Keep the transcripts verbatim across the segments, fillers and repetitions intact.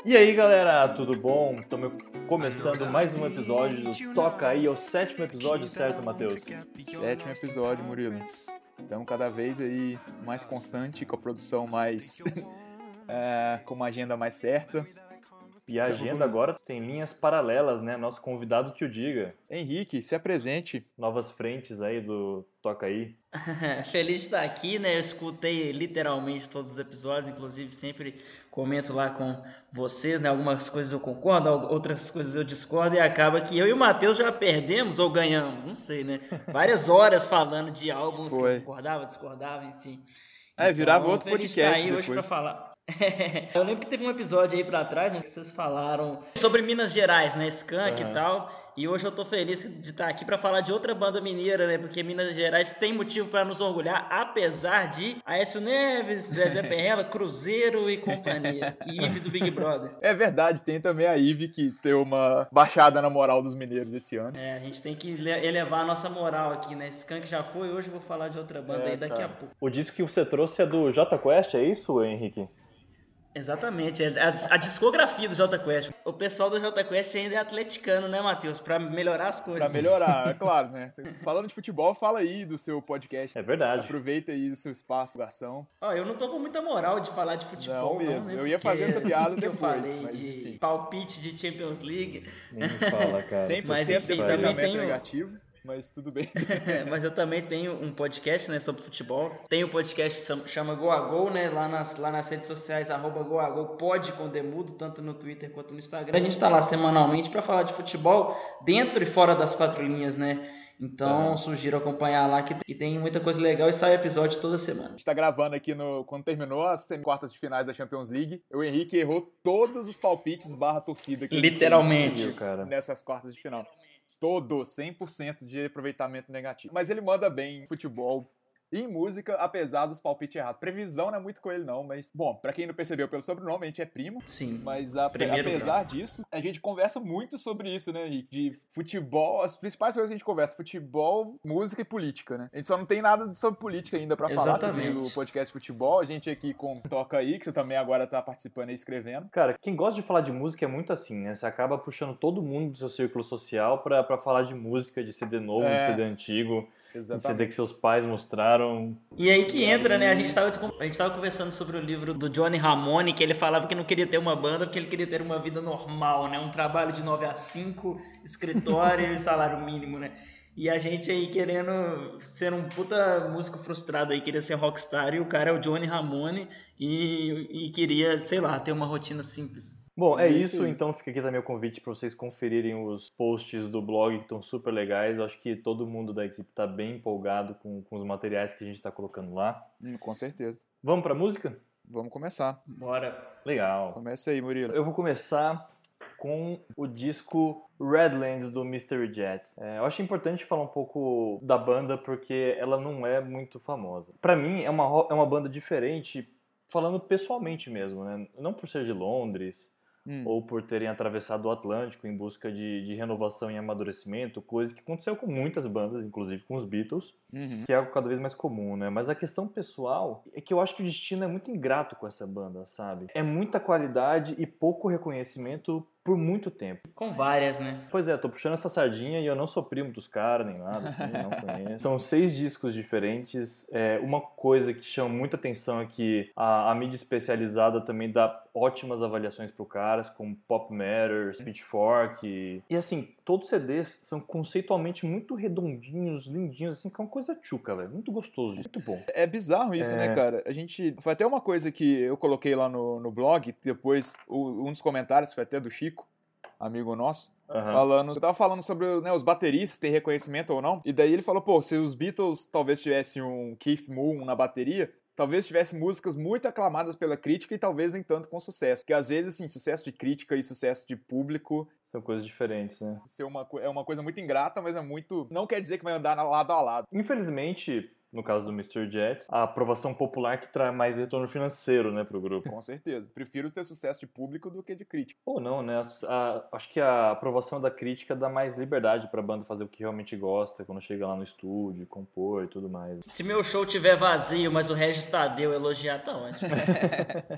E aí galera, tudo bom? Estamos começando mais um episódio do Toca Aí, é o sétimo episódio, certo, Matheus? Sétimo episódio, Murilo. Estamos cada vez aí mais constante, com a produção mais... é, com uma agenda mais certa. E a agenda agora tem linhas paralelas, né? Nosso convidado que o diga. Henrique, se apresente. Novas frentes aí do Toca Aí. Feliz de estar aqui, né? Eu escutei literalmente todos os episódios, inclusive sempre comento lá com vocês, né? Algumas coisas eu concordo, outras coisas eu discordo, e acaba que eu e o Matheus já perdemos ou ganhamos, não sei, né? Várias horas falando de álbuns Foi. que eu concordava, discordava, enfim. É, então, virava outro feliz podcast de estar aí depois. hoje pra falar. Eu lembro que teve um episódio aí pra trás, né, que vocês falaram sobre Minas Gerais, né, Skank Uhum. e tal, e hoje eu tô feliz de estar aqui pra falar de outra banda mineira, né, porque Minas Gerais tem motivo pra nos orgulhar, apesar de Aécio Neves, Zezé Perrella, Cruzeiro e companhia, e Ive do Big Brother. É verdade, tem também a Ive que deu uma baixada na moral dos mineiros esse ano. É, a gente tem que elevar a nossa moral aqui, né, Skank já foi, hoje eu vou falar de outra banda É, aí daqui cara. a pouco. O disco que você trouxe é do Jota Quest, é isso, Henrique? Exatamente, é a, a discografia do Jota Quest. O pessoal do Jota Quest ainda é atleticano, né, Matheus? Pra melhorar as coisas. Pra melhorar, é claro, né? Falando de futebol, fala aí do seu podcast. É verdade. Aproveita aí do seu espaço, ação. Ó, eu não tô com muita moral de falar de futebol, Não não, mesmo. né? Eu ia Porque fazer essa piada tudo que depois, eu falei mas de enfim. palpite de Champions League. Nem me fala, cara. cem por cento Mas, de enfim, também aproveitamento tenho- negativo, mas tudo bem. Mas eu também tenho um podcast, né, sobre futebol. Tem um podcast que chama- chama Go a Go, né, lá nas, lá nas redes sociais, arroba Go a Go, pode com Demudo, tanto no Twitter quanto no Instagram. A gente tá lá semanalmente pra falar de futebol dentro e fora das quatro linhas, né? Então, Tá. sugiro acompanhar lá que que tem muita coisa legal e sai episódio toda semana. A gente tá gravando aqui no, quando terminou as semi- quartas de finais da Champions League. O Henrique errou todos os palpites barra torcida que ele Literalmente. Viu, cara? fez nessas quartas de final. Todo, cem por cento de aproveitamento negativo. Mas ele manda bem em futebol e em música, apesar dos palpites errados. Previsão não é muito com ele não, mas... Bom, pra quem não percebeu pelo sobrenome, a gente é primo. Sim. Mas a- Primeiro apesar disso, a gente conversa muito sobre isso, né, Henrique? De futebol, as principais coisas que a gente conversa, futebol, música e política, né? A gente só não tem nada sobre política ainda pra falar Exatamente. sobre o podcast de futebol. A gente aqui com Toca Aí, que você também agora tá participando e escrevendo. Cara, quem gosta de falar de música é muito assim, né? Você acaba puxando todo mundo do seu círculo social pra, pra falar de música, de C D novo, É. de C D antigo, de C D Exatamente. que seus pais mostraram. E aí que entra, né? A gente tava, a gente tava conversando sobre o livro do Johnny Ramone, que ele falava que não queria ter uma banda porque ele queria ter uma vida normal, né? Um trabalho de nove a cinco, escritório e salário mínimo, né? E a gente aí querendo ser um puta músico frustrado aí, queria ser rockstar, e o cara é o Johnny Ramone e, e queria, sei lá, ter uma rotina simples. Bom, Mas é é isso isso, aí. então fica aqui também o convite para vocês conferirem os posts do blog que estão super legais. Eu acho que todo mundo da equipe tá bem empolgado com, com os materiais que a gente tá colocando lá. Hum, com certeza. Vamos pra música? Vamos começar. Bora. Legal. Começa aí, Murilo. Eu vou começar com o disco Redlands do Mystery Jets. É, eu acho importante falar um pouco da banda porque ela não é muito famosa. Pra mim é uma, ro- é uma banda diferente, falando pessoalmente mesmo, né? Não por ser de Londres Hum. ou por terem atravessado o Atlântico em busca de, de renovação e amadurecimento, coisa que aconteceu com muitas bandas, inclusive com os Beatles, Uhum. que é algo cada vez mais comum, né? Mas a questão pessoal é que eu acho que o destino é muito ingrato com essa banda, sabe? É muita qualidade e pouco reconhecimento por muito tempo. Com várias, né? Pois é, tô puxando essa sardinha e eu não sou primo dos caras, nem nada, assim, não conheço. São seis discos diferentes. É, uma coisa que chama muita atenção é que a, a mídia especializada também dá ótimas avaliações pro caras, como Pop Matters, Pitchfork. E, e assim, todos os C Ds são conceitualmente muito redondinhos, lindinhos, assim, que é uma coisa tchuca, velho. Muito gostoso, muito bom. É bizarro isso, É. né, cara? A gente... Foi até uma coisa que eu coloquei lá no, no blog, depois o- um dos comentários foi até do Chico, amigo nosso, Aham. falando... Eu tava falando sobre, né, os bateristas ter reconhecimento ou não, e daí ele falou, pô, se os Beatles talvez tivessem um Keith Moon na bateria, talvez tivesse músicas muito aclamadas pela crítica e talvez nem tanto com sucesso. Porque às vezes, assim, sucesso de crítica e sucesso de público São coisas diferentes, né? ser uma, co- é uma coisa muito ingrata, mas é muito... Não quer dizer que vai andar na- lado a lado. Infelizmente, no caso do Mystery Jets, a aprovação popular que traz mais retorno financeiro, né, pro grupo. Com certeza. Prefiro ter sucesso de público do que de crítica. Ou não, né? A- acho que a aprovação da crítica dá mais liberdade pra banda fazer o que realmente gosta, quando chega lá no estúdio, compor e tudo mais. Se meu show tiver vazio, mas o Regis Tadeu elogiar, tá ótimo.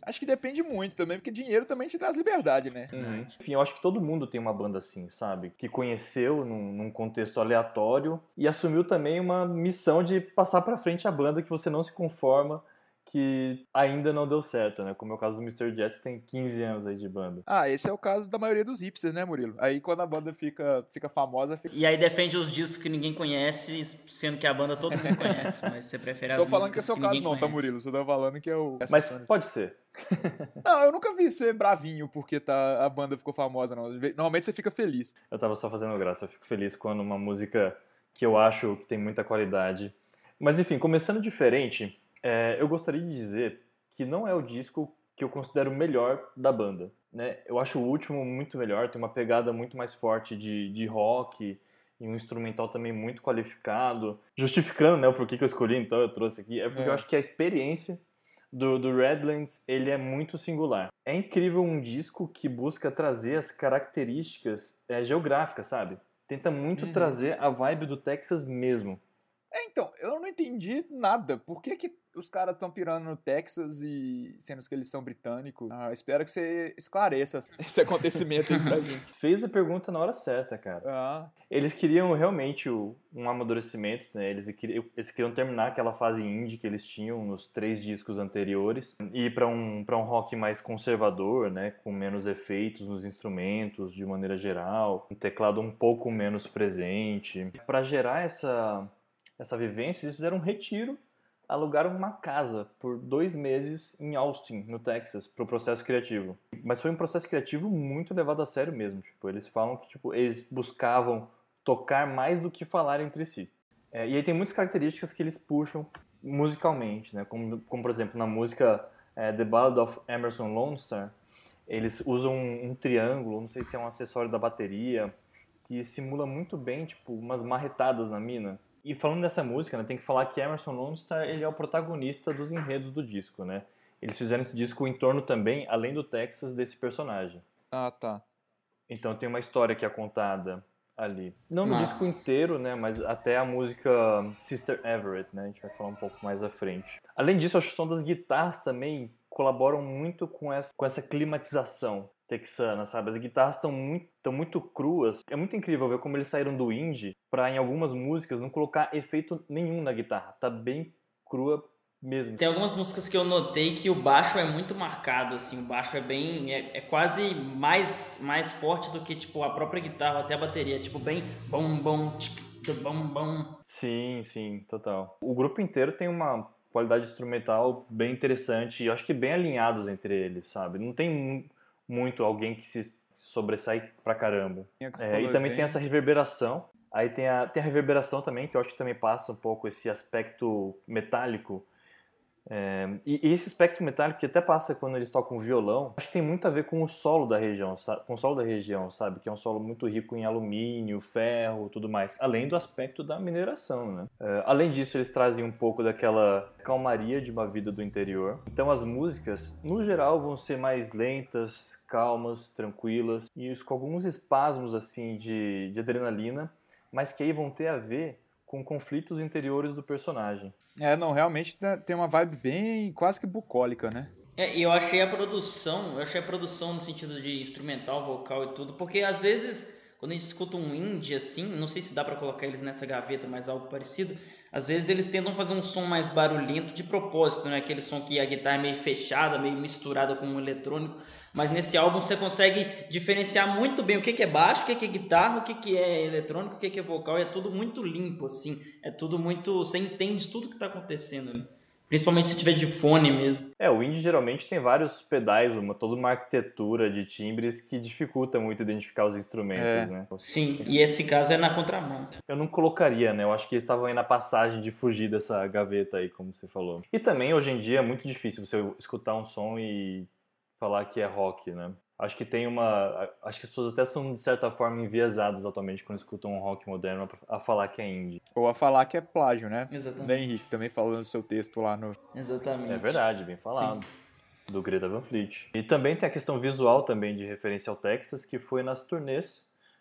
Acho que depende muito também, porque dinheiro também te traz liberdade, né? Uhum. Enfim, eu acho que todo mundo tem uma banda assim, sabe? Que conheceu num, num contexto aleatório e assumiu também uma missão de passar pra frente a banda que você não se conforma, que ainda não deu certo, né? Como é o caso do mister Jets, tem quinze anos aí de banda. Ah, esse é o caso da maioria dos hipsters, né, Murilo? Aí quando a banda fica, fica famosa... Fica... E aí defende os discos que ninguém conhece, sendo que a banda todo mundo conhece, mas você prefere as Tô falando que músicas esse é o que caso ninguém não, tá, conhece. Murilo? Só tô falando que é o... Mas pode ser. Não, eu nunca vi você bravinho porque tá, a banda ficou famosa, não. Normalmente você fica feliz. Eu tava só fazendo graça, eu fico feliz quando uma música que eu acho que tem muita qualidade. Mas enfim, começando diferente, é, eu gostaria de dizer que não é o disco que eu considero o melhor da banda, né? Eu acho o último muito melhor, tem uma pegada muito mais forte de, de rock e um instrumental também muito qualificado. Justificando, né, o porquê que eu escolhi, então eu trouxe aqui, é porque É. eu acho que a experiência do, do Redlands, ele é muito singular. É incrível um disco que busca trazer as características é, geográficas, sabe? Tenta muito Uhum. trazer a vibe do Texas mesmo. É, então, eu não entendi nada. Por que, que os caras estão pirando no Texas e sendo que eles são britânicos? Ah, espero que você esclareça esse acontecimento aí pra gente. Fez a pergunta na hora certa, cara. Ah, Eles queriam realmente o- um amadurecimento, né? Eles queriam, eles queriam terminar aquela fase indie que eles tinham nos três discos anteriores e ir para um, para um rock mais conservador, né? Com menos efeitos nos instrumentos, de maneira geral, um teclado um pouco menos presente. Para gerar essa, essa vivência, eles fizeram um retiro, alugaram uma casa por dois meses em Austin, no Texas, para o processo criativo. Mas foi um processo criativo muito levado a sério mesmo. Tipo, eles falam que tipo, eles buscavam tocar mais do que falar entre si. É, e aí tem muitas características que eles puxam musicalmente, né? Como, como por exemplo, na música é, The Ballad of Emerson Lone Star, eles usam um, um triângulo, não sei se é um acessório da bateria, que simula muito bem, tipo, umas marretadas na mina. E falando dessa música, né, tem que falar que Emerson Lone Star, ele é o protagonista dos enredos do disco, né? Eles fizeram esse disco em torno também, além do Texas, desse personagem. ah, tá. Então tem uma história que é contada ali. Não no Massa. disco inteiro, né, mas até a música Sister Everett, né? A gente vai falar um pouco mais à frente. Além disso, a som das guitarras também colaboram muito com essa, com essa climatização texana, sabe? As guitarras estão muito, tão muito cruas. É muito incrível ver como eles saíram do indie pra, em algumas músicas, não colocar efeito nenhum na guitarra. Tá bem crua mesmo. Tem algumas músicas que eu notei que o baixo é muito marcado, assim, o baixo é bem, é, é quase mais, mais forte do que, tipo, a própria guitarra, até a bateria, tipo, bem bom, bom, tic, bom, bom. Sim, sim, total. O grupo inteiro tem uma qualidade instrumental bem interessante e eu acho que bem alinhados entre eles, sabe? Não tem mu- muito alguém que se sobressai pra caramba. Tinha que você É, falou, e também bem- tem essa reverberação. Aí tem a, tem a reverberação também, que eu acho que também passa um pouco esse aspecto metálico. É, e, e esse aspecto metálico que até passa quando eles tocam violão, acho que tem muito a ver com o solo da região, sa- com o solo da região, sabe? Que é um solo muito rico em alumínio, ferro, tudo mais. Além do aspecto da mineração, né? É, além disso, eles trazem um pouco daquela calmaria de uma vida do interior. Então as músicas, no geral, vão ser mais lentas, calmas, tranquilas e com alguns espasmos assim de, de adrenalina, mas que aí vão ter a ver com conflitos interiores do personagem. É, não, realmente tá- tem uma vibe bem quase que bucólica, né? É, e eu achei a produção, eu achei a produção no sentido de instrumental, vocal e tudo, porque às vezes, quando a gente escuta um indie assim, não sei se dá pra colocar eles nessa gaveta, mas algo parecido, às vezes eles tentam fazer um som mais barulhento de propósito, né? Aquele som que a guitarra é meio fechada, meio misturada com um eletrônico, mas nesse álbum você consegue diferenciar muito bem o que que é baixo, o que que é guitarra, o que que é eletrônico, o que que é vocal, e é tudo muito limpo, assim, é tudo muito, você entende tudo que tá acontecendo ali. Principalmente se tiver de fone mesmo. É, o indie geralmente tem vários pedais, uma, toda uma arquitetura de timbres que dificulta muito identificar os instrumentos, É. né? Sim, e esse caso é na contramão. Eu não colocaria, né? Eu acho que eles estavam aí na passagem de fugir dessa gaveta aí, como você falou. E também, hoje em dia, é muito difícil você escutar um som e falar que é rock, né? Acho que tem uma... Acho que as pessoas até são, de certa forma, enviesadas atualmente quando escutam um rock moderno a falar que é indie. Ou a falar que é plágio, né? Exatamente. Da Henrique, também falou no seu texto lá no... Exatamente. É verdade, bem falado. Sim. Do Greta Van Fleet. E também tem a questão visual também de referência ao Texas, que foi nas turnês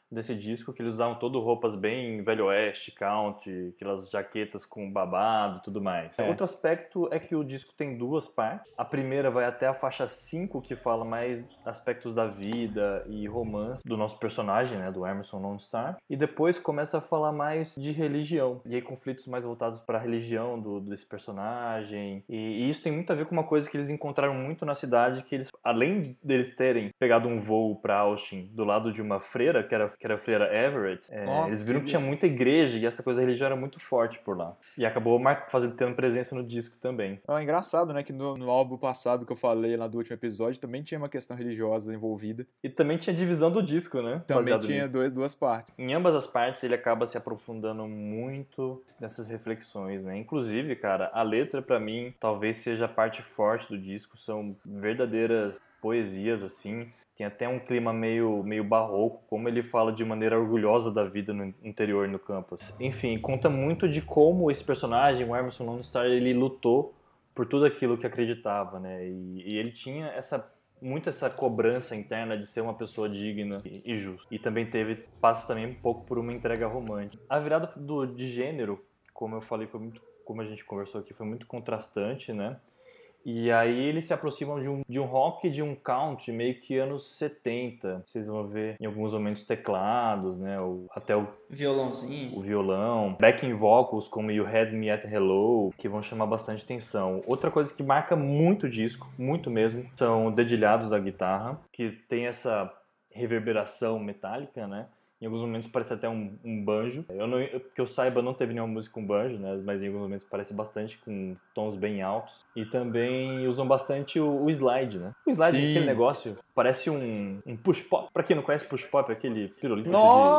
desse disco, que eles usavam todo roupas bem velho oeste, country, aquelas jaquetas com babado e tudo mais. É. Outro aspecto é que o disco tem duas partes. A primeira vai até a faixa cinco, que fala mais aspectos da vida e romance do nosso personagem, né, do Emerson Lone Star. E depois começa a falar mais de religião. E aí conflitos mais voltados para a religião do, desse personagem. E, e isso tem muito a ver com uma coisa que eles encontraram muito na cidade, que eles, além de deles terem pegado um voo para Austin do lado de uma freira, que era, que era a freira Everett, é, oh, eles viram que, que tinha muita igreja e essa coisa religiosa era muito forte por lá. E acabou fazendo, tendo presença no disco também. É engraçado, né, que no, no álbum passado que eu falei lá do último episódio, também tinha uma questão religiosa envolvida. E também tinha divisão do disco, né? Também tinha dois, duas partes. Em ambas as partes ele acaba se aprofundando muito nessas reflexões, né? Inclusive, cara, a letra pra mim talvez seja a parte forte do disco, são verdadeiras poesias, assim. Tem até um clima meio, meio barroco, como ele fala de maneira orgulhosa da vida no interior, no campus. Enfim, conta muito de como esse personagem, o Emerson Lone Star, ele lutou por tudo aquilo que acreditava, né? E, e ele tinha essa, muito essa cobrança interna de ser uma pessoa digna e, e justa. E também teve, passa também um pouco por uma entrega romântica. A virada do, de gênero, como eu falei, foi muito, como a gente conversou aqui, foi muito contrastante, né? E aí eles se aproximam de um, de um rock, de um country, meio que anos setenta. Vocês vão ver em alguns momentos teclados, né? O, até o violãozinho. O violão. Backing vocals como You Had Me at Hello, que vão chamar bastante atenção. Outra coisa que marca muito o disco, muito mesmo, são dedilhados da guitarra, que tem essa reverberação metálica, né? Em alguns momentos parece até um, um banjo. Eu não, eu, que eu saiba, não teve nenhuma música com banjo, né? Mas em alguns momentos parece bastante, com tons bem altos. E também usam bastante o, o slide, né? O slide é aquele negócio, parece um, um push-pop. Pra quem não conhece push-pop, é aquele pirulito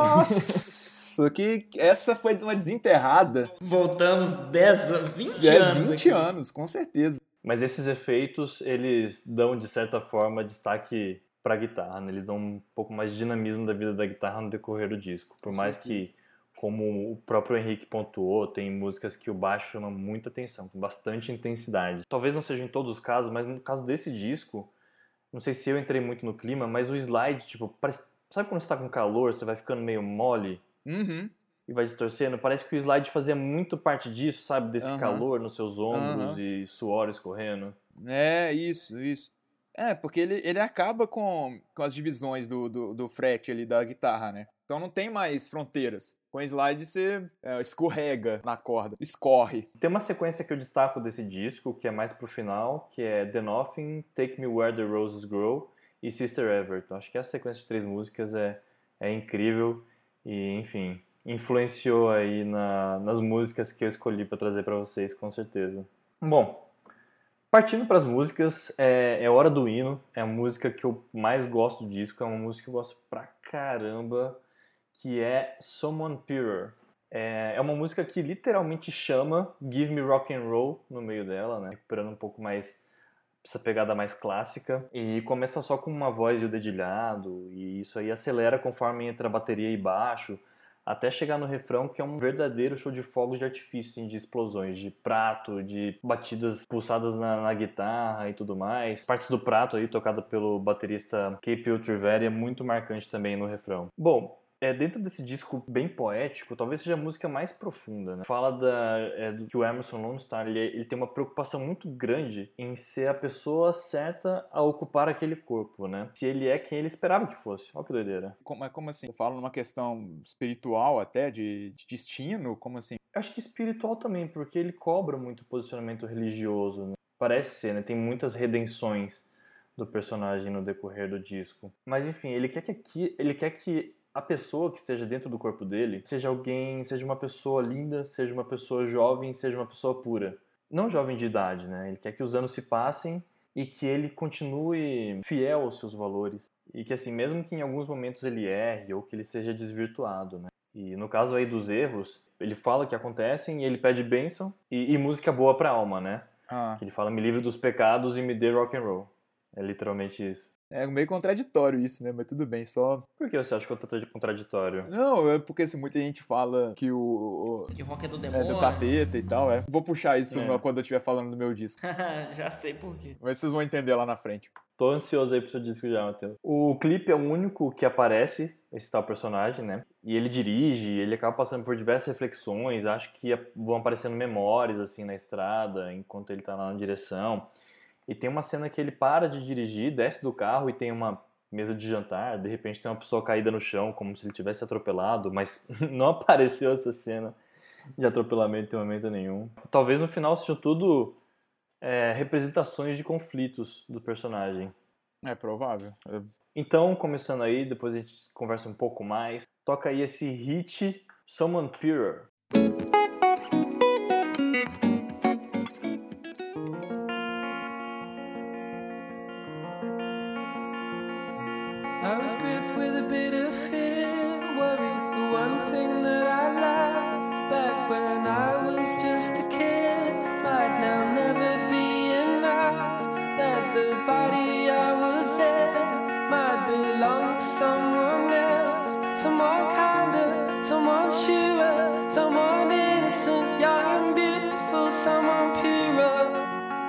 Nossa! De... que essa foi uma desenterrada. Voltamos dez, vinte é, anos vinte aqui. anos, com certeza. Mas esses efeitos, eles dão, de certa forma, destaque pra guitarra, né? Eles dão um pouco mais de dinamismo da vida da guitarra no decorrer do disco. Por mais que, como o próprio Henrique pontuou, tem músicas que o baixo chama muita atenção, com bastante intensidade. Talvez não seja em todos os casos, mas no caso desse disco, não sei se eu entrei muito no clima, mas o slide, tipo, parece... sabe quando você tá com calor, você vai ficando meio mole? Uhum. E vai distorcendo? Parece que o slide fazia muito parte disso, sabe? Desse uhum. calor nos seus ombros uhum. e suor escorrendo. É, isso, isso. É, porque ele, ele acaba com, com as divisões do, do, do frete ali da guitarra, né? Então não tem mais fronteiras. Com o slide você é, escorrega na corda, escorre. Tem uma sequência que eu destaco desse disco, que é mais pro final, que é The Nothing, Take Me Where the Roses Grow e Sister Everton. Acho que essa sequência de três músicas é, é incrível e, enfim, influenciou aí na, nas músicas que eu escolhi para trazer para vocês, com certeza. Bom, partindo para as músicas, é, é Hora do Hino, é a música que eu mais gosto do disco, é uma música que eu gosto pra caramba, que é Someone Purer. É, é uma música que literalmente chama Give Me Rock and Roll no meio dela, né? Recuperando um pouco mais essa pegada mais clássica. E começa só com uma voz e o dedilhado, e isso aí acelera conforme entra a bateria e baixo, até chegar no refrão, que é um verdadeiro show de fogos de artifício, de explosões, de prato, de batidas pulsadas na, na guitarra e tudo mais. Partes do prato aí, tocada pelo baterista Cape Triveri, é muito marcante também no refrão. Bom, é, dentro desse disco bem poético, talvez seja a música mais profunda, né? Fala da, é, do que o Emerson Lone Star, ele, ele tem uma preocupação muito grande em ser a pessoa certa a ocupar aquele corpo, né? Se ele é quem ele esperava que fosse. Olha que doideira. Como, como assim? Eu falo numa questão espiritual até, de, de destino? Como assim? Eu acho que espiritual também, porque ele cobra muito posicionamento religioso, né? Parece ser, né? Tem muitas redenções do personagem no decorrer do disco. Mas enfim, ele quer que aqui, ele quer que a pessoa que esteja dentro do corpo dele seja alguém, seja uma pessoa linda, seja uma pessoa jovem, seja uma pessoa pura. Não jovem de idade, né? Ele quer que os anos se passem e que ele continue fiel aos seus valores. E que, assim, mesmo que em alguns momentos ele erre ou que ele seja desvirtuado, né? E no caso aí dos erros, ele fala que acontecem e ele pede bênção e, e música boa pra alma, né? Ah. Que ele fala, me livre dos pecados e me dê rock and roll. É literalmente isso. É meio contraditório isso, né? Mas tudo bem, só... Por que você acha que eu tô contraditório? Não, é porque assim, muita gente fala que o... o Que rock é do é demônio. do capeta e tal, é. Vou puxar isso É. quando eu estiver falando do meu disco. Já sei por quê. Mas vocês vão entender lá na frente. Tô ansioso aí pro seu disco já, Matheus. O clipe é o único que aparece esse tal personagem, né? E ele dirige, ele acaba passando por diversas reflexões, acho que vão aparecendo memórias, assim, na estrada, enquanto ele tá lá na direção. E tem uma cena que ele para de dirigir, desce do carro e tem uma mesa de jantar, de repente tem uma pessoa caída no chão, como se ele tivesse atropelado, mas não apareceu essa cena de atropelamento em momento nenhum. Talvez no final sejam tudo é, representações de conflitos do personagem. É provável. É... Então, começando aí, depois a gente conversa um pouco mais, toca aí esse hit Someone Purer. I was gripped with a bit of fear, worried the one thing that I loved back when I was just a kid might now never be enough, that the body I was in might belong to someone else, someone kinder, someone surer, someone innocent, young and beautiful, someone purer.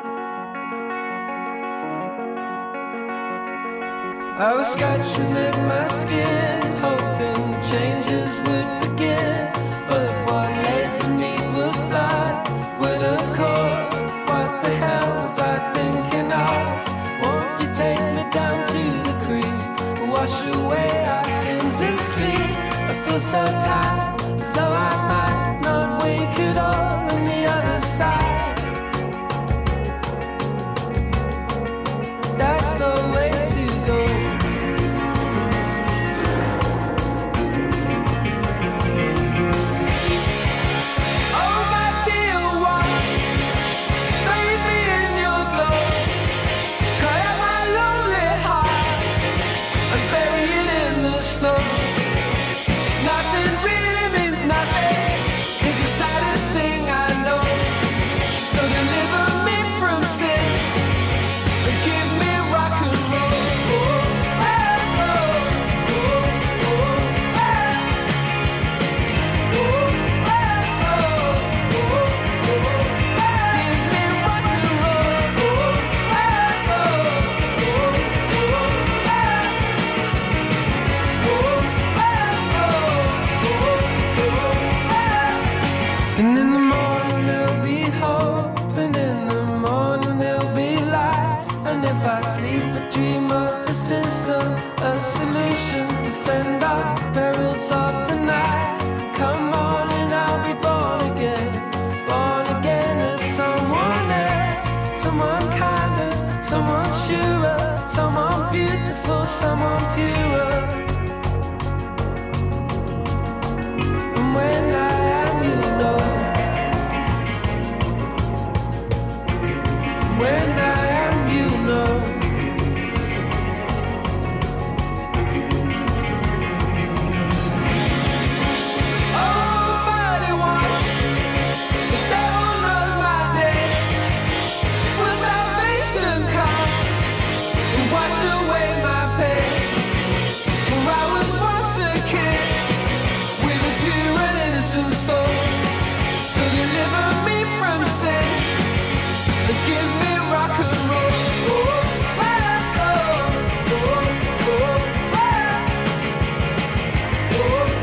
I was scratching at my skin, hoping changes would begin. But what lay beneath was blood. Well, of course, what the hell was I thinking of? Won't you take me down to the creek, wash away our sins in sleep? I feel so tired, as though I might not wake at all on the other side. That's the way to go. And in the morning there'll be hope, and in the morning there'll be light. And if I sleep I dream of a system, a solution to fend off the perils of the night. Come on and I'll be born again, born again as someone else, someone kinder, someone surer, someone beautiful, someone purer. And when I am, you know, when I am, you know. Oh, mighty one, the devil knows my name. Will salvation come to wash away my pain? For I was once a kid with a pure and innocent soul. So deliver me from sin and give me rock and roll. Oh, oh, oh, oh, oh, oh, oh,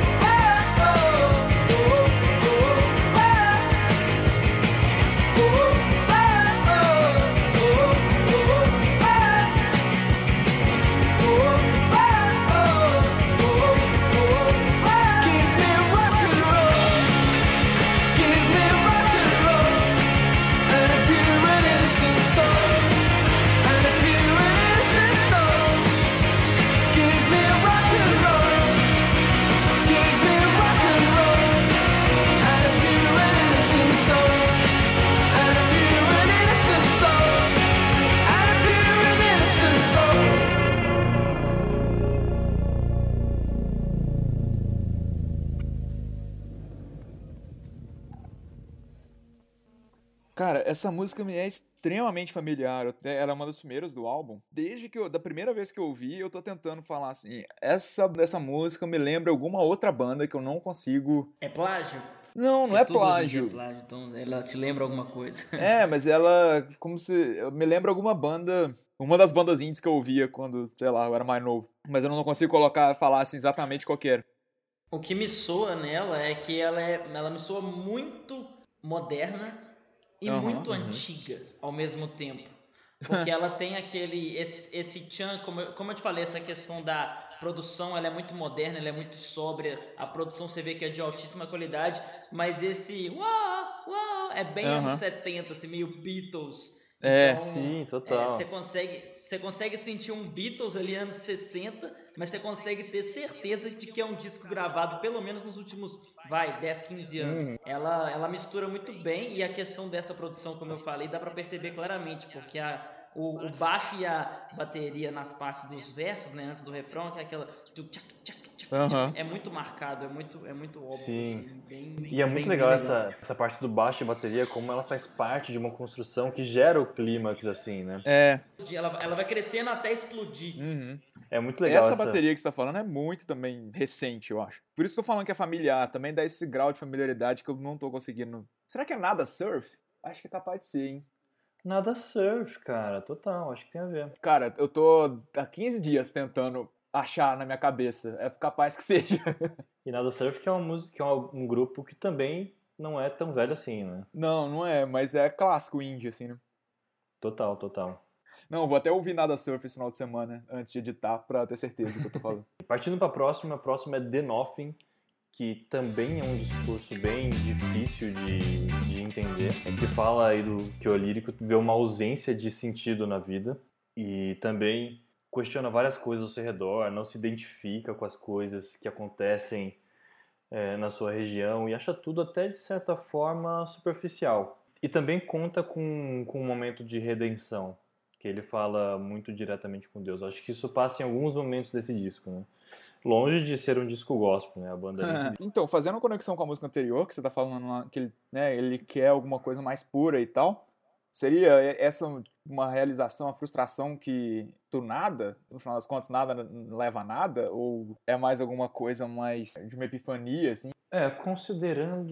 give me rock and roll, give me rock and roll, and a pure and innocent soul, and a pure and innocent soul. Give me rock and roll, give me rock and roll, and a pure and innocent soul, and a pure and innocent soul, and a pure and innocent soul. Cara, essa música me é extremamente familiar. Eu até- Ela é uma das primeiras do álbum. Desde que eu, da primeira vez que eu ouvi, eu tô tentando falar assim, essa, essa música me lembra alguma outra banda que eu não consigo... É plágio? Não, não Porque é tudo hoje em dia plágio. é plágio, então ela te lembra alguma coisa. É, mas ela, como se, eu me lembra alguma banda, uma das bandas indies que eu ouvia quando, sei lá, eu era mais novo. Mas eu não consigo colocar, falar assim exatamente qual que era. O que me soa nela é que ela, é, ela me soa muito moderna e Aham, muito uhum. antiga ao mesmo tempo. Porque ela tem aquele, esse, esse tchan, como eu, como eu te falei, essa questão da produção, ela é muito moderna, ela é muito sóbria, a produção você vê que é de altíssima qualidade, mas esse uau, uau, é bem anos Aham. setenta, assim, meio Beatles. É, Então, sim, é, total. você consegue, você consegue sentir um Beatles ali anos sessenta, mas você consegue ter certeza de que é um disco gravado pelo menos nos últimos, vai, dez, quinze anos. Ela, ela mistura muito bem e a questão dessa produção, como eu falei, dá pra perceber claramente, porque a, o, o baixo e a bateria nas partes dos versos, né, antes do refrão, que é aquela... tchac, tchac, tchac, tchac, Aham. é muito marcado, é muito, é muito óbvio, Sim. assim, bem, bem, E é muito bem, legal, bem Essa, essa parte do baixo e bateria, como ela faz parte de uma construção que gera o clímax, assim, né? É. Ela, ela vai crescendo até explodir. Uhum. É muito legal Essa essa... bateria que você tá falando é muito também recente, eu acho. Por isso que eu tô falando que é familiar, também dá esse grau de familiaridade que eu não tô conseguindo. Será que é nada surf? Acho que é capaz de ser, hein? Nada surf, cara, total, acho que tem a ver. Cara, eu tô há quinze dias tentando achar na minha cabeça. É capaz que seja. E Nada Surf que é, uma música, que é um, um grupo que também não é tão velho assim, né? Não, não é, mas é clássico indie, assim, né? Total, total. Não, eu vou até ouvir Nada Surf esse final de semana, antes de editar, pra ter certeza do que eu tô falando. Partindo pra próxima, a próxima é The Nothing, que também é um discurso bem difícil de, de entender, que fala aí do que o lírico vê uma ausência de sentido na vida e também questiona várias coisas ao seu redor, não se identifica com as coisas que acontecem é, na sua região e acha tudo até de certa forma superficial. E também conta com, com um momento de redenção, que ele fala muito diretamente com Deus. Acho que isso passa em alguns momentos desse disco, né? Longe de ser um disco gospel, né? A banda nem se- Então, fazendo uma conexão com a música anterior, que você tá falando lá, que ele, né, ele quer alguma coisa mais pura e tal, seria essa uma realização, uma frustração que do nada, no final das contas, nada leva a nada? Ou é mais alguma coisa mais de uma epifania, assim? É, considerando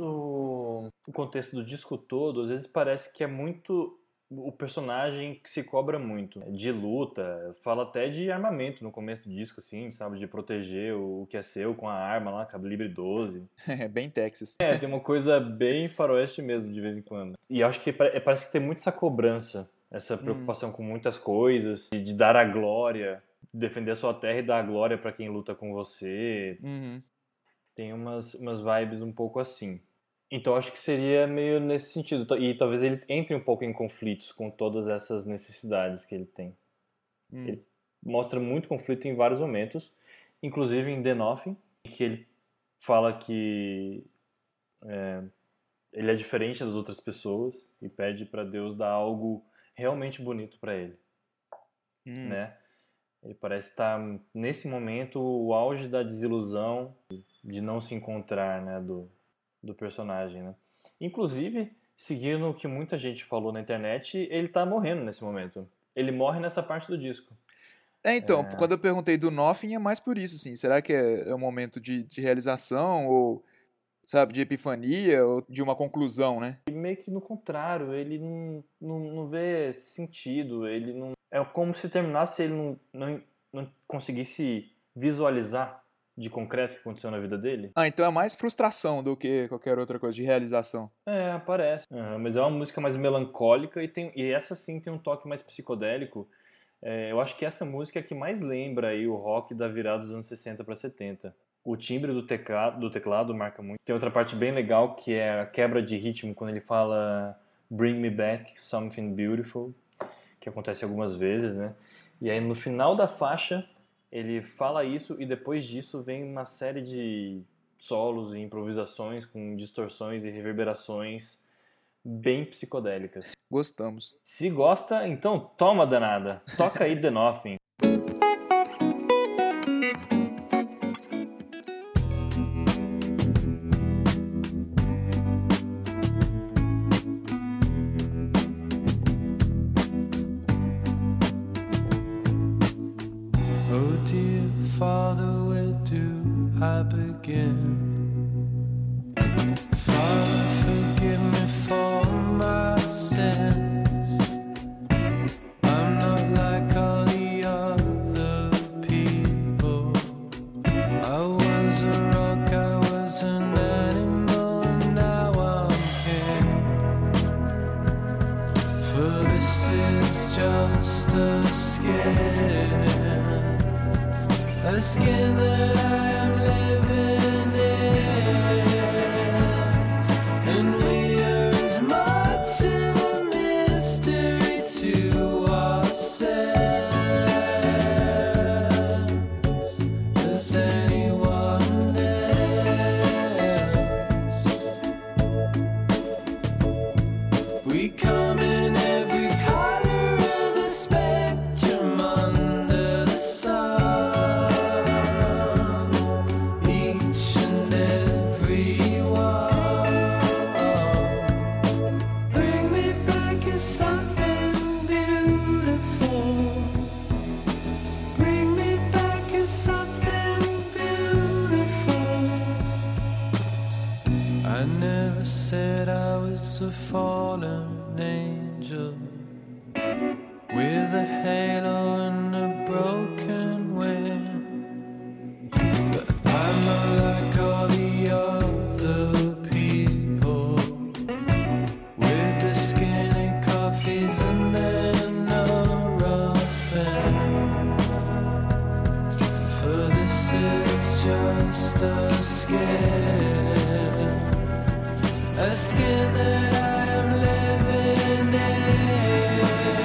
o contexto do disco todo, às vezes parece que é muito o personagem que se cobra muito de luta, fala até de armamento no começo do disco, assim, sabe, de proteger o que é seu com a arma lá, calibre doze. É bem Texas. É, tem uma coisa bem faroeste mesmo, de vez em quando. E acho que pa- é, parece que tem muito essa cobrança, essa preocupação com muitas coisas, de, de dar a glória, defender a sua terra e dar a glória pra quem luta com você. Uhum. Tem umas, umas vibes um pouco assim. Então acho que seria meio nesse sentido. E talvez ele entre um pouco em conflitos com todas essas necessidades que ele tem. Hum. Ele mostra muito conflito em vários momentos, inclusive em The Nothing, que ele fala que é, ele é diferente das outras pessoas e pede para Deus dar algo realmente bonito para ele, Hum. né? Ele parece estar nesse momento o auge da desilusão de não se encontrar, né, do, do personagem, né? Inclusive, seguindo o que muita gente falou na internet, ele tá morrendo nesse momento. Ele morre nessa parte do disco. É, então, quando eu perguntei do Nothing, é mais por isso, assim. Será que é, é um momento de, de realização ou, sabe, de epifania ou de uma conclusão, né? E meio que no contrário, ele não, não, não vê sentido, ele não... É como se terminasse ele não, não, não conseguisse visualizar de concreto o que aconteceu na vida dele. Ah, então é mais frustração do que qualquer outra coisa de realização. É, parece. Uhum, mas é uma música mais melancólica e, tem, e essa sim tem um toque mais psicodélico. É, eu acho que essa música é a que mais lembra aí o rock da virada dos anos sessenta para setenta. O timbre do teclado, do teclado marca muito. Tem outra parte bem legal que é a quebra de ritmo quando ele fala Bring Me Back Something Beautiful, que acontece algumas vezes, né? E aí no final da faixa ele fala isso e depois disso vem uma série de solos e improvisações com distorções e reverberações bem psicodélicas. Gostamos. Se gosta, então toma, danada. Toca aí The Nothing. Father, where do I begin? Father, forgive me for my sins. I'm not like all the other people. I was a rock, I was an animal, now I'm here. For this is just a skin, a skin that I am living in. And we are as much of a mystery to ourselves as anyone else. We come in every color of the spectrum under the sun, each and every one. Bring me back as something beautiful. Bring me back as something beautiful. I never said I was a fallen angel with a halo and a broken wing. But I'm not like all the other people with the skinny coffees and then a rough end. For this is just a skin, a skin that I am living in.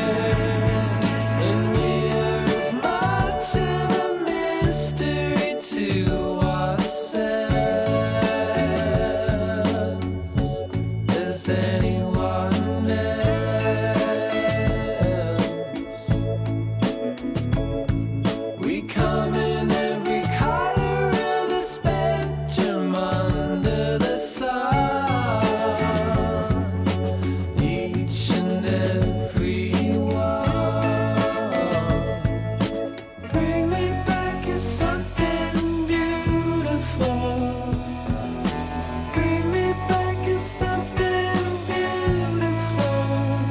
And we are as much of a mystery to ourselves as anyone else. We come in every color of the spectrum under the sun, each and every one. Bring me back as something beautiful. Bring me back as something beautiful.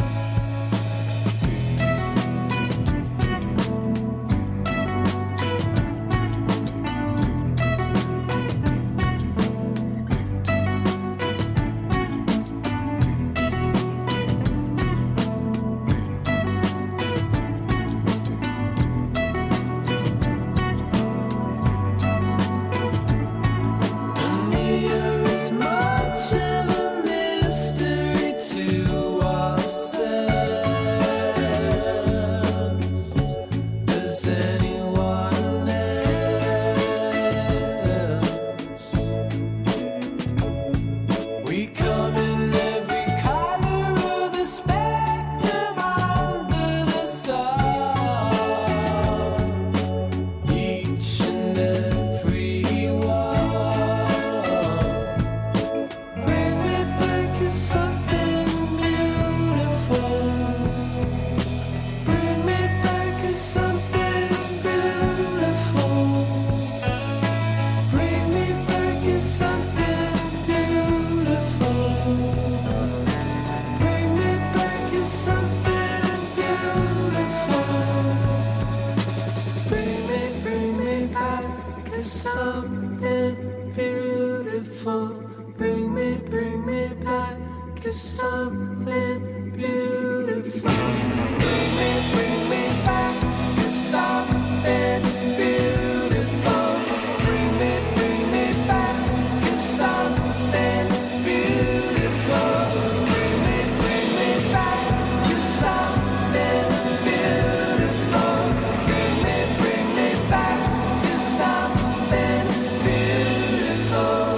And we are as much of a mystery to ourselves as anyone else. We come in every color of the spectrum under the sun, each and every one. Bring me back as something beautiful. Bring me back as something beautiful. Bring me back as something beautiful. Bring me back as something beautiful. Bring me, bring me back as something beautiful. Bring me, bring me back as something beautiful. Bring me, bring me back as something beautiful. Bring me, bring me back as something beautiful. Bring me, bring me back as something beautiful. Bring me, bring me back as something beautiful.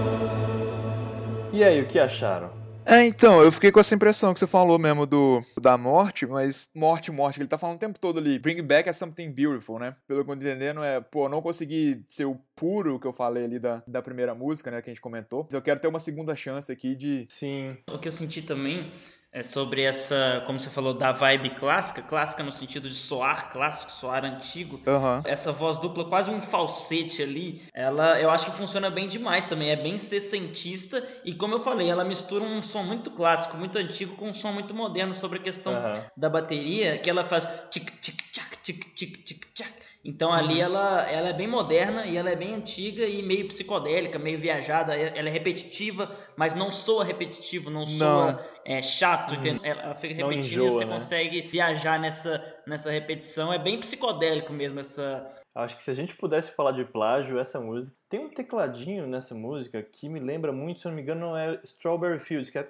E aí, o que acharam? É, então, eu fiquei com essa impressão que você falou mesmo do da morte, mas morte, morte, que ele tá falando o tempo todo ali, bring back as something beautiful, né? Pelo que eu tô entendendo, é, pô, não consegui ser o puro que eu falei ali da, da primeira música, né, que a gente comentou, mas eu quero ter uma segunda chance aqui de... Sim. O que eu senti também É sobre essa, como você falou, da vibe clássica, clássica no sentido de soar clássico, soar antigo. Aham. Essa voz dupla, quase um falsete ali, ela, eu acho que funciona bem demais também, é bem sessentista e, como eu falei, ela mistura um som muito clássico, muito antigo com um som muito moderno sobre a questão Aham. da bateria, que ela faz tic tic tchac tic tic tic tchac. Então ali ela, ela é bem moderna e ela é bem antiga e meio psicodélica, meio viajada. Ela é repetitiva, mas não soa repetitivo, não soa é, chato, entendeu? Ela fica Não repetindo e enjoa, você né? consegue viajar nessa, nessa repetição. É bem psicodélico mesmo essa... Acho que se a gente pudesse falar de plágio, essa música... Tem um tecladinho nessa música que me lembra muito, se eu não me engano, é Strawberry Fields, que é...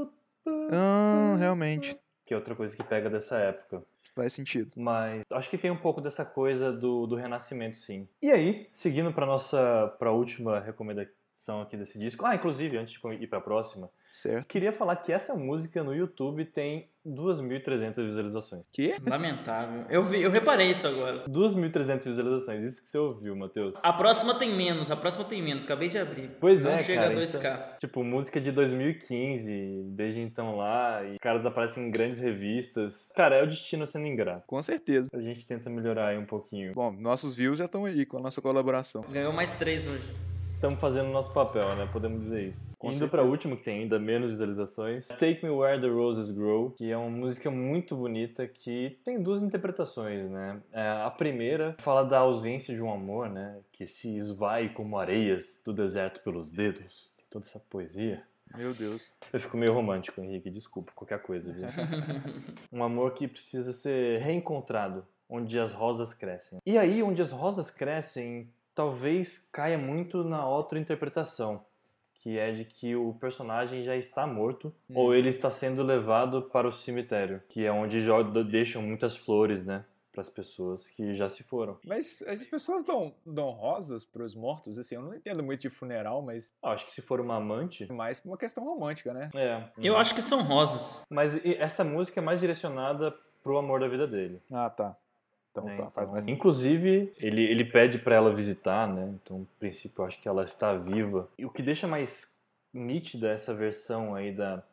Ah, realmente. Que é outra coisa que pega dessa época. Faz sentido. Mas acho que tem um pouco dessa coisa do, do renascimento, sim. E aí, seguindo para nossa pra última recomendação aqui desse disco... Ah, inclusive, antes de ir para a próxima, Certo. queria falar que essa música no YouTube tem duas mil e trezentas visualizações. Que? Lamentável. Eu vi, eu reparei isso agora. duas mil e trezentas visualizações, isso que você ouviu, Matheus. A próxima tem menos, a próxima tem menos. Acabei de abrir. Pois Não é, chega cara, a dois K. então, tipo, música de dois mil e quinze, desde então lá, e caras aparecem em grandes revistas. Cara, é o destino sendo ingrato. Com certeza. A gente tenta melhorar aí um pouquinho. Bom, nossos views já estão aí com a nossa colaboração. Ganhou mais três hoje. Estamos fazendo o nosso papel, né? Podemos dizer isso. Com Indo certeza. pra última, que tem ainda menos visualizações. Take Me Where the Roses Grow, que é uma música muito bonita que tem duas interpretações, né? É, a primeira fala da ausência de um amor, né? Que se esvai como areias do deserto pelos dedos. Tem toda essa poesia. Meu Deus. Eu fico meio romântico, Henrique, desculpa, qualquer coisa, viu? Um amor que precisa ser reencontrado, onde as rosas crescem. E aí, onde as rosas crescem, talvez caia muito na outra interpretação, que é de que o personagem já está morto, Hum. ou ele está sendo levado para o cemitério, que é onde já deixam muitas flores, né? Para as pessoas que já se foram. Mas as pessoas dão, dão rosas pros mortos, assim, eu não entendo muito de funeral, mas Ah, acho que se for uma amante... é mais uma questão romântica, né? É. Eu acho que são rosas. Mas e- essa música é mais direcionada pro amor da vida dele. Ah, tá. Então né? tá, faz mais Então, inclusive, ele, ele pede pra ela visitar, né? Então, no princípio, eu acho que ela está viva. E o que deixa mais nítida essa versão aí da,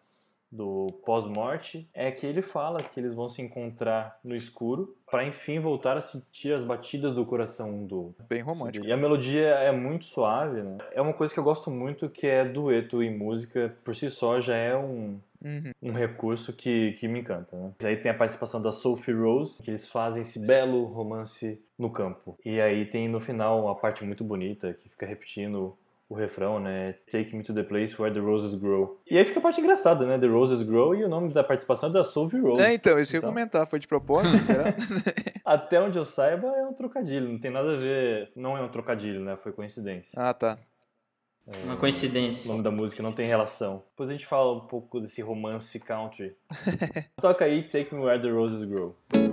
do pós-morte é que ele fala que eles vão se encontrar no escuro para enfim voltar a sentir as batidas do coração um do outro. bem romântico. E a melodia é muito suave, né? É uma coisa que eu gosto muito, que é dueto em música. Por si só, já é um, Uhum. um recurso que, que me encanta, né? Aí tem a participação da Sophie Rose, que eles fazem esse belo romance no campo. E aí tem no final uma parte muito bonita, que fica repetindo o refrão, né? Take me to the place where the roses grow. E aí fica a parte engraçada, né? The Roses Grow, e o nome da participação é da Sophie Rose. É, então, isso que eu ia Então. comentar, foi de propósito, será? Até onde eu saiba, é um trocadilho, não tem nada a ver... Não é um trocadilho, né? Foi coincidência. Ah, tá. Uma O coincidência. nome da música não tem relação. Depois a gente fala um pouco desse romance country. Toca aí Take Me Where the Roses Grow.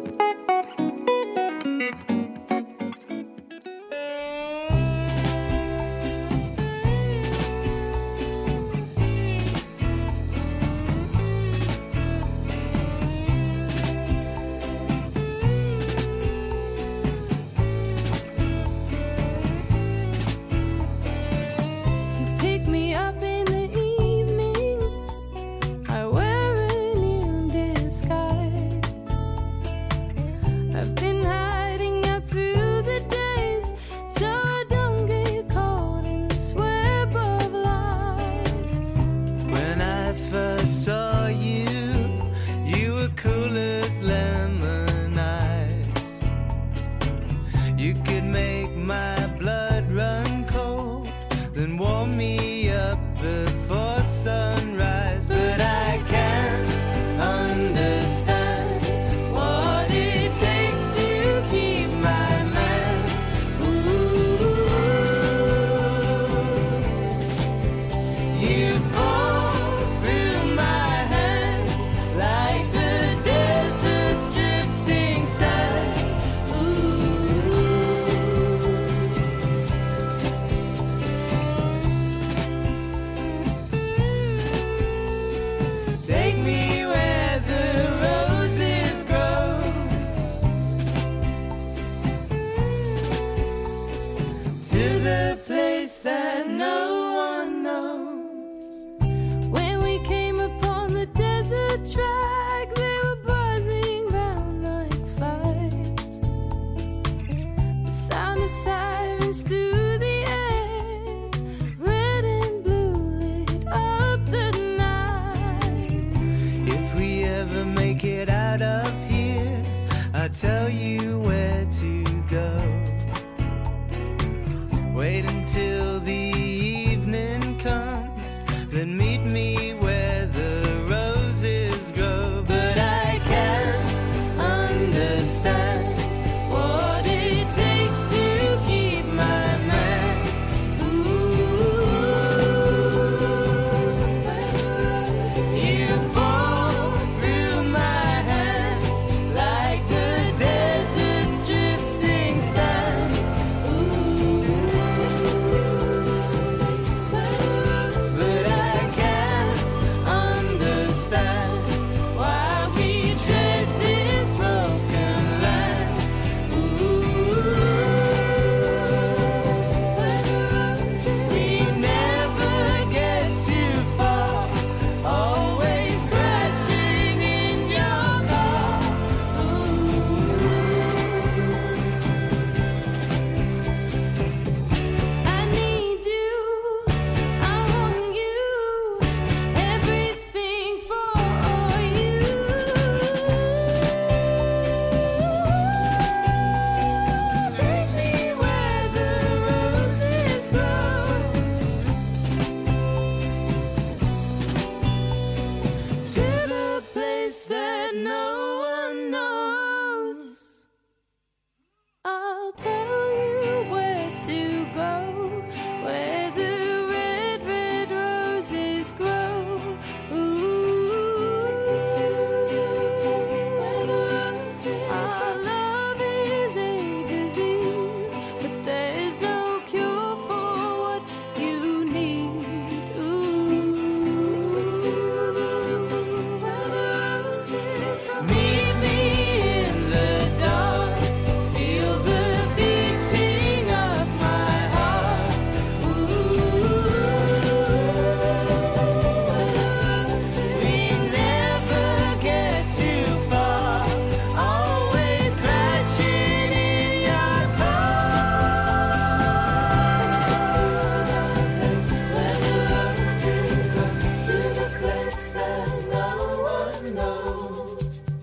Pick me up in the evening. I wear a new disguise. I've been hiding out through the days, so I don't get caught in this web of lies. When I first saw you, you were cool as lemon ice. You could make my blood run cold, then warm me up before sunrise. But I can't understand what it takes to keep my man. Ooh. You fall through my hands like the dead tell you where to go. Wait until the evening comes, then meet me where the roses grow. But I can't understand what it takes to keep my man. Ooh, you fall through my hands like the desert's drifting sand. But I can't understand why we tread this broken land. Ooh, we never get too far, always crashing in your car. I need you, I want you, everything for you. Take me where the roses grow, to the place that no one knows. I'll tell you where to go, where the red, red roses grow. Ooh, our love is a disease, but there's no cure for what you need. Ooh, meet me in the dark. Feel the beating of my heart. Ooh, we never get too far, always crashing in your car.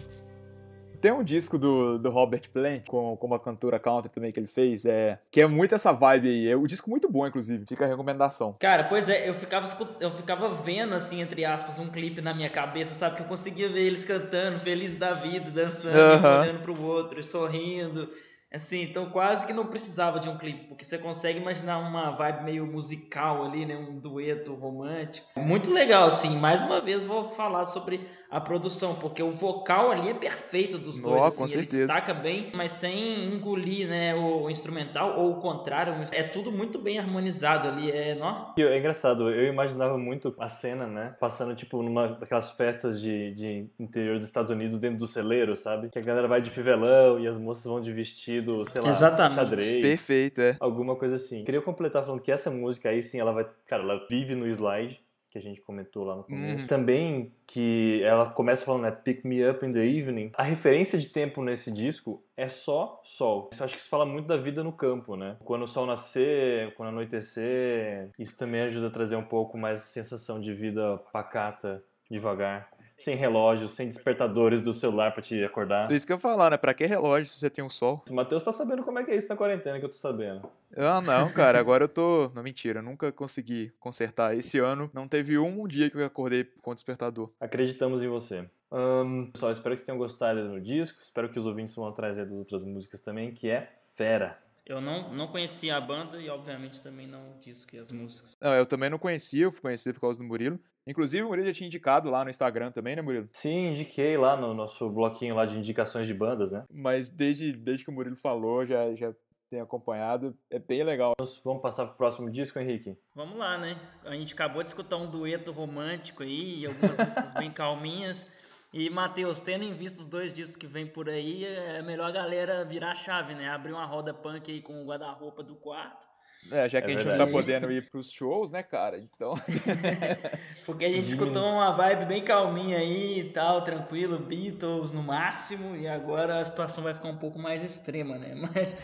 Tem um disco do, do Robert Plant, com, com uma cantora country também que ele fez, é, que é muito essa vibe aí. É um disco muito bom, inclusive. Fica a recomendação. Cara, pois é, eu ficava, escut- eu ficava vendo, assim, entre aspas, um clipe na minha cabeça, sabe? Que eu conseguia ver eles cantando, felizes da vida, dançando, um Aham. olhando pro outro e sorrindo. Assim, então quase que não precisava de um clipe, porque você consegue imaginar uma vibe meio musical ali, né? Um dueto romântico. Muito legal, assim. Mais uma vez vou falar sobre a produção, porque o vocal ali é perfeito dos dois, Ó, assim. com Ele certeza. destaca bem, mas sem engolir, né? O instrumental, ou o contrário. É tudo muito bem harmonizado ali, é, nó. E É engraçado, eu imaginava muito a cena, né? Passando, tipo, numa daquelas festas de, de interior dos Estados Unidos, dentro do celeiro, sabe? Que a galera vai de fivelão e as moças vão de vestido, sei lá, Exatamente. xadrez. Perfeito, é. Alguma coisa assim. Queria completar falando que essa música aí, sim, ela vai... Cara, ela vive no slide, que a gente comentou lá no começo. Uhum. Também que ela começa falando, né? Pick me up in the evening. A referência de tempo nesse disco é só sol. Eu acho que isso fala muito da vida no campo, né? Quando o sol nascer, quando anoitecer, isso também ajuda a trazer um pouco mais a sensação de vida pacata, devagar. Sem relógios, sem despertadores do celular pra te acordar. Isso que eu ia falar, né? Pra que relógio se você tem um sol? O Matheus tá sabendo como é que é isso na quarentena, que eu tô sabendo. Ah, não, cara, agora eu tô... Não, mentira, eu nunca consegui consertar. Esse ano não teve um dia que eu acordei com despertador. Acreditamos em você. Ahn, pessoal, espero que vocês tenham gostado do disco. Espero que os ouvintes vão atrás aí das outras músicas também, que é Fera. Eu não, não conhecia a banda e, obviamente, também não o disco e as músicas. Não, eu também não conhecia, eu fui conhecido por causa do Murilo. Inclusive, o Murilo já tinha indicado lá no Instagram também, né, Murilo? Sim, indiquei lá no nosso bloquinho lá de indicações de bandas, né? Mas desde, desde que o Murilo falou, já, já tenho acompanhado. É bem legal. Vamos passar pro próximo disco, Henrique? Vamos lá, né? A gente acabou de escutar um dueto romântico aí, e algumas músicas bem calminhas. E, Matheus, tendo em vista os dois discos que vem por aí, é melhor a galera virar a chave, né? Abrir uma roda punk aí com o guarda-roupa do quarto. É, já que É a gente verdade. não tá podendo ir pros shows, né, cara? Então. Porque a gente escutou uma vibe bem calminha aí e tal, tranquilo, Beatles no máximo, e agora a situação vai ficar um pouco mais extrema, né? Mas...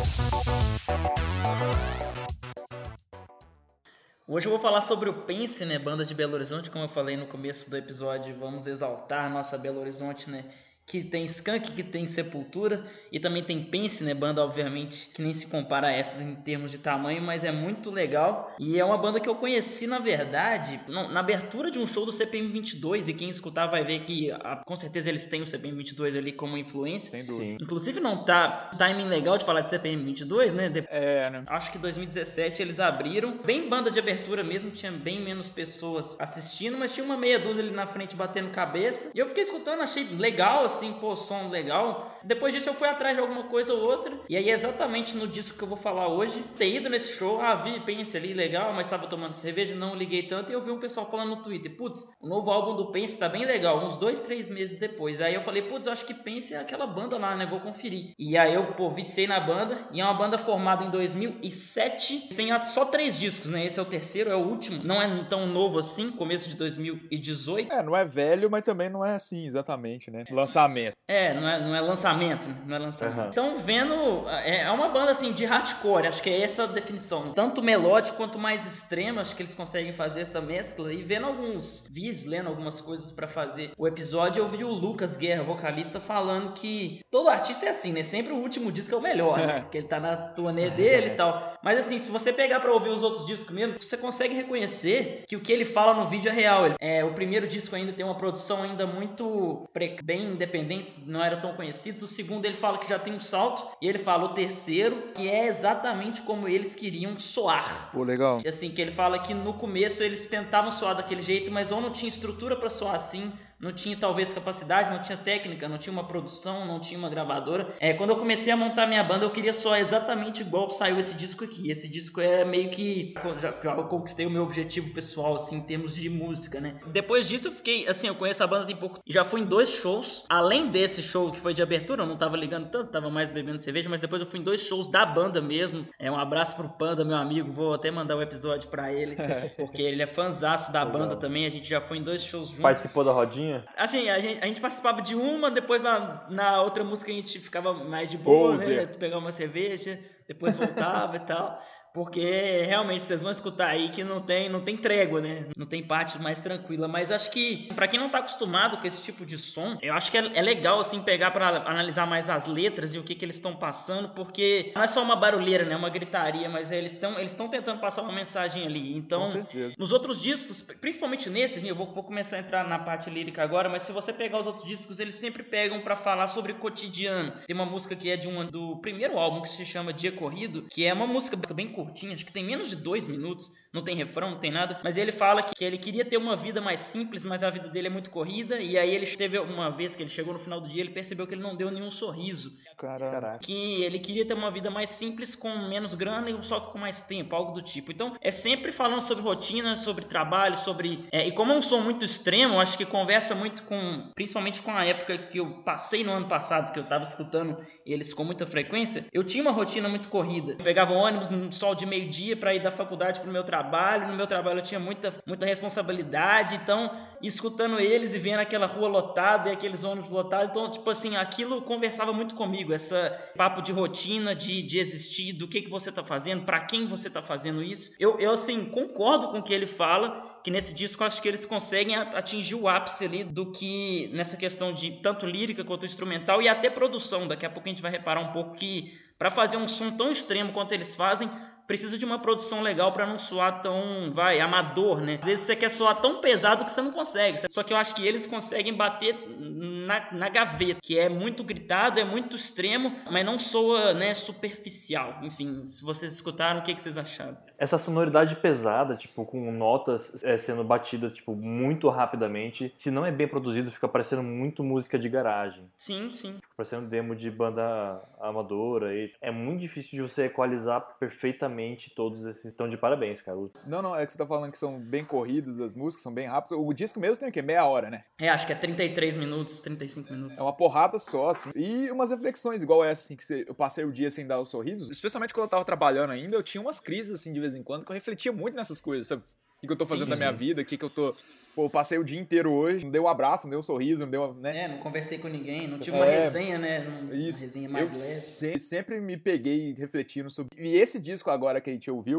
Hoje eu vou falar sobre o Pense, né, banda de Belo Horizonte, como eu falei no começo do episódio, vamos exaltar nossa Belo Horizonte, né, que tem Skank, que tem Sepultura e também tem Pence, né, banda obviamente que nem se compara a essas em termos de tamanho, mas é muito legal e é uma banda que eu conheci na verdade não, na abertura de um show do C P M vinte e dois, e quem escutar vai ver que a, com certeza eles têm o C P M vinte e dois ali como influência. Sem dúvida. Sim. Inclusive não tá timing legal de falar de C P M vinte e dois, né? De- É, né? Acho que em dois mil e dezessete eles abriram, bem banda de abertura mesmo, tinha bem menos pessoas assistindo, mas tinha uma meia dúzia ali na frente batendo cabeça. E eu fiquei escutando, achei legal, assim, pô, som legal. Depois disso eu fui atrás de alguma coisa ou outra, e aí exatamente no disco que eu vou falar hoje, ter ido nesse show, ah, vi, Pence ali, legal, mas tava tomando cerveja, não liguei tanto, e eu vi um pessoal falando no Twitter, putz, o novo álbum do Pence tá bem legal, uns dois, três meses depois. Aí eu falei, putz, eu acho que Pence é aquela banda lá, né, vou conferir. E aí eu, pô, vicei na banda, e é uma banda formada em dois mil e sete, tem só três discos, né, esse é o terceiro, é o último, não é tão novo assim, começo de dois mil e dezoito. É, não é velho, mas também não é assim, exatamente, né? Lançamento. É, não é, não é lançamento, não é lançamento. Uhum. Então, vendo, é, é uma banda assim de hardcore, acho que é essa a definição. Tanto melódico quanto mais extremo, acho que eles conseguem fazer essa mescla. E vendo alguns vídeos, lendo algumas coisas pra fazer o episódio, eu vi o Lucas Guerra, vocalista, falando que todo artista é assim, né? Sempre o último disco é o melhor, né? Porque ele tá na turnê dele e tal. Mas assim, se você pegar pra ouvir os outros discos mesmo, você consegue reconhecer que o que ele fala no vídeo é real. Ele, é, o primeiro disco ainda tem uma produção ainda muito pre- bem independente, não era tão conhecido. O segundo ele fala que já tem um salto, e ele fala o terceiro, que é exatamente como eles queriam soar. Pô, legal. Assim, que ele fala que no começo eles tentavam soar daquele jeito, mas ou não tinha estrutura pra soar assim, não tinha talvez capacidade, não tinha técnica, não tinha uma produção, não tinha uma gravadora. É, quando eu comecei a montar minha banda, eu queria soar exatamente igual saiu esse disco aqui. Esse disco é meio que... Já, já eu conquistei o meu objetivo pessoal, assim, em termos de música, né? Depois disso eu fiquei... Assim, eu conheço a banda tem pouco... Já fui em dois shows. Além desse show que foi de abertura, eu não tava ligando tanto, tava mais bebendo cerveja, mas depois eu fui em dois shows da banda mesmo. É, um abraço pro Panda, meu amigo. Vou até mandar o um episódio pra ele, porque ele é fanzaço da banda também. A gente já foi em dois shows juntos. Participou da rodinha? Assim, a gente, a gente participava de uma, depois na, na outra música a gente ficava mais de boa, Poser. né? Pegar uma cerveja, depois voltava e tal. Porque realmente vocês vão escutar aí que não tem, não tem trégua, né? Não tem parte mais tranquila. Mas acho que, pra quem não tá acostumado com esse tipo de som, eu acho que é, é legal, assim, pegar pra analisar mais as letras e o que, que eles estão passando, porque não é só uma barulheira, né? Uma gritaria, mas eles estão eles estão tentando passar uma mensagem ali. Então, Com certeza. nos outros discos, principalmente nesse, assim, eu vou, vou começar a entrar na parte lírica agora, mas se você pegar os outros discos, eles sempre pegam pra falar sobre cotidiano. Tem uma música que é de uma, do primeiro álbum, que se chama Dia Corrido, que é uma música bem curtinha, acho que tem menos de dois minutos, não tem refrão, não tem nada, mas ele fala que, que ele queria ter uma vida mais simples, mas a vida dele é muito corrida, e aí ele teve uma vez que ele chegou no final do dia, ele percebeu que ele não deu nenhum sorriso, Caralho. que ele queria ter uma vida mais simples, com menos grana e só com mais tempo, algo do tipo. Então, é sempre falando sobre rotina, sobre trabalho, sobre... É, e como é um som muito extremo, acho que conversa muito com... Principalmente com a época que eu passei no ano passado, que eu tava escutando eles com muita frequência, eu tinha uma rotina muito corrida. Eu pegava ônibus no sol de meio-dia para ir da faculdade pro meu trabalho, no meu trabalho eu tinha muita, muita responsabilidade, então, escutando eles e vendo aquela rua lotada e aqueles ônibus lotados, então, tipo assim, aquilo conversava muito comigo, essa papo de rotina, de, de existir, do que, que você tá fazendo, para quem você tá fazendo isso. Eu, eu, assim, concordo com o que ele fala, que nesse disco eu acho que eles conseguem atingir o ápice ali do que nessa questão de tanto lírica quanto instrumental e até produção. Daqui a pouco a gente vai reparar um pouco que para fazer um som tão extremo quanto eles fazem, precisa de uma produção legal para não soar tão, vai, amador, né? Às vezes você quer soar tão pesado que você não consegue. Só que eu acho que eles conseguem bater na, na gaveta, que é muito gritado, é muito extremo, mas não soa, né, superficial. Enfim, se vocês escutaram, o que, que vocês acharam? Essa sonoridade pesada, tipo, com notas é, sendo batidas, tipo, muito rapidamente, se não é bem produzido, fica parecendo muito música de garagem. Sim, sim. Fica parecendo demo de banda amadora. E é muito difícil de você equalizar perfeitamente todos esses. Estão de parabéns, cara. Não, não, é que você tá falando que são bem corridos as músicas, são bem rápidas. O disco mesmo tem o quê? Meia hora, né? É, acho que é trinta e três minutos, trinta e cinco minutos. É uma porrada só, assim. E umas reflexões igual essa, assim, que você- eu passei o dia sem dar o sorriso. Especialmente quando eu tava trabalhando ainda, eu tinha umas crises, assim, de vez em quando, que eu refletia muito nessas coisas, sabe? O que, que eu tô fazendo Sim, da minha sim. vida, o que, que eu tô... Pô, eu passei o dia inteiro hoje, não deu um abraço, não deu um sorriso, não deu, né? É, não conversei com ninguém, não tive uma É, resenha, né? Uma Isso. resenha mais eu leve. se- sempre me peguei refletindo sobre... E esse disco agora que a gente ouviu, né?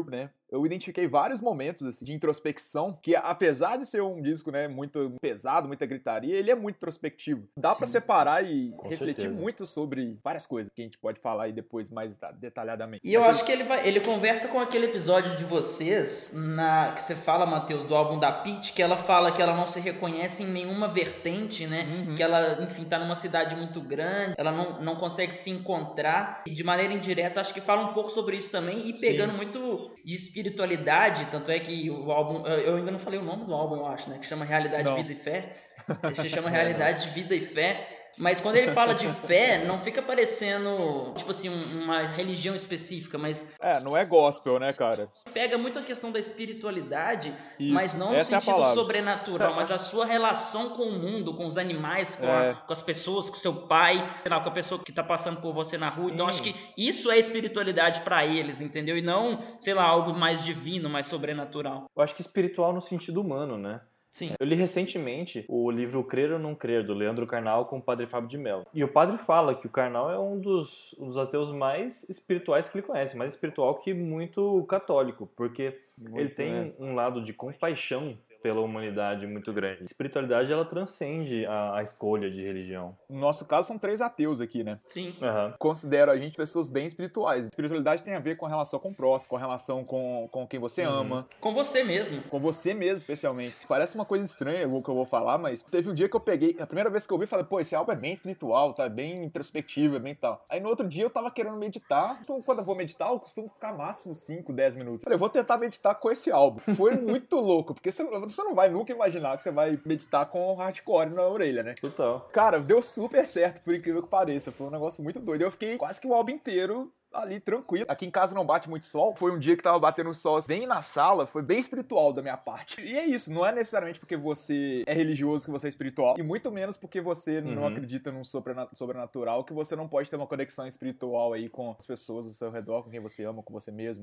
eu identifiquei vários momentos assim, de introspecção, que apesar de ser um disco, né, muito pesado, muita gritaria, ele é muito introspectivo. Dá pra separar e Com refletir certeza. muito sobre várias coisas que a gente pode falar aí depois mais detalhadamente. E eu Mas acho que ele vai, ele conversa com aquele episódio de vocês, na que você fala, Matheus, do álbum da Pitty, que ela fala que ela não se reconhece em nenhuma vertente, né? Uhum. Que ela, enfim, tá numa cidade muito grande, ela não, não consegue se encontrar. E de maneira indireta, acho que fala um pouco sobre isso também, e pegando muito de espiritualidade, tanto é que o álbum, eu ainda não falei o nome do álbum, eu acho, né? Que chama Realidade, Não. Vida e Fé. Ele se chama Realidade, Vida e Fé. Mas quando ele fala de fé, não fica parecendo, tipo assim, um- uma religião específica, mas É, não é gospel, né, cara? pega muito a questão da espiritualidade, Isso, mas não no essa é a sentido palavra. sobrenatural, mas a sua relação com o mundo, com os animais, com, a- É. com as pessoas, com o seu pai, sei lá, com a pessoa que tá passando por você na rua. Então acho que isso é espiritualidade pra eles, entendeu? E não, sei lá, algo mais divino, mais sobrenatural. Eu acho que espiritual no sentido humano, né? Sim. Eu li recentemente o livro Crer ou Não Crer, do Leandro Carnal com o padre Fábio de Mello. E o padre fala que o Carnal é um dos, um dos ateus mais espirituais que ele conhece, mais espiritual que muito católico, porque ele tem né? um lado de compaixão pela humanidade muito grande. A espiritualidade, ela transcende a, a escolha de religião. No nosso caso, são três ateus aqui, né? Sim. Aham. Considero a gente pessoas bem espirituais. Espiritualidade tem a ver com a relação com o próximo, com a relação com, com quem você Uhum. ama, Com você mesmo. com você mesmo, especialmente. Parece uma coisa estranha o que eu vou falar, mas teve um dia que eu peguei, a primeira vez que eu ouvi, eu falei, pô, esse álbum é bem espiritual, tá? É bem introspectivo, é bem tal. Aí no outro dia eu tava querendo meditar. Então, quando eu vou meditar, eu costumo ficar máximo cinco, dez minutos. Falei, eu vou tentar meditar com esse álbum. Foi muito louco, porque você, você não vai nunca imaginar que você vai meditar com hardcore na orelha, né? Total. Cara, deu super certo, por incrível que pareça. Foi um negócio muito doido. Eu fiquei quase que o álbum inteiro ali tranquilo. Aqui em casa não bate muito sol. Foi um dia que tava batendo um sol bem na sala. Foi bem espiritual da minha parte. E é isso. Não é necessariamente porque você é religioso que você é espiritual. E muito menos porque você não Uhum. acredita num sobrenat- sobrenatural que você não pode ter uma conexão espiritual aí com as pessoas ao seu redor, com quem você ama, com você mesmo.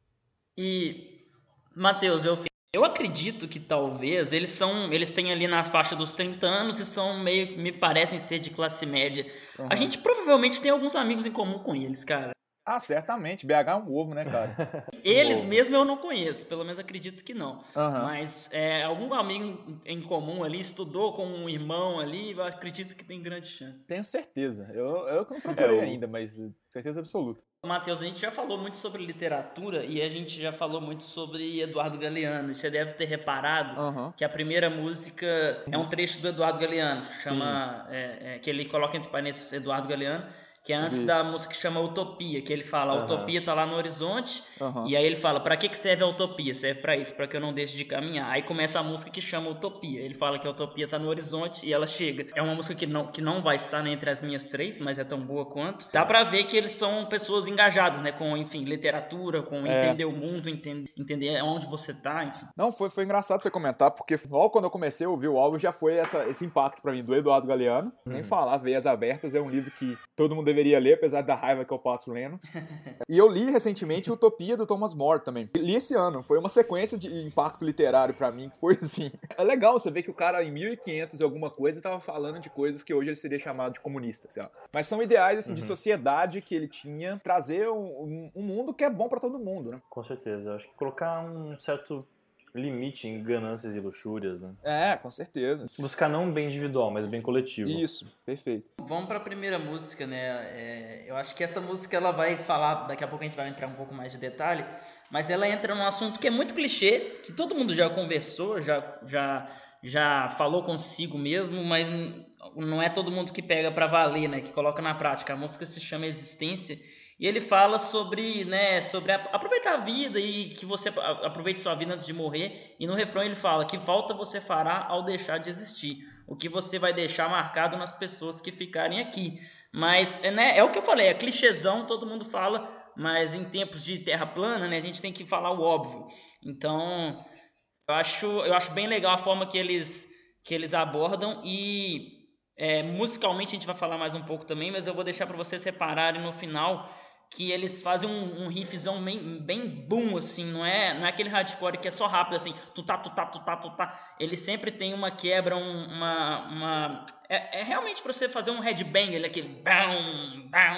E, Matheus, eu, eu acredito que talvez eles são, eles têm ali na faixa dos trinta anos e são meio, me parecem ser de classe média. A gente provavelmente tem alguns amigos em comum com eles, cara. Ah, certamente. B H é um ovo, né, cara? Eles Bom. mesmo eu não conheço, pelo menos acredito que não. Aham. Mas é, algum amigo em comum ali, estudou com um irmão ali, eu acredito que tem grande chance. Tenho certeza. Eu, eu que não procurei É, o- ainda, mas certeza absoluta. Matheus, a gente já falou muito sobre literatura e a gente já falou muito sobre Eduardo Galeano. E você deve ter reparado Aham. que a primeira música é um trecho do Eduardo Galeano, chama, é, é, que ele coloca entre parênteses Eduardo Galeano, que é antes Isso. da música que chama Utopia, que ele fala, a Aham. utopia tá lá no horizonte, Aham. e aí ele fala, pra que que serve a utopia? Serve pra isso, pra que eu não deixe de caminhar. Aí começa a música que chama Utopia. Ele fala que a utopia tá no horizonte e ela chega. É uma música que não, que não vai estar né, entre as minhas três, mas é tão boa quanto. Dá pra ver que eles são pessoas engajadas, né, com, enfim, literatura, com É. entender o mundo, entender, entender onde você tá, enfim. Não, foi, foi engraçado você comentar, porque logo quando eu comecei a ouvir o álbum já foi essa, esse impacto pra mim do Eduardo Galeano. Nem falar, Veias Abertas é um livro que todo mundo deveria ler, apesar da raiva que eu passo lendo. E eu li recentemente Utopia do Thomas More também. Li esse ano, foi uma sequência de impacto literário pra mim, que foi assim. É legal você ver que o cara em mil e quinhentos e alguma coisa tava falando de coisas que hoje ele seria chamado de comunista, sei lá. Mas são ideais assim, de sociedade que ele tinha, trazer um, um- um mundo que é bom pra todo mundo, né? Com certeza. Eu acho que colocar um certo limite em ganâncias e luxúrias, né? É, com certeza. Buscar não um bem individual, mas bem coletivo. Isso, perfeito. Vamos pra primeira música, né? É, eu acho que essa música ela vai falar, daqui a pouco a gente vai entrar um pouco mais de detalhe, mas ela entra num assunto que é muito clichê, que todo mundo já conversou, já, já, já falou consigo mesmo, mas n- não é todo mundo que pega pra valer, né? Que coloca na prática. A música se chama Existência. E ele fala sobre, né, sobre a- aproveitar a vida e que você a- aproveite sua vida antes de morrer. E no refrão ele fala que falta você fará ao deixar de existir. O que você vai deixar marcado nas pessoas que ficarem aqui. Mas, é, né, é o que eu falei, é clichêzão, todo mundo fala, mas em tempos de terra plana, né, a gente tem que falar o óbvio. Então, eu acho, eu acho bem legal a forma que eles, que eles abordam e é, musicalmente a gente vai falar mais um pouco também, mas eu vou deixar para vocês separarem no final que eles fazem um, um riffzão bem, bem boom, assim, não é, não é aquele hardcore que é só rápido, assim, tutá, tutá, tutá, tutá. Ele sempre tem uma quebra, um, uma... uma é, é realmente para você fazer um headbang, ele é aquele bam, bam,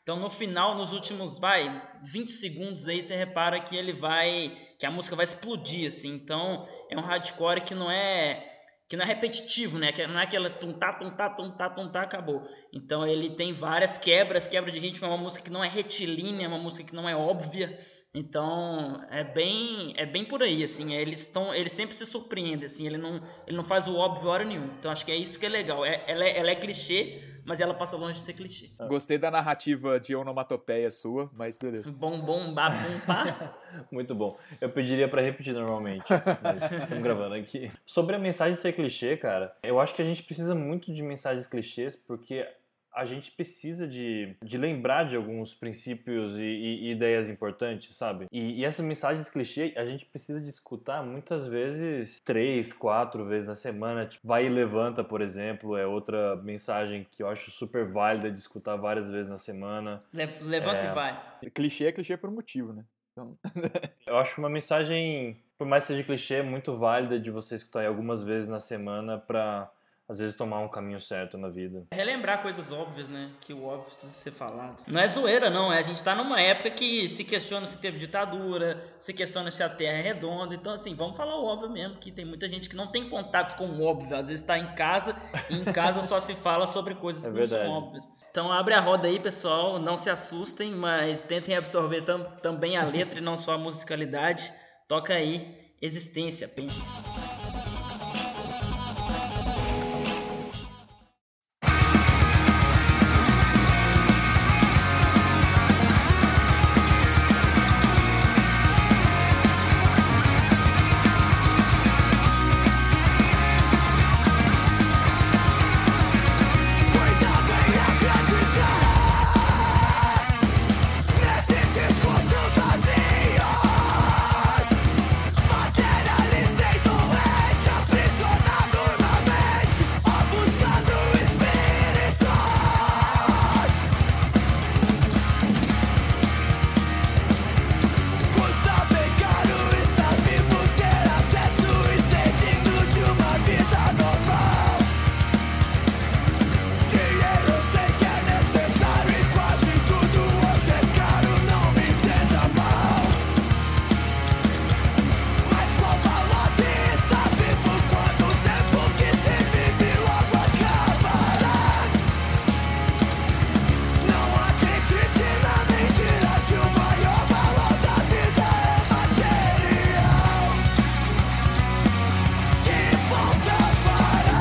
Então no final, nos últimos, vai, vinte segundos aí, você repara que ele vai, que a música vai explodir, assim. Então é um hardcore que não é, que não é repetitivo, né? Que não é aquela tum tá, tum tá, tum tá, tum tá, acabou. Então ele tem várias quebras, quebra de ritmo, é uma música que não é retilínea, é uma música que não é óbvia. Então é bem, é bem por aí, assim. Eles estão, ele sempre se surpreende, assim. Ele não, ele não faz o óbvio hora nenhuma. Então acho que é isso que é legal. É, ela, é, ela é clichê, mas ela passa longe de ser clichê. Gostei da narrativa de onomatopeia sua, mas beleza. Bom, bom, babum, pá. Muito bom. Eu pediria pra repetir normalmente, mas estamos gravando aqui. Sobre a mensagem ser clichê, cara, eu acho que a gente precisa muito de mensagens clichês porque a gente precisa de, de lembrar de alguns princípios e, e- e ideias importantes, sabe? E, e essas mensagens clichê a gente precisa de escutar muitas vezes três, quatro vezes na semana. Tipo, Vai e Levanta, por exemplo, é outra mensagem que eu acho super válida de escutar várias vezes na semana. Le- Levanta e vai. Clichê é clichê por um motivo, né? Então, Eu acho uma mensagem, por mais que seja clichê, muito válida de você escutar aí algumas vezes na semana pra, às vezes, tomar um caminho certo na vida. Relembrar coisas óbvias, né? Que o óbvio precisa ser falado. Não é zoeira, não. É, a gente tá numa época que se questiona se teve ditadura, se questiona se a Terra é redonda. Então, assim, vamos falar o óbvio mesmo, que tem muita gente que não tem contato com o óbvio. Às vezes tá em casa e em casa só se fala sobre coisas É que não são verdade. óbvias. Então abre a roda aí, pessoal. Não se assustem, mas tentem absorver tam- também a letra e não só a musicalidade. Toca aí, Existência, pense. Cuidado em acreditar nesse discurso vazio. Materializei doente, aprisionado na mente, ou buscando o espírito. Custa bem caro estar vivo, ter acesso e ser digno de uma vida normal. Dinheiro sei que é necessário e quase tudo hoje é caro, não me entenda mal. Mas qual valor de estar vivo quando o tempo que se vive logo acabará? Não acredite na mentira que o maior valor da vida é material. Que falta fará?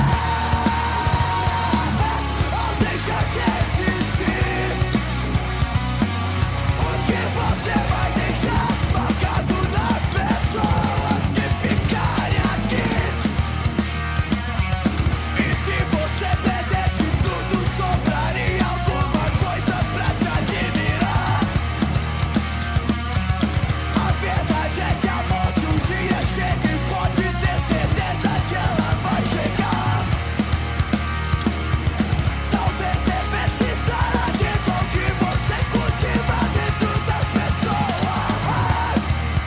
Ou deixa de existir? O que você vai deixar marcado nas pessoas que ficarem aqui? E se você perdesse tudo, sobraria alguma coisa pra te admirar? A verdade é que a morte um dia chega e pode ter certeza que ela vai chegar. Talvez devesse estar atento ao que você cultiva dentro das pessoas.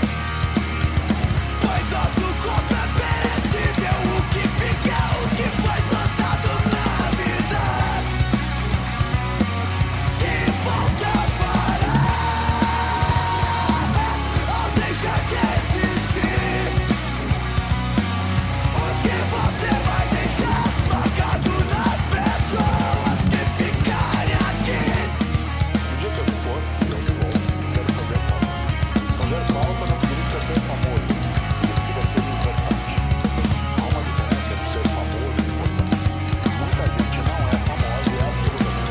Pois nosso corpo é perecível, o que fica é o que foi plantado na vida. Que falta fará? Ou deixa de existir? O que você vai deixar marcado nas pessoas que ficarem aqui? Um dia que eu for, eu vou, quero fazer falta. Fazer falta não significa ser famoso, significa ser importante. Há uma diferença entre ser famoso e importante. Muita gente não é famosa e é absolutamente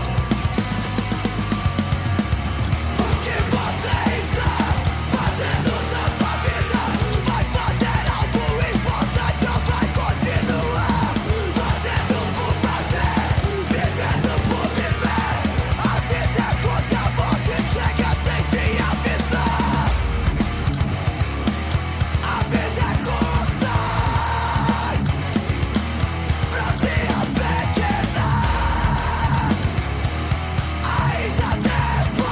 O que você está fazendo da sua vida? Vai fazer algo importante ou vai continuar fazendo por fazer, vivendo por viver? A vida é contra a morte, chega sem te avisar. A vida é curta pra se apequenar. Ainda há tempo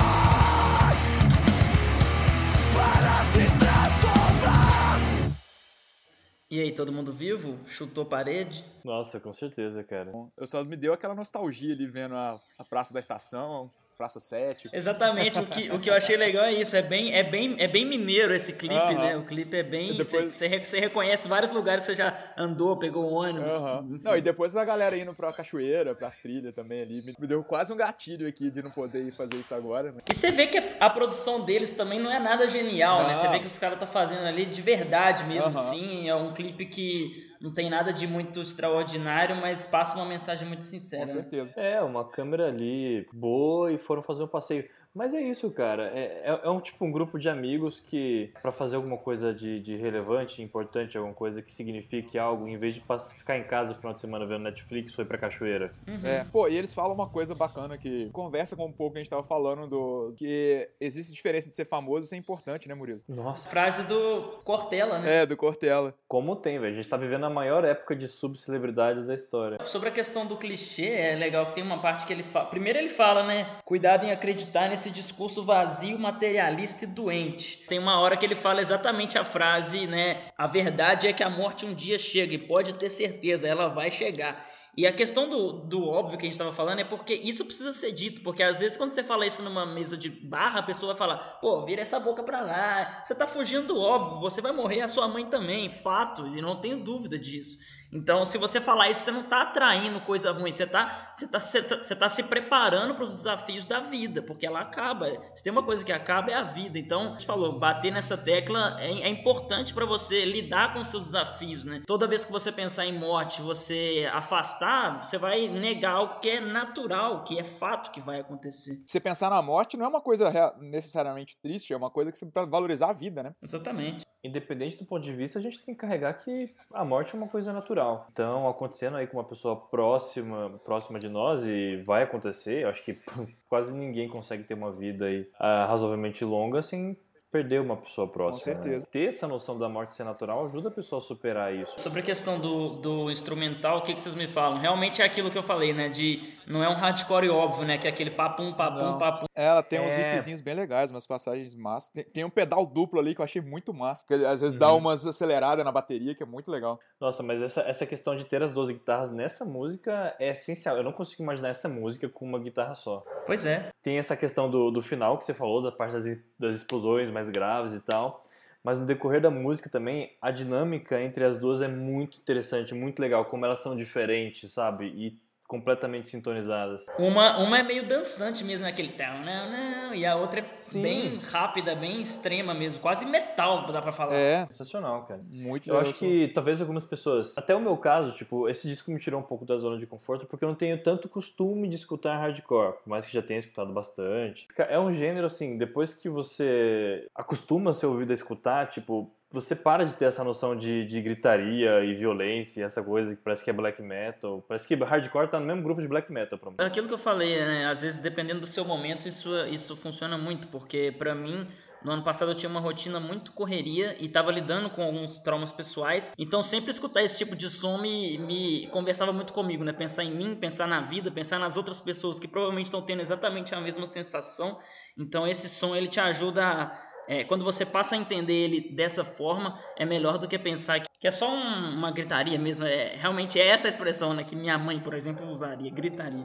para se transformar. E aí, todo mundo vivo? Chutou parede? Nossa, com certeza, cara. eu só me deu aquela nostalgia ali vendo a, a Praça da Estação, Praça sete. Exatamente, o que, o que eu achei legal é isso, é bem, é bem, é bem mineiro esse clipe, Aham. né? O clipe é bem. E depois- Você você reconhece vários lugares que você já andou, pegou ônibus. Aham. enfim. Não, e depois a galera indo pra cachoeira, pras trilhas também ali. Me me deu quase um gatilho aqui de não poder ir fazer isso agora, né? E você vê que a produção deles também não é nada genial, né? Você Não. vê que os caras tá fazendo ali de verdade mesmo, Aham. sim. É um clipe que não tem nada de muito extraordinário, mas passa uma mensagem muito sincera. Com né? certeza. É, uma câmera ali boa e foram fazer um passeio. Mas é isso, cara. É, é, é um tipo um grupo de amigos que, pra fazer alguma coisa de, de relevante, importante, alguma coisa que signifique algo, em vez de pass- ficar em casa no final de semana vendo Netflix, foi pra cachoeira. É. Pô, e eles falam uma coisa bacana que conversa com um pouco que a gente tava falando do que existe diferença de ser famoso e ser importante, né, Murilo? Nossa, Frase do Cortella, né? É, do Cortella. como tem, velho. A gente tá vivendo a maior época de subcelebridades da história. Sobre a questão do clichê, é legal que tem uma parte que ele fala. Primeiro ele fala, né? Cuidado em acreditar nesse discurso vazio, materialista e doente. Tem uma hora que ele fala exatamente a frase, né? A verdade é que a morte um dia chega e pode ter certeza, ela vai chegar. E a questão do, do óbvio que a gente estava falando é porque isso precisa ser dito, porque às vezes quando você fala isso numa mesa de barra, a pessoa vai falar, pô, vira essa boca pra lá, você tá fugindo do óbvio, você vai morrer, a sua mãe também, fato, e não tenho dúvida disso. Então, se você falar isso, você não tá atraindo coisa ruim, você tá, você tá, você tá, você tá se preparando para os desafios da vida, porque ela acaba. Se tem uma coisa que acaba, é a vida. Então, a gente falou, bater nessa tecla é, é importante para você lidar com os seus desafios, né? Toda vez que você pensar em morte, você afastar, você vai negar algo que é natural, que é fato que vai acontecer. Você pensar na morte não é uma coisa rea- necessariamente triste, é uma coisa que você pra valorizar a vida, né? Exatamente. Independente do ponto de vista, a gente tem que carregar que a morte é uma coisa natural. Então, acontecendo aí com uma pessoa próxima, próxima de nós, e vai acontecer, eu acho que quase ninguém consegue ter uma vida aí ah, razoavelmente longa sem perder uma pessoa próxima. Com certeza. Né? Ter essa noção da morte ser natural ajuda a pessoa a superar isso. Sobre a questão do, do instrumental, o que, que vocês me falam? Realmente é aquilo que eu falei, né? De não é um hardcore óbvio, né? Que é aquele papum, papum, Não. papum. Ela tem uns É. riffzinhos bem legais, umas passagens massas. Tem, tem um pedal duplo ali que eu achei muito massa. Que ele, às vezes dá umas aceleradas na bateria, que é muito legal. Nossa, mas essa, essa questão de ter as doze guitarras nessa música é essencial. Eu não consigo imaginar essa música com uma guitarra só. Pois é. Tem essa questão do, do final que você falou, da parte das, das explosões mais graves e tal. Mas no decorrer da música também, a dinâmica entre as duas é muito interessante, muito legal. Como elas são diferentes, sabe? E completamente sintonizadas. Uma, uma é meio dançante mesmo, aquele tal, não, não, e a outra é Sim. bem rápida, bem extrema mesmo, quase metal, dá pra falar. É, Sensacional, cara. muito Eu legal. acho que talvez algumas pessoas, até o meu caso, tipo, esse disco me tirou um pouco da zona de conforto porque eu não tenho tanto costume de escutar hardcore, por mais que já tenha escutado bastante. É um gênero assim, depois que você acostuma seu ouvido a escutar, tipo, você para de ter essa noção de, de gritaria e violência, e essa coisa que parece que é black metal. Parece que hardcore tá no mesmo grupo de black metal pra mim. É aquilo que eu falei, né? Às vezes, dependendo do seu momento, isso, isso funciona muito, porque pra mim, no ano passado eu tinha uma rotina muito correria e tava lidando com alguns traumas pessoais, então sempre escutar esse tipo de som me, me conversava muito comigo, né? Pensar em mim, pensar na vida, pensar nas outras pessoas que provavelmente estão tendo exatamente a mesma sensação. Então esse som, ele te ajuda a... É, quando você passa a entender ele dessa forma, é melhor do que pensar que, que é só um- uma gritaria mesmo. É, realmente é essa a expressão, né, que minha mãe, por exemplo, usaria, gritaria.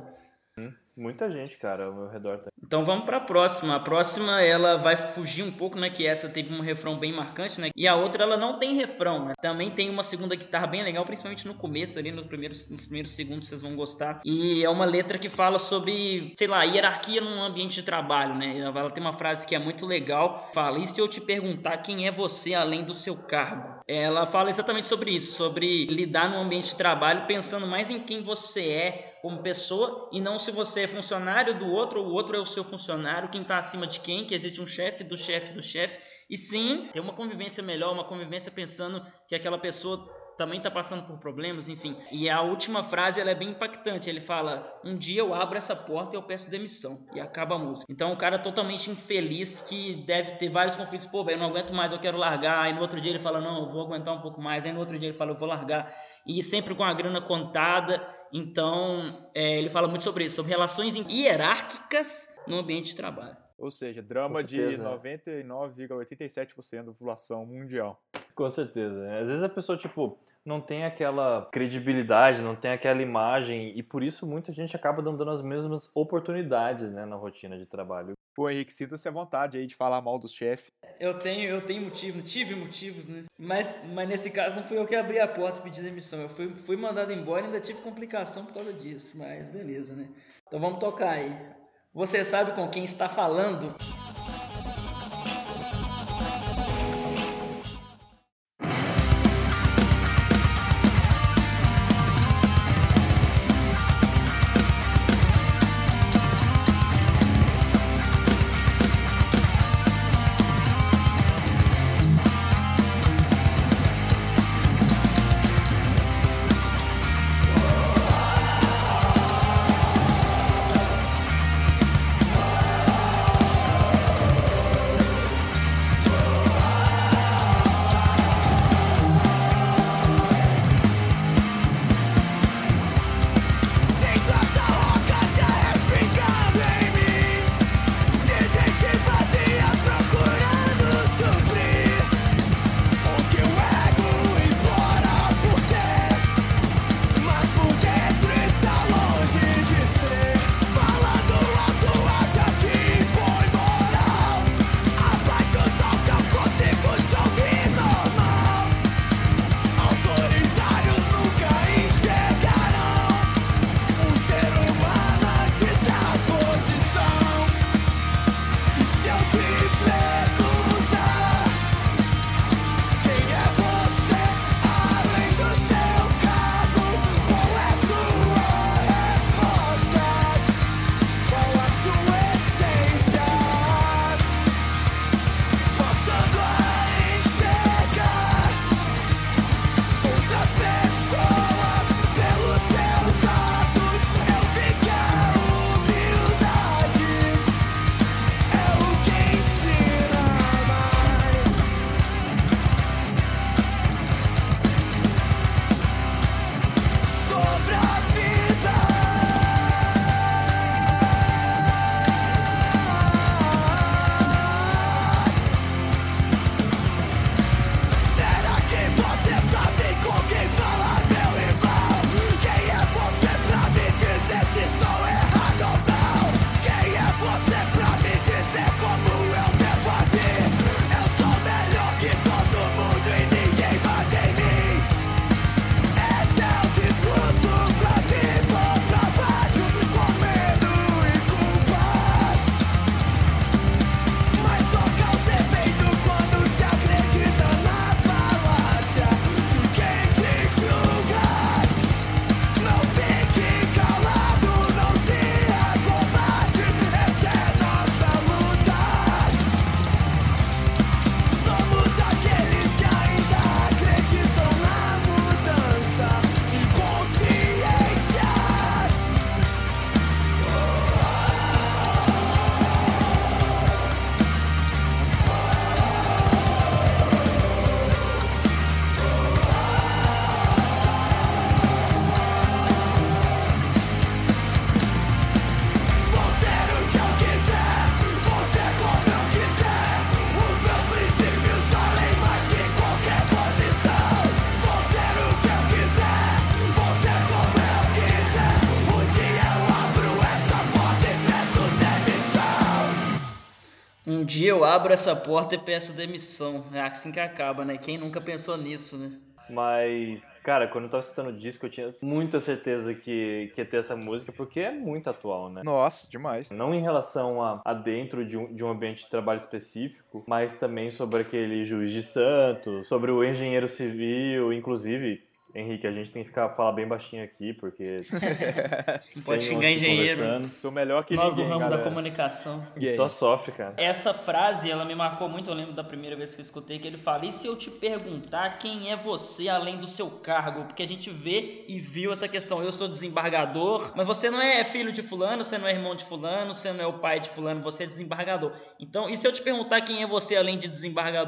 Muita gente, cara, ao meu redor. Tá. Então vamos para a próxima. A próxima ela vai fugir um pouco, né? Que essa teve um refrão bem marcante, né? E a outra ela não tem refrão, né? Também tem uma segunda guitarra bem legal, principalmente no começo, ali nos primeiros, nos primeiros segundos vocês vão gostar. E é uma letra que fala sobre, sei lá, hierarquia num ambiente de trabalho, né? Ela tem uma frase que é muito legal. Fala, e se eu te perguntar quem é você além do seu cargo? Ela fala exatamente sobre isso, sobre lidar no ambiente de trabalho pensando mais em quem você é como pessoa e não se você é funcionário do outro ou o outro é o seu funcionário, quem está acima de quem, que existe um chefe do chefe do chefe, e sim ter uma convivência melhor, uma convivência pensando que aquela pessoa também está passando por problemas, enfim. E a última frase ela é bem impactante, ele fala, um dia eu abro essa porta e eu peço demissão, e acaba a música. Então o cara totalmente infeliz que deve ter vários conflitos, pô, velho, eu não aguento mais, eu quero largar, aí no outro dia ele fala, não, eu vou aguentar um pouco mais, aí no outro dia ele fala, eu vou largar, e sempre com a grana contada. Então é, ele fala muito sobre isso, sobre relações hierárquicas no ambiente de trabalho. Ou seja, drama Com de certeza. noventa e nove vírgula oitenta e sete por cento da população mundial. Com certeza. Às vezes a pessoa, tipo, não tem aquela credibilidade, não tem aquela imagem, e por isso muita gente acaba não dando as mesmas oportunidades, né, na rotina de trabalho. Pô, Henrique, sinta-se à vontade aí de falar mal dos chefes. Eu tenho, eu tenho motivo, tive motivos, né? Mas, mas nesse caso não fui eu que abri a porta e pedi demissão. Eu fui, fui mandado embora e ainda tive complicação por causa disso. Mas beleza, né? Então vamos tocar aí. Você sabe com quem está falando? Sinto essa roca já respingando em mim, de gente vazia procurando suprir o que o ego implora por ter, mas por dentro está longe de ser. Falando alto acha que impõe moral, abaixo toca eu consigo te ouvir normal. Autoritários nunca enxergarão um ser humano antes da posição. E se eu te perguntar quem é você além do seu cargo, qual é a sua resposta? Qual a sua essência? Passando a enxergar outras pessoas pelos seus atos, eu vi que a humildade é o que ensina mais sobre a vida. Será que você sabe com quem falar, meu irmão? Quem é você pra me dizer se estou errado ou não? Quem é você pra me dizer como eu devo agir? Eu sou melhor que todo mundo e ninguém manda em mim. Esse é o discurso pra te pôr pra baixo, com medo e culpa. Mas só causa efeito quando se acredita na falácia de quem te julga. Não fique calado, não se acovarde, essa é nossa luta. Somos aqueles que ainda acreditam na mudança de consciência. Vou ser o que eu quiser, vou ser como eu quiser. Os meus princípios valem mais que qualquer posição. Vou ser o que eu quiser, vou ser como eu quiser. Um dia eu abro essa porta e peço demissão. Um dia eu abro essa porta e peço demissão. É assim que acaba, né? Quem nunca pensou nisso, né? Mas, cara, quando eu tava escutando o disco, eu tinha muita certeza que, que ia ter essa música, porque é muito atual, né? Nossa, demais. Não em relação a, a dentro de um, de um ambiente de trabalho específico, mas também sobre aquele juiz de santos, sobre o engenheiro civil, inclusive, Henrique, a gente tem que ficar, falar bem baixinho aqui, porque Não pode tem xingar um aqui engenheiro. conversando. Sou melhor que Nós do ninguém, ramo da galera. comunicação. E aí? Só sofre, cara. Essa frase, ela me marcou muito. Eu lembro da primeira vez que eu escutei que ele fala: e se eu te perguntar quem é você além do seu cargo? Porque a gente vê e viu essa questão. Eu sou desembargador, mas você não é filho de fulano, você não é irmão de fulano, você não é o pai de fulano, você é desembargador. Então, e se eu te perguntar quem é você além de desembargador?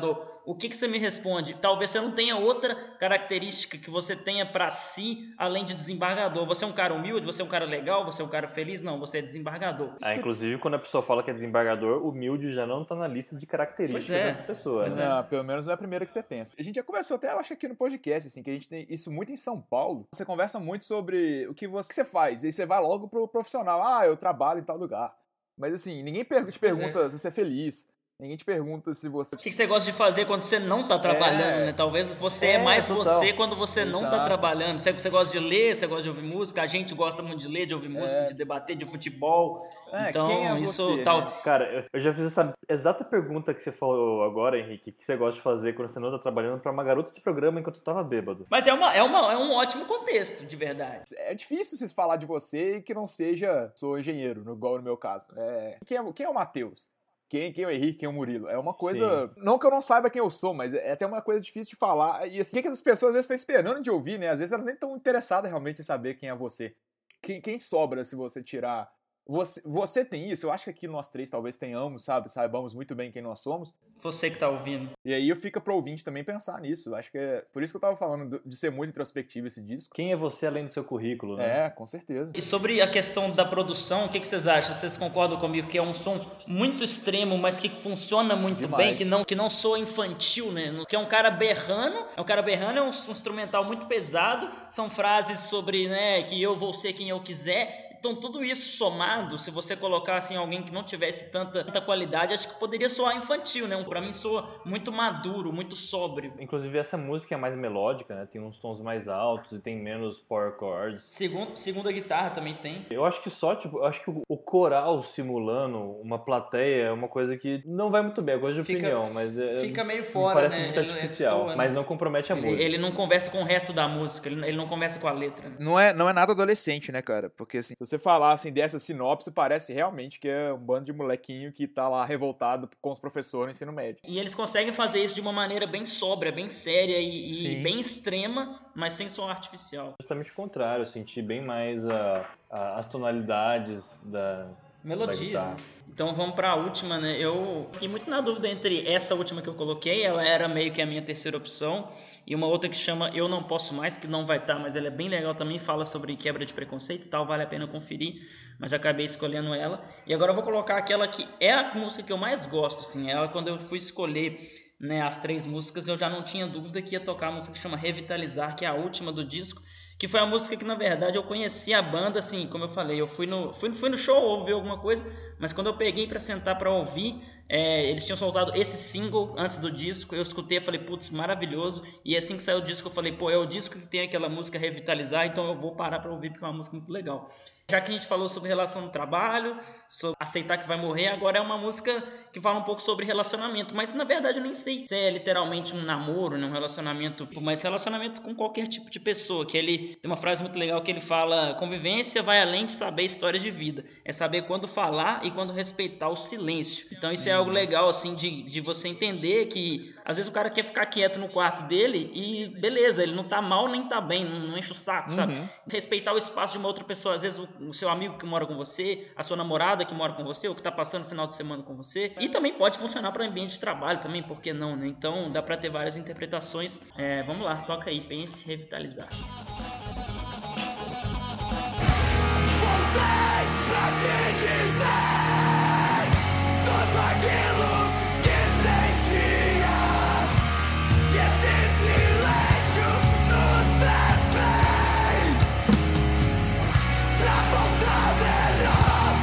o que, que você me responde? Talvez você não tenha outra característica que você tenha pra si, além de desembargador. Você é um cara humilde, você é um cara legal, você é um cara feliz? Não, você é desembargador. Ah, inclusive, quando a pessoa fala que é desembargador, humilde já não tá na lista de características Pois é. dessa pessoa. Pois né? Não, pelo menos não é a primeira que você pensa. A gente já conversou até, eu acho, aqui no podcast, assim, que a gente tem isso muito em São Paulo. Você conversa muito sobre o que você, o que você faz, e aí você vai logo pro profissional. Ah, eu trabalho em tal lugar. Mas assim, ninguém per- te Pois pergunta se você é feliz. Ninguém te pergunta se você... O que, que você gosta de fazer quando você não tá trabalhando, É. né? Talvez você é, É, mais total. você quando você não tá Exato. trabalhando. Você, você gosta de ler, você gosta de ouvir música, a gente gosta muito de ler, de ouvir música, de debater, de futebol. É, então, quem é isso você, tal. né? Cara, eu- eu já fiz essa exata pergunta que você falou agora, Henrique, que você gosta de fazer quando você não tá trabalhando pra uma garota de programa enquanto eu tava bêbado. Mas é, uma, é, uma, é um ótimo contexto, de verdade. É difícil vocês falar de você e que não seja sou engenheiro, no- igual no meu caso. É, quem, é, quem é o Matheus? Quem, quem é o Henrique? Quem é o Murilo? É uma coisa... Não que eu não saiba quem eu sou, mas é até uma coisa difícil de falar. E assim, o que essas pessoas às vezes estão esperando de ouvir, né? Às vezes elas nem estão interessadas realmente em saber quem é você. Quem, quem sobra se você tirar... Você, você tem isso? Eu acho que aqui nós três talvez tenhamos, sabe? Saibamos muito bem quem nós somos. Você que tá ouvindo. E aí fica pro ouvinte também pensar nisso. Eu acho que é por isso que eu tava falando do- de ser muito introspectivo esse disco. Quem é você além do seu currículo, né? É, com certeza. E sobre a questão da produção, o que, que vocês acham? Vocês concordam comigo que é um som muito extremo, mas que funciona muito Demais. bem, que não, que não soa infantil, né? Que é um cara berrando, é um cara berrando, é um, um instrumental muito pesado, são frases sobre, né, que eu vou ser quem eu quiser. Então tudo isso somado, se você colocasse em alguém que não tivesse tanta, tanta qualidade, acho que poderia soar infantil, né? Pra mim soa muito maduro, muito sóbrio. Inclusive, essa música é mais melódica, né? Tem uns tons mais altos e tem menos power chords. Segundo, segunda guitarra também tem. Eu acho que só, tipo, eu acho que o- o coral simulando uma plateia é uma coisa que não vai muito bem, eu gosto de Fica- opinião, mas é, fica meio me fora, parece né? muito Ele- ele artificial, destoa, né? mas não compromete a Ele, música. ele não conversa com o resto da música, ele, ele não conversa com a letra. Não é, não é nada adolescente, né, cara? Porque assim, se você falar assim dessa sinopse, parece realmente que é um bando de molequinho que tá lá revoltado com os professores no ensino médio. E eles conseguem fazer isso de uma maneira bem sóbria, bem séria e, e Sim. bem extrema, mas sem som artificial. Justamente o contrário, eu senti bem mais a- a- as tonalidades da, da Melodia. guitarra. Né? Então vamos pra última, né? Eu fiquei muito na dúvida entre essa última que eu coloquei, ela era meio que a minha terceira opção, e uma outra que chama Eu Não Posso Mais, que não vai estar, mas ela é bem legal também, fala sobre quebra de preconceito e tal, vale a pena conferir, mas acabei escolhendo ela. E agora eu vou colocar aquela que é a música que eu mais gosto, assim, ela quando eu fui escolher, né, as três músicas, eu já não tinha dúvida que ia tocar a música que chama Revitalizar, que é a última do disco, que foi a música que, na verdade, eu conheci a banda, assim, como eu falei, eu fui no, fui, fui no show ouvir alguma coisa, mas quando eu peguei pra sentar pra ouvir, é, eles tinham soltado esse single antes do disco, eu escutei e falei, putz, maravilhoso, e assim que saiu o disco eu falei, pô, é o disco que tem aquela música Revitalizar, então eu vou parar pra ouvir porque é uma música muito legal. Já que a gente falou sobre relação no trabalho, sobre aceitar que vai morrer, agora é uma música que fala um pouco sobre relacionamento, mas na verdade eu nem sei se é literalmente um namoro, né, um relacionamento, mas relacionamento com qualquer tipo de pessoa, que ele tem uma frase muito legal que ele fala, convivência vai além de saber histórias de vida, é saber quando falar e quando respeitar o silêncio. Então isso é algo legal, assim, de, de você entender que às vezes o cara quer ficar quieto no quarto dele e beleza, ele não tá mal nem tá bem, não, não enche o saco, sabe? Respeitar o espaço de uma outra pessoa, às vezes o, o seu amigo que mora com você, a sua namorada que mora com você, ou que tá passando o final de semana com você. E também pode funcionar para ambiente de trabalho também, por que não, né? Então dá pra ter várias interpretações. É, vamos lá, toca aí, pense, revitalizar. Voltei pra te dizer tudo aquilo que sentia, e esse silêncio nos fez bem pra voltar melhor.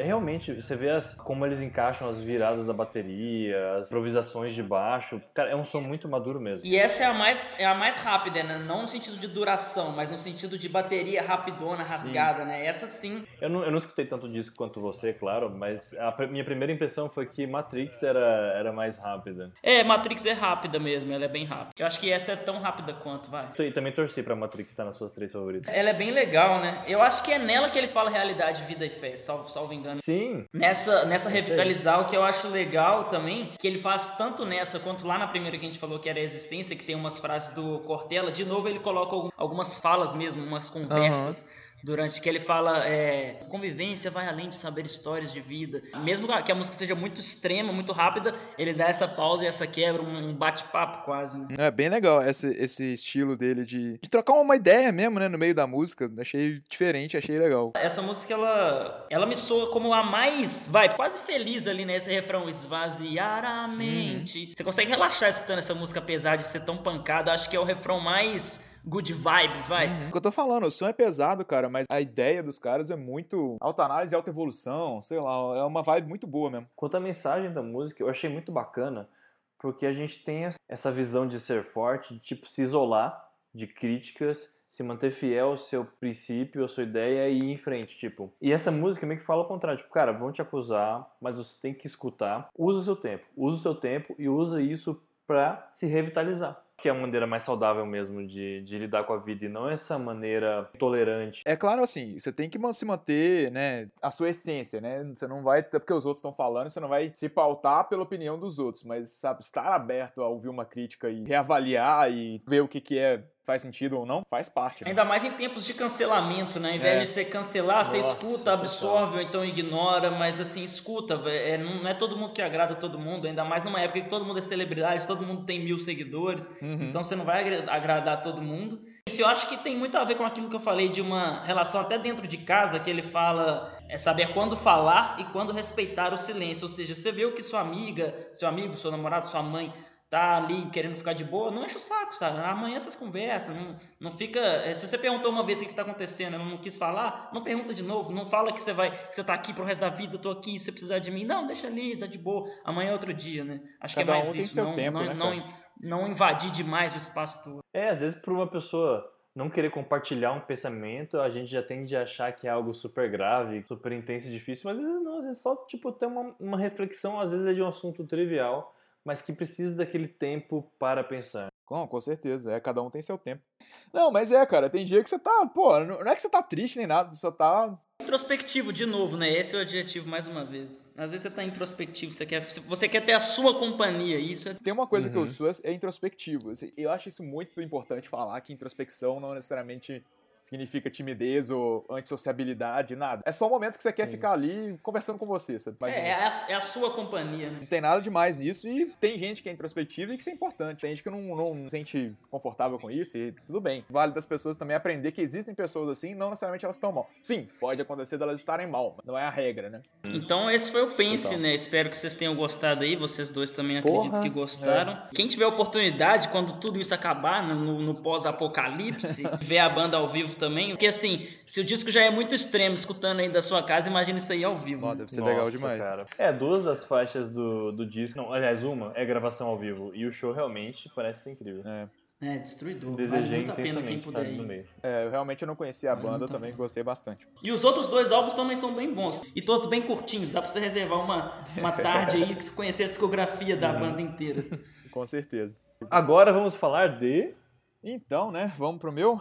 É realmente, você vê as, como eles encaixam as viradas da bateria, as improvisações de baixo. Cara, é um som muito maduro mesmo. E essa é a mais, é a mais rápida, né? Não no sentido de duração, mas no sentido de bateria rapidona, rasgada, né? Essa sim. Eu não, eu não escutei tanto disco quanto você, claro, mas a pr- minha primeira impressão foi que Matrix era, era mais rápida. É, Matrix é rápida mesmo, ela é bem rápida. Eu acho que essa é tão rápida quanto, vai. E também torci pra Matrix estar nas suas três favoritas. Ela é bem legal, né? Eu acho que é nela que ele fala realidade, vida e fé, salvo, salvo engano. Sim, Nessa, nessa Revitalizar, o que eu acho legal também, que ele faz tanto nessa quanto lá na primeira que a gente falou que era a Existência, que tem umas frases do Cortella, de novo ele coloca algum- algumas falas mesmo, umas conversas. Durante que ele fala, é, convivência vai além de saber histórias de vida. Mesmo que a música seja muito extrema, muito rápida, ele dá essa pausa e essa quebra, um bate-papo quase. Né? É bem legal esse, esse estilo dele de, de trocar uma ideia mesmo, né, no meio da música. Achei diferente, achei legal. Essa música, ela, ela me soa como a mais, vai, quase feliz ali, né? Esse refrão, esvaziar a mente. Você consegue relaxar escutando essa música, apesar de ser tão pancada. Acho que é o refrão mais good vibes, vai. O que eu tô falando, o som é pesado, cara, mas a ideia dos caras é muito alta análise e alta evolução, sei lá, é uma vibe muito boa mesmo. quanto à mensagem da música, eu achei muito bacana, porque a gente tem essa visão de ser forte, de tipo se isolar de críticas, se manter fiel ao seu princípio, à sua ideia e ir em frente, tipo. E essa música meio que fala o contrário, tipo, cara, vão te acusar, mas você tem que escutar, usa o seu tempo, usa o seu tempo e usa isso pra se revitalizar. Que é a maneira mais saudável mesmo de, de lidar com a vida e não essa maneira tolerante. É claro, assim, você tem que man- se manter, né, a sua essência, né? Você não vai, até porque os outros estão falando, você não vai se pautar pela opinião dos outros, mas, sabe, estar aberto a ouvir uma crítica e reavaliar e ver o que que é, faz sentido ou não, faz parte, né? Ainda mais em tempos de cancelamento, né? Ao invés É. de você cancelar, você Nossa, escuta, absorve ou então ignora, mas assim, escuta. É, não é todo mundo que agrada todo mundo, ainda mais numa época que todo mundo é celebridade, todo mundo tem mil seguidores, então você não vai agra- agradar todo mundo. Isso eu acho que tem muito a ver com aquilo que eu falei de uma relação até dentro de casa, que ele fala é saber quando falar e quando respeitar o silêncio. Ou seja, você vê o que sua amiga, seu amigo, seu namorado, sua mãe tá ali querendo ficar de boa, não enche o saco, sabe? Amanhã vocês conversam, não, não fica... é, Se você perguntou uma vez o que, que tá acontecendo, ela não quis falar, não pergunta de novo, não fala que você vai, que você tá aqui pro resto da vida, eu tô aqui, se você precisar de mim, não, deixa ali, tá de boa, amanhã é outro dia, né? Acho Cada que é mais um tem isso, seu não, tempo, não, né, não, cara? não invadir demais o espaço do... É, às vezes por uma pessoa não querer compartilhar um pensamento, a gente já tende a achar que é algo super grave, super intenso e difícil, mas às vezes não, às vezes só tipo, ter uma, uma reflexão, às vezes é de um assunto trivial, mas que precisa daquele tempo para pensar. Com, com certeza, é, cada um tem seu tempo. Não, mas é, cara, tem dia que você tá, pô, não não é que você tá triste nem nada, você só tá... Introspectivo, de novo, né? Esse é o adjetivo mais uma vez. Às vezes você tá introspectivo, você quer, você quer ter a sua companhia, isso é... Tem uma coisa que eu sou, é introspectivo. Assim, eu acho isso muito importante falar, que introspecção não necessariamente significa timidez ou antissociabilidade, nada. É só um momento que você quer ficar ali conversando com você, sabe? Mas É, é a, é a sua companhia, né? não tem nada demais nisso e tem gente que é introspectiva e que isso é importante. Tem gente que não, não se sente confortável com isso e tudo bem. Vale das pessoas também aprender que existem pessoas assim, não necessariamente elas estão mal. Sim, pode acontecer delas estarem mal, mas não é a regra, né? Então esse foi o Pense, Total. né? Espero que vocês tenham gostado aí, vocês dois também acredito Porra, que gostaram. Quem tiver oportunidade, quando tudo isso acabar, no, no pós-apocalipse, ver a banda ao vivo também, porque assim, se o disco já é muito extremo, escutando aí da sua casa, imagina isso aí ao vivo. Ó, né? deve ser legal Nossa, demais. cara. É, duas das faixas do, do disco, não, aliás, uma é gravação ao vivo, e o show realmente parece ser incrível. É. É, destruidor. Vale Desejei muito a pena quem intensamente puder estar no ir. meio. É, eu realmente eu não conhecia a banda, também gostei bastante. E os outros dois álbuns também são bem bons. E todos bem curtinhos. Dá pra você reservar uma, uma tarde aí que você conhecer a discografia da banda inteira. Com certeza. Agora vamos falar de... Então, né, vamos pro meu?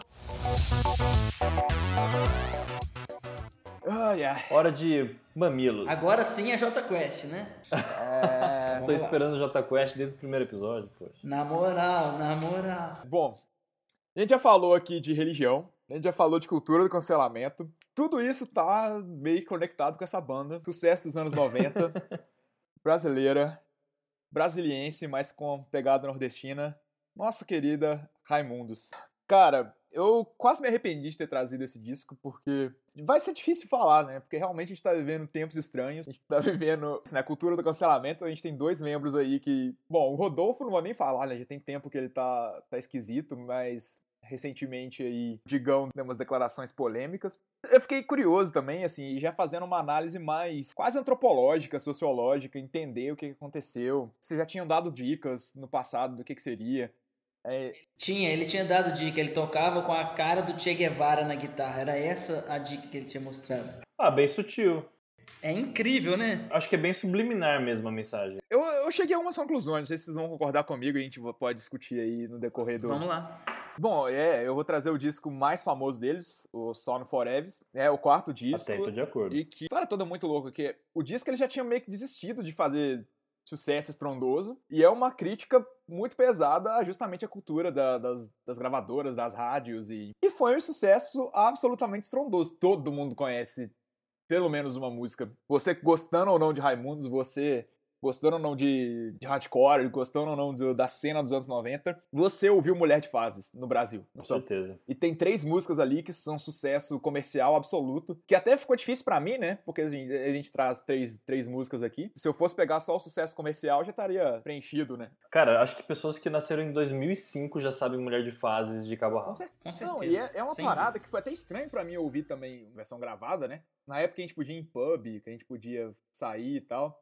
Ai, ai. Hora de mamilos. Agora sim é J Quest, né? É... Tô Vamos lá. esperando o Jota Quest desde o primeiro episódio, poxa. Na moral, na moral. Bom, a gente já falou aqui de religião, a gente já falou de cultura do cancelamento. Tudo isso tá meio conectado com essa banda. Sucesso dos anos noventa, brasileira, brasiliense, mas com pegada nordestina. Nossa querida Raimundos. Cara, eu quase me arrependi de ter trazido esse disco, porque vai ser difícil falar, né? Porque realmente a gente tá vivendo tempos estranhos. A gente tá vivendo na cultura do cancelamento. A gente tem dois membros aí que... Bom, o Rodolfo não vou nem falar, né? Já tem tempo que ele tá, tá esquisito, mas recentemente aí, Digão deu umas declarações polêmicas. Eu fiquei curioso também, assim, já fazendo uma análise mais quase antropológica, sociológica, entender o que aconteceu. Vocês já tinham dado dicas no passado do que, que seria. É, Tinha, ele tinha dado dica, ele tocava com a cara do Che Guevara na guitarra, era essa a dica que ele tinha mostrado. Ah, bem sutil. É incrível, né? Acho que é bem subliminar mesmo a mensagem. eu, eu cheguei a umas conclusões, não sei se vocês vão concordar comigo e a gente pode discutir aí no decorrer do... Vamos lá. Bom, é, eu vou trazer o disco mais famoso deles, o Son Forever, é o quarto disco. Até tô de acordo. E que, cara, toda muito louco, que o disco ele já tinha meio que desistido de fazer sucesso estrondoso, e é uma crítica muito pesada a justamente a cultura da- das, das gravadoras, das rádios, e, e foi um sucesso absolutamente estrondoso. Todo mundo conhece pelo menos uma música. Você gostando ou não de Raimundos, você gostando ou não de, de hardcore, gostando ou não do- da cena dos anos noventa, você ouviu Mulher de Fases no Brasil. Com certeza. E tem três músicas ali que são sucesso comercial absoluto, que até ficou difícil pra mim, né? Porque a gente, a gente traz três, três músicas aqui. Se eu fosse pegar só o sucesso comercial, já estaria preenchido, né? Cara, acho que pessoas que nasceram em dois mil e cinco já sabem Mulher de Fases de cabo a Com rabo. certeza. Com certeza. Não, e é, é uma Sem parada que foi até estranho pra mim ouvir também versão gravada, né? Na época que a gente podia ir em pub, que a gente podia sair e tal.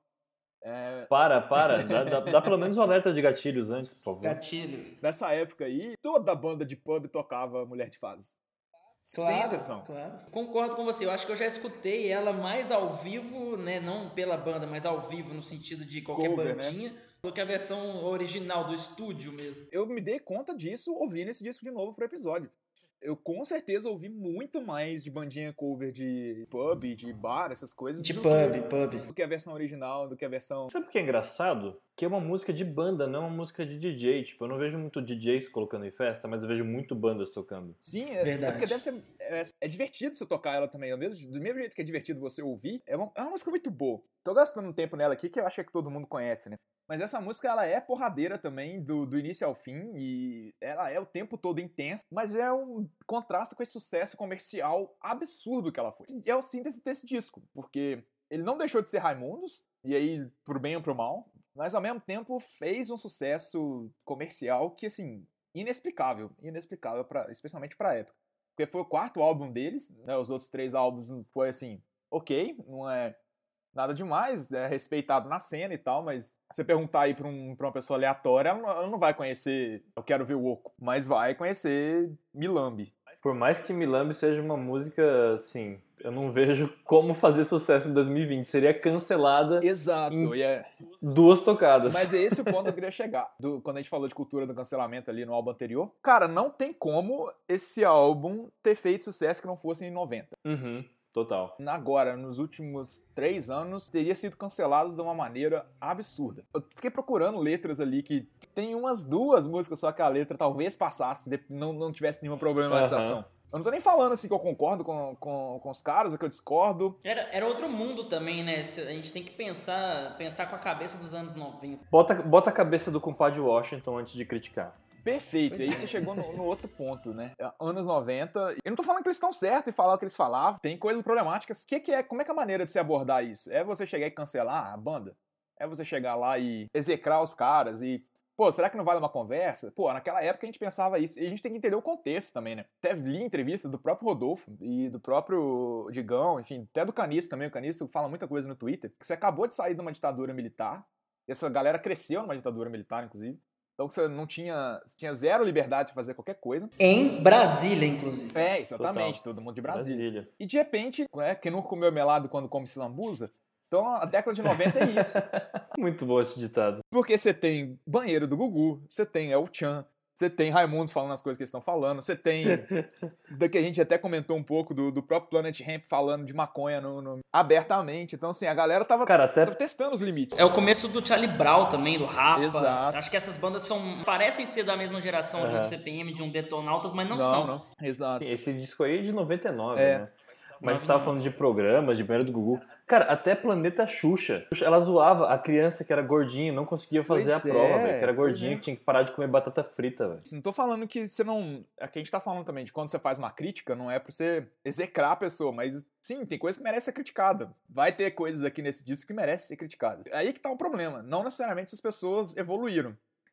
É, Para, para. Dá, dá- dá pelo menos um alerta de gatilhos antes, por favor. Gatilho. nessa época aí, toda banda de pub tocava Mulher de Fases. Sem Claro, exceção. claro. Concordo com você. Eu acho que eu já escutei ela mais ao vivo, né? Não pela banda, mas ao vivo no sentido de qualquer Cover, né? bandinha, do que a versão original do estúdio mesmo. Eu me dei conta disso ouvindo esse disco de novo pro episódio. Eu com certeza ouvi muito mais de bandinha cover de pub, de bar, essas coisas. De do pub, que- pub. Do que a versão original, do que a versão. Sabe o que é engraçado? Que é uma música de banda, não uma música de D J. Tipo, eu não vejo muito D Js colocando em festa, mas eu vejo muito bandas tocando. Sim, é, Verdade. é porque deve ser. É, é divertido você tocar ela também. Do mesmo, do mesmo jeito que é divertido você ouvir, é uma, é uma música muito boa. Tô gastando um tempo nela aqui que eu acho que todo mundo conhece, né? Mas essa música, ela é porradeira também, do, do início ao fim, e ela é o tempo todo intensa, mas é um contraste com esse sucesso comercial absurdo que ela foi. É o síntese desse disco, porque ele não deixou de ser Raimundos, e aí, pro bem ou pro mal, mas ao mesmo tempo fez um sucesso comercial que, assim, inexplicável, inexplicável, pra, especialmente pra época. Porque foi o quarto álbum deles, né, os outros três álbuns foi assim, ok, não é nada demais, é respeitado na cena e tal, mas você perguntar aí pra, um, pra uma pessoa aleatória, ela não, ela não vai conhecer Eu Quero Ver o Oco, mas vai conhecer Milambi. Por mais que Milambi seja uma música, assim, eu não vejo como fazer sucesso em dois mil e vinte. Seria cancelada Exato, Em- e é, duas tocadas. mas é esse o ponto que eu queria chegar. Do- quando a gente falou de cultura do cancelamento ali no álbum anterior, cara, não tem como esse álbum ter feito sucesso que não fosse em noventa. Uhum, total. Agora, nos últimos três anos, teria sido cancelado de uma maneira absurda. Eu fiquei procurando letras ali que tem umas duas músicas só que a letra talvez passasse, de- não, não tivesse nenhuma problematização. Eu não tô nem falando assim que eu concordo com, com, com os caras, ou que eu discordo. Era, era outro mundo também, né? Se- A gente tem que pensar, pensar com a cabeça dos anos noventa. Bota, bota a cabeça do compadre Washington antes de criticar. Perfeito, Pois e aí é. você chegou no, no outro ponto, né? Anos noventa. Eu não tô falando que eles estão certos em falar o que eles falavam. Tem coisas problemáticas. Que que é, como é que é a maneira de se abordar isso? É você chegar e cancelar a banda? É você chegar lá e execrar os caras e... Pô, será que não vale uma conversa? Pô, naquela época a gente pensava isso. E a gente tem que entender o contexto também, né? Até li entrevista do próprio Rodolfo e do próprio Digão, enfim, até do Caniço também. O Caniço fala muita coisa no Twitter. Que você acabou de sair de uma ditadura militar. E essa galera cresceu numa ditadura militar, inclusive. Então você não tinha... Tinha zero liberdade de fazer qualquer coisa. Em Brasília, inclusive. É, exatamente. Todo mundo de Brasília. Brasília. E de repente, é, quem não comeu melado quando come se lambuza? Então a década de noventa é isso. Muito bom esse ditado. Porque você tem banheiro do Gugu, você tem El Chan, você tem Raimundos falando as coisas que eles estão falando, você tem. Daqui a gente até comentou um pouco do, do próprio Planet Hemp falando de maconha no, no- abertamente. Então, assim, a galera tava, Cara, até tava testando os limites. É o começo do Charlie Brown também, do Rapa. Exato. Acho que essas bandas são parecem ser da mesma geração de Aham. um C P M, de um Detonautas, mas não, não, são. não. Exato. Sim, esse disco aí é de noventa e nove, É. né? Mas você tava falando de programas, de banheiro do Gugu. Cara, até Planeta Xuxa. Ela zoava a criança que era gordinha e não conseguia fazer Pois a prova, é, velho. Que era pois gordinha, é. que tinha que parar de comer batata frita, velho. Assim, não tô falando que você não. Aqui a gente tá falando também de quando você faz uma crítica, não é pra você execrar a pessoa, mas sim, tem coisa que merece ser criticada. Vai ter coisas aqui nesse disco que merecem ser criticadas. Aí que tá o problema. Não necessariamente essas pessoas evoluíram.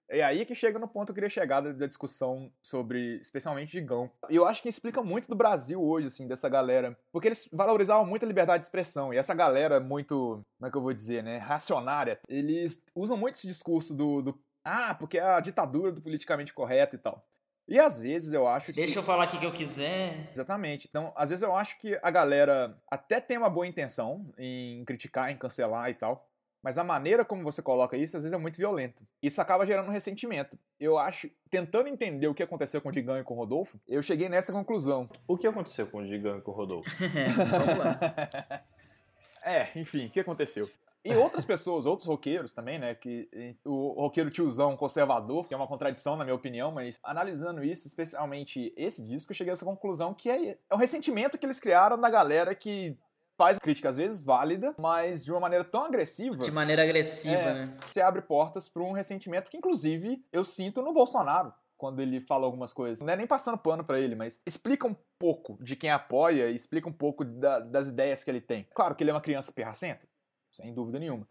É aí que chega no ponto que eu queria chegar da, da discussão sobre, especialmente, Digão. E eu acho que explica muito do Brasil hoje, assim, dessa galera. Porque eles valorizavam muito a liberdade de expressão. E essa galera muito, como é que eu vou dizer, né, racionária, eles usam muito esse discurso do, do ah, porque é a ditadura do politicamente correto e tal. E às vezes eu acho que... Deixa eu falar aqui o que eu quiser. Exatamente. Então, às vezes eu acho que a galera até tem uma boa intenção em criticar, em cancelar e tal, mas a maneira como você coloca isso, às vezes é muito violento. Isso acaba gerando um ressentimento. Eu acho, tentando entender o que aconteceu com o Digão e com o Rodolfo, eu cheguei nessa conclusão. O que aconteceu com o Digão e com o Rodolfo? Vamos lá. É, enfim, o que aconteceu? E outras pessoas, outros roqueiros também, né? Que o roqueiro tiozão conservador, que é uma contradição na minha opinião, mas analisando isso, especialmente esse disco, eu cheguei a essa conclusão que é, é um ressentimento que eles criaram da galera que faz crítica, às vezes válida, mas de uma maneira tão agressiva. De maneira agressiva, É, né? você abre portas para um ressentimento que, inclusive, eu sinto no Bolsonaro. Quando ele fala algumas coisas. Não é nem passando pano pra ele, mas explica um pouco de quem apoia, explica um pouco da- das ideias que ele tem. Claro que ele é uma criança pirracenta, sem dúvida nenhuma.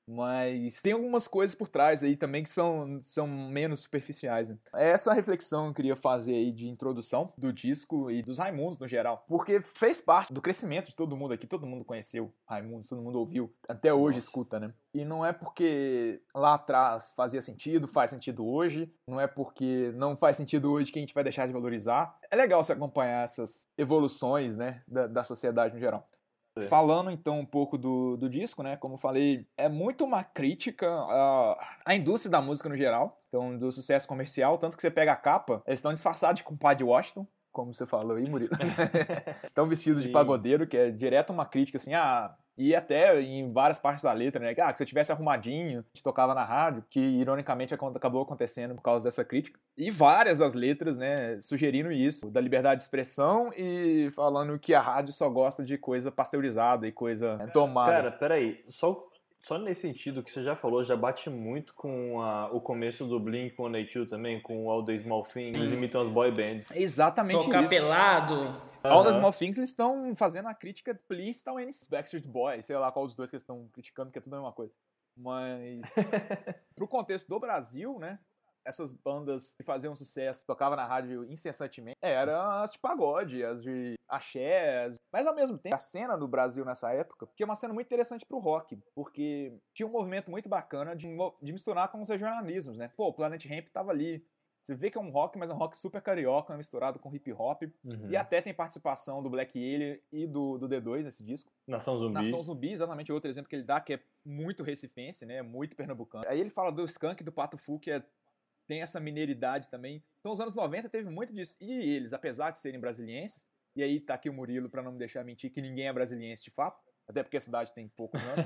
Mas tem algumas coisas por trás aí também que são, são menos superficiais, né? Essa é a reflexão que eu queria fazer aí de introdução do disco e dos Raimundos no geral. Porque fez parte do crescimento de todo mundo aqui. Todo mundo conheceu Raimundos, todo mundo ouviu. Até hoje escuta, né? E não é porque lá atrás fazia sentido, faz sentido hoje. Não é porque não faz sentido hoje que a gente vai deixar de valorizar. É legal você acompanhar essas evoluções, né, da, da sociedade no geral. Falando então um pouco do, do disco, né? Como eu falei, é muito uma crítica à, à indústria da música no geral, então do sucesso comercial, tanto que você pega a capa, eles estão disfarçados de compadre Washington, como você falou aí, Murilo. Estão vestidos de Sim. pagodeiro, que é direto uma crítica assim, ah, e até em várias partes da letra, né? que, Ah, que se eu tivesse arrumadinho, a gente tocava na rádio, que ironicamente acon- acabou acontecendo por causa dessa crítica. E várias das letras, né, sugerindo isso, da liberdade de expressão e falando que a rádio só gosta de coisa pasteurizada e coisa né, tomada. Cara, peraí, só, só nesse sentido que você já falou, já bate muito com a- o começo do Blink cento e oitenta e dois também, com o All the Small Things, eles imitam as boy bands. É exatamente Tocar isso. pelado. All the Aham. Small Things, eles estão fazendo a crítica explícita ao N C Backstreet Boys, sei lá qual dos dois que eles estão criticando, que é tudo a mesma coisa. Mas, pro contexto do Brasil, né, essas bandas que faziam sucesso, tocavam na rádio incessantemente, eram as de pagode, as de axé, as... mas ao mesmo tempo, a cena do Brasil nessa época tinha uma cena muito interessante pro rock, porque tinha um movimento muito bacana de, mo- de misturar com os regionalismos, né? Pô, o Planet Hemp tava ali. Você vê que é um rock, mas é um rock super carioca, misturado com hip hop. Uhum. E até tem participação do Black Alien e do, do D dois nesse disco. Nação Zumbi. Nação Zumbi, exatamente outro exemplo que ele dá, que é muito recifense, né? Muito pernambucano. Aí ele fala do Skank e do Pato Fu, que é, tem essa mineiridade também. Então, os anos noventa teve muito disso. E eles, apesar de serem brasilienses, e aí tá aqui o Murilo pra não me deixar mentir que ninguém é brasiliense de fato, até porque a cidade tem poucos anos.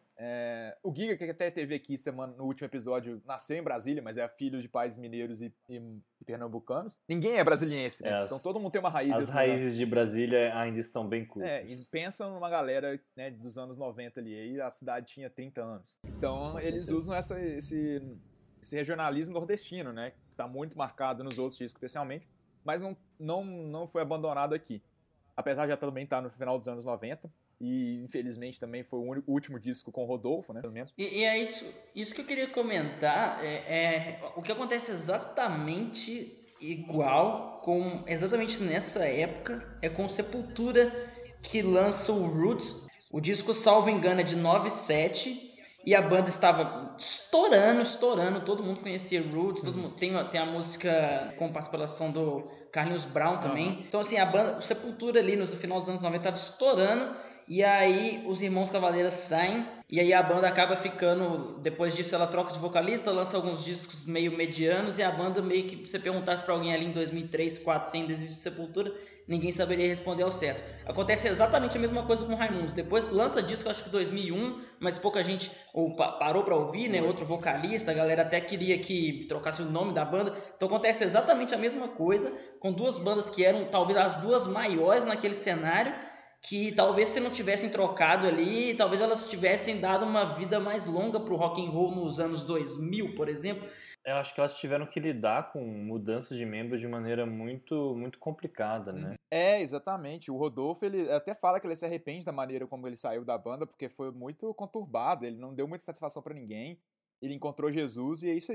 É, o Giga, que até teve aqui semana, no último episódio, nasceu em Brasília, mas é filho de pais mineiros e, e- e pernambucanos. Ninguém é brasiliense, né? É, as- Então todo mundo tem uma raiz. em As outro lugar. raízes de Brasília ainda estão bem curtas. É, e pensa numa galera né, dos anos noventa ali, aí a cidade tinha trinta anos. Então eles certeza. usam essa, esse, esse regionalismo nordestino, né? Que tá muito marcado nos outros discos, especialmente, mas não, não, não foi abandonado aqui. Apesar de já também estar no final dos anos noventa. E infelizmente também foi o único- o último disco com o Rodolfo, né? Pelo menos. E, e é isso, isso que eu queria comentar. É, é o que acontece exatamente igual, com exatamente nessa época, é com Sepultura, que lança o Roots. O disco, salvo engano, é de noventa e sete. E a banda estava estourando, estourando. Todo mundo conhecia Roots. Todo mundo, tem, a- tem a música com participação do Carlinhos Brown também. Então, assim, a banda, o Sepultura ali no final dos anos noventa estava estourando. E aí os Irmãos Cavaleiras saem. E aí a banda acaba ficando. Depois disso, ela troca de vocalista, lança alguns discos meio medianos. E a banda meio que, se você perguntasse pra alguém ali em dois mil e três, dois mil e quatro, sem desistir de Sepultura, ninguém saberia responder ao certo. Acontece exatamente a mesma coisa com Raimundos. Depois lança disco, acho que dois mil e um, mas pouca gente ou, pa- parou pra ouvir, né? Outro vocalista, a galera até queria que trocasse o nome da banda. Então acontece exatamente a mesma coisa com duas bandas que eram talvez as duas maiores naquele cenário, que talvez se não tivessem trocado ali, talvez elas tivessem dado uma vida mais longa pro rock and roll nos anos dois mil, por exemplo. Eu acho que elas tiveram que lidar com mudanças de membros de maneira muito, muito complicada, né? É, exatamente. O Rodolfo, ele até fala que ele se arrepende da maneira como ele saiu da banda, porque foi muito conturbado, ele não deu muita satisfação pra ninguém, ele encontrou Jesus e é isso aí.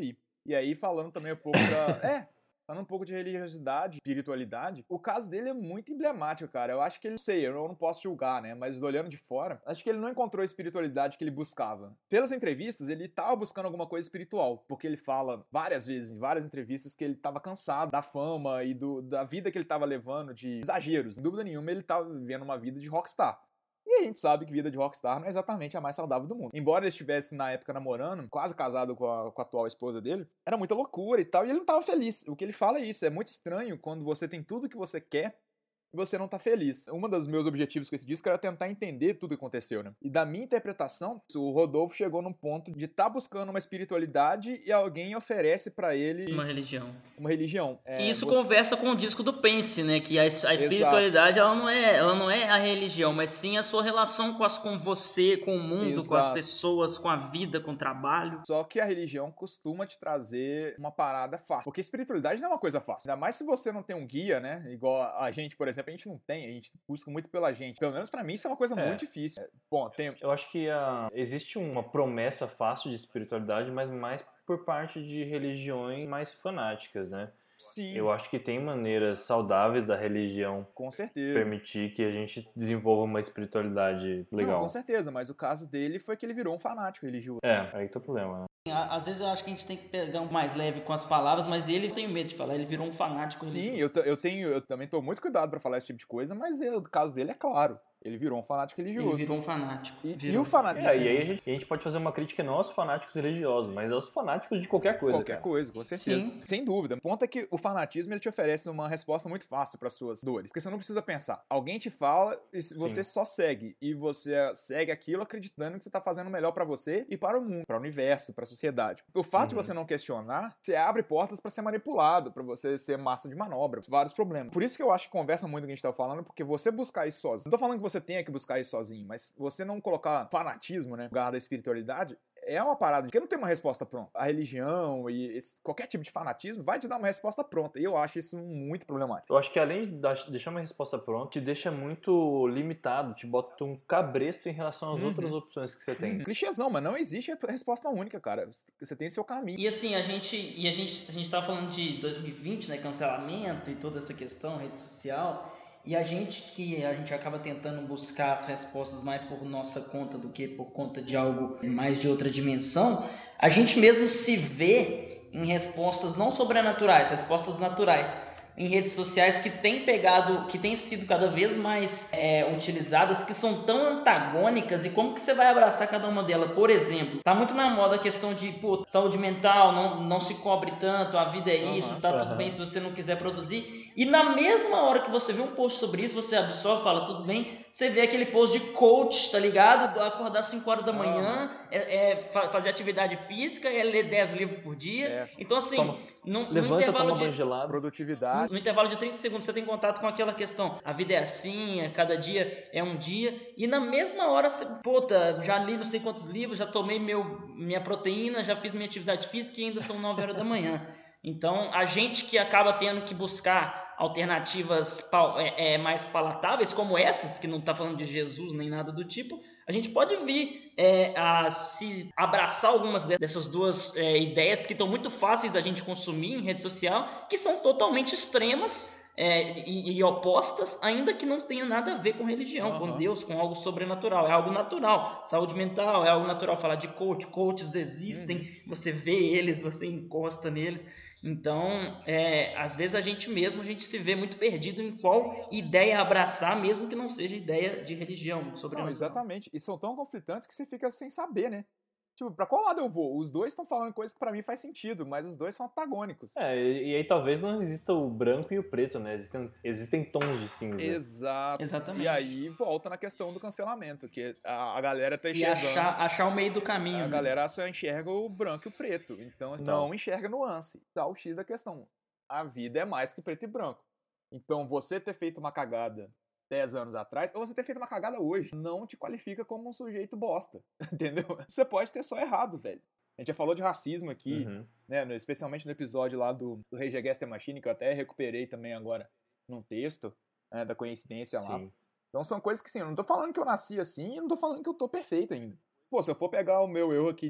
E aí, falando também um pouco da... É, falando um pouco de religiosidade, espiritualidade, o caso dele é muito emblemático, cara. Eu acho que ele, não sei, eu não posso julgar, né? Mas olhando de fora, acho que ele não encontrou a espiritualidade que ele buscava. Pelas entrevistas, ele tava buscando alguma coisa espiritual, porque ele fala várias vezes, em várias entrevistas, que ele tava cansado da fama e do, da vida que ele tava levando, de exageros. Sem dúvida nenhuma, ele tava vivendo uma vida de rockstar. E a gente sabe que vida de rockstar não é exatamente a mais saudável do mundo. Embora ele estivesse, na época, namorando, quase casado com a, com a atual esposa dele, era muita loucura e tal, e ele não tava feliz. O que ele fala é isso, é muito estranho quando você tem tudo que você quer e você não tá feliz. Um dos meus objetivos com esse disco era tentar entender tudo o que aconteceu, né? E da minha interpretação, o Rodolfo chegou num ponto de estar tá buscando uma espiritualidade e alguém oferece pra ele Uma religião. uma religião. É, E isso você- conversa com o disco do Pense, né? Que a, es- a espiritualidade ela não, é, ela não é a religião, mas sim a sua relação com, as, com você, com o mundo, com as Exato. pessoas, com a vida, com o trabalho. Só que a religião costuma te trazer uma parada fácil. Porque espiritualidade não é uma coisa fácil. Ainda mais se você não tem um guia, né? Igual a gente, por exemplo, a gente não tem. A gente busca muito pela gente. Pelo menos pra mim isso é uma coisa É. muito difícil. Bom, tem... Eu acho que ah, existe uma promessa fácil de espiritualidade, mas mais por parte de religiões mais fanáticas, né? Sim, Eu acho que tem maneiras saudáveis da religião com certeza. permitir que a gente desenvolva uma espiritualidade Não, legal. com certeza. Mas o caso dele foi que ele virou um fanático religioso. É, aí tá o problema, né? À- Às vezes eu acho que a gente tem que pegar um mais leve com as palavras, mas ele tem medo de falar, ele virou um fanático Sim, religioso. eu, t- eu tenho, eu também tô muito cuidado pra falar esse tipo de coisa, mas é, o caso dele é claro. Ele virou um fanático Ele religioso. virou um fanático. E, e Virou. o fanático... É, e aí a gente, a gente pode fazer uma crítica não aos fanáticos religiosos, mas aos fanáticos de qualquer coisa. Qualquer cara. coisa, com certeza. Sim. Sem dúvida. O ponto é que o fanatismo ele te oferece uma resposta muito fácil para suas dores. Porque você não precisa pensar. Alguém te fala e se- você só segue. E você segue aquilo acreditando que você tá fazendo o melhor para você e para o mundo, para o universo, para a sociedade. O fato de Uhum. você não questionar, você abre portas para ser manipulado, para você ser massa de manobra. Vários problemas. Por isso que eu acho que conversa muito com o que a gente tá falando, porque você buscar isso sozinho. Não tô falando que você tenha que buscar isso sozinho, mas você não colocar fanatismo, né, no lugar da espiritualidade, é uma parada, porque não tem uma resposta pronta. A religião e esse- qualquer tipo de fanatismo vai te dar uma resposta pronta. E eu acho isso muito problemático. Eu acho que além de dar- deixar uma resposta pronta, te deixa muito limitado, te bota um cabresto em relação às Uhum. outras opções que você tem. Hum, clichêzão, mas não existe resposta única, cara. Você tem seu caminho. E assim, a gente, e a gente, a gente tava falando de dois mil e vinte, né, cancelamento e toda essa questão, rede social, e a gente que a gente acaba tentando buscar as respostas mais por nossa conta do que por conta de algo mais de outra dimensão, a gente mesmo se vê em respostas não sobrenaturais, respostas naturais, em redes sociais que têm pegado, que têm sido cada vez mais é, utilizadas, que são tão antagônicas, e como que você vai abraçar cada uma delas? Por exemplo, tá muito na moda a questão de, pô, saúde mental, não, não se cobre tanto, a vida é isso, Aham, tá tudo aham. bem se você não quiser produzir. E na mesma hora que você vê um post sobre isso, você absorve, fala, tudo bem, você vê aquele post de coach, tá ligado? Acordar às cinco horas da manhã, é, é fa- fazer atividade física, é ler dez livros por dia. É. Então assim, Toma- no, no Levanta, intervalo toma de... banho gelado. Produtividade. No intervalo de trinta segundos você tem contato com aquela questão. A vida é assim, é, cada dia é um dia. E na mesma hora, você, puta, já li não sei quantos livros, já tomei meu, minha proteína, já fiz minha atividade física e ainda são nove horas da manhã. Então, a gente que acaba tendo que buscar alternativas pau- é, é, mais palatáveis, como essas, que não está falando de Jesus nem nada do tipo, a gente pode vir é, a se abraçar algumas de- dessas duas é, ideias que estão muito fáceis da gente consumir em rede social, que são totalmente extremas é, e, e opostas, ainda que não tenha nada a ver com religião, com Aham. Deus, com algo sobrenatural. É algo natural. Saúde mental é algo natural. Falar de coach, coaches existem, você vê eles, você encosta neles. Então, é, às vezes a gente mesmo, a gente se vê muito perdido em qual ideia abraçar, mesmo que não seja ideia de religião, Não, sobrenatural. exatamente. E são tão conflitantes que você fica sem saber, né? Tipo, pra qual lado eu vou? Os dois estão falando coisas que pra mim faz sentido, mas os dois são antagônicos. É, e, e aí talvez não exista o branco e o preto, né? Existem, existem tons de cinza. Exato. Exatamente. E aí volta na questão do cancelamento, que a, a galera tá E enxergando... achar, achar o meio do caminho. A né? galera só enxerga o branco e o preto. Então não enxerga nuance. Tá o X da questão. A vida é mais que preto e branco. Então você ter feito uma cagada dez anos atrás, ou você ter feito uma cagada hoje, não te qualifica como um sujeito bosta. Entendeu? Você pode ter só errado, velho. A gente já falou de racismo aqui, Uhum. né? no- Especialmente no episódio lá do, do Rage Against the Machine, que eu até recuperei também agora num texto, né, da coincidência lá. Sim. Então são coisas que, assim, eu não tô falando que eu nasci assim e não tô falando que eu tô perfeito ainda. Pô, se eu for pegar o meu eu aqui de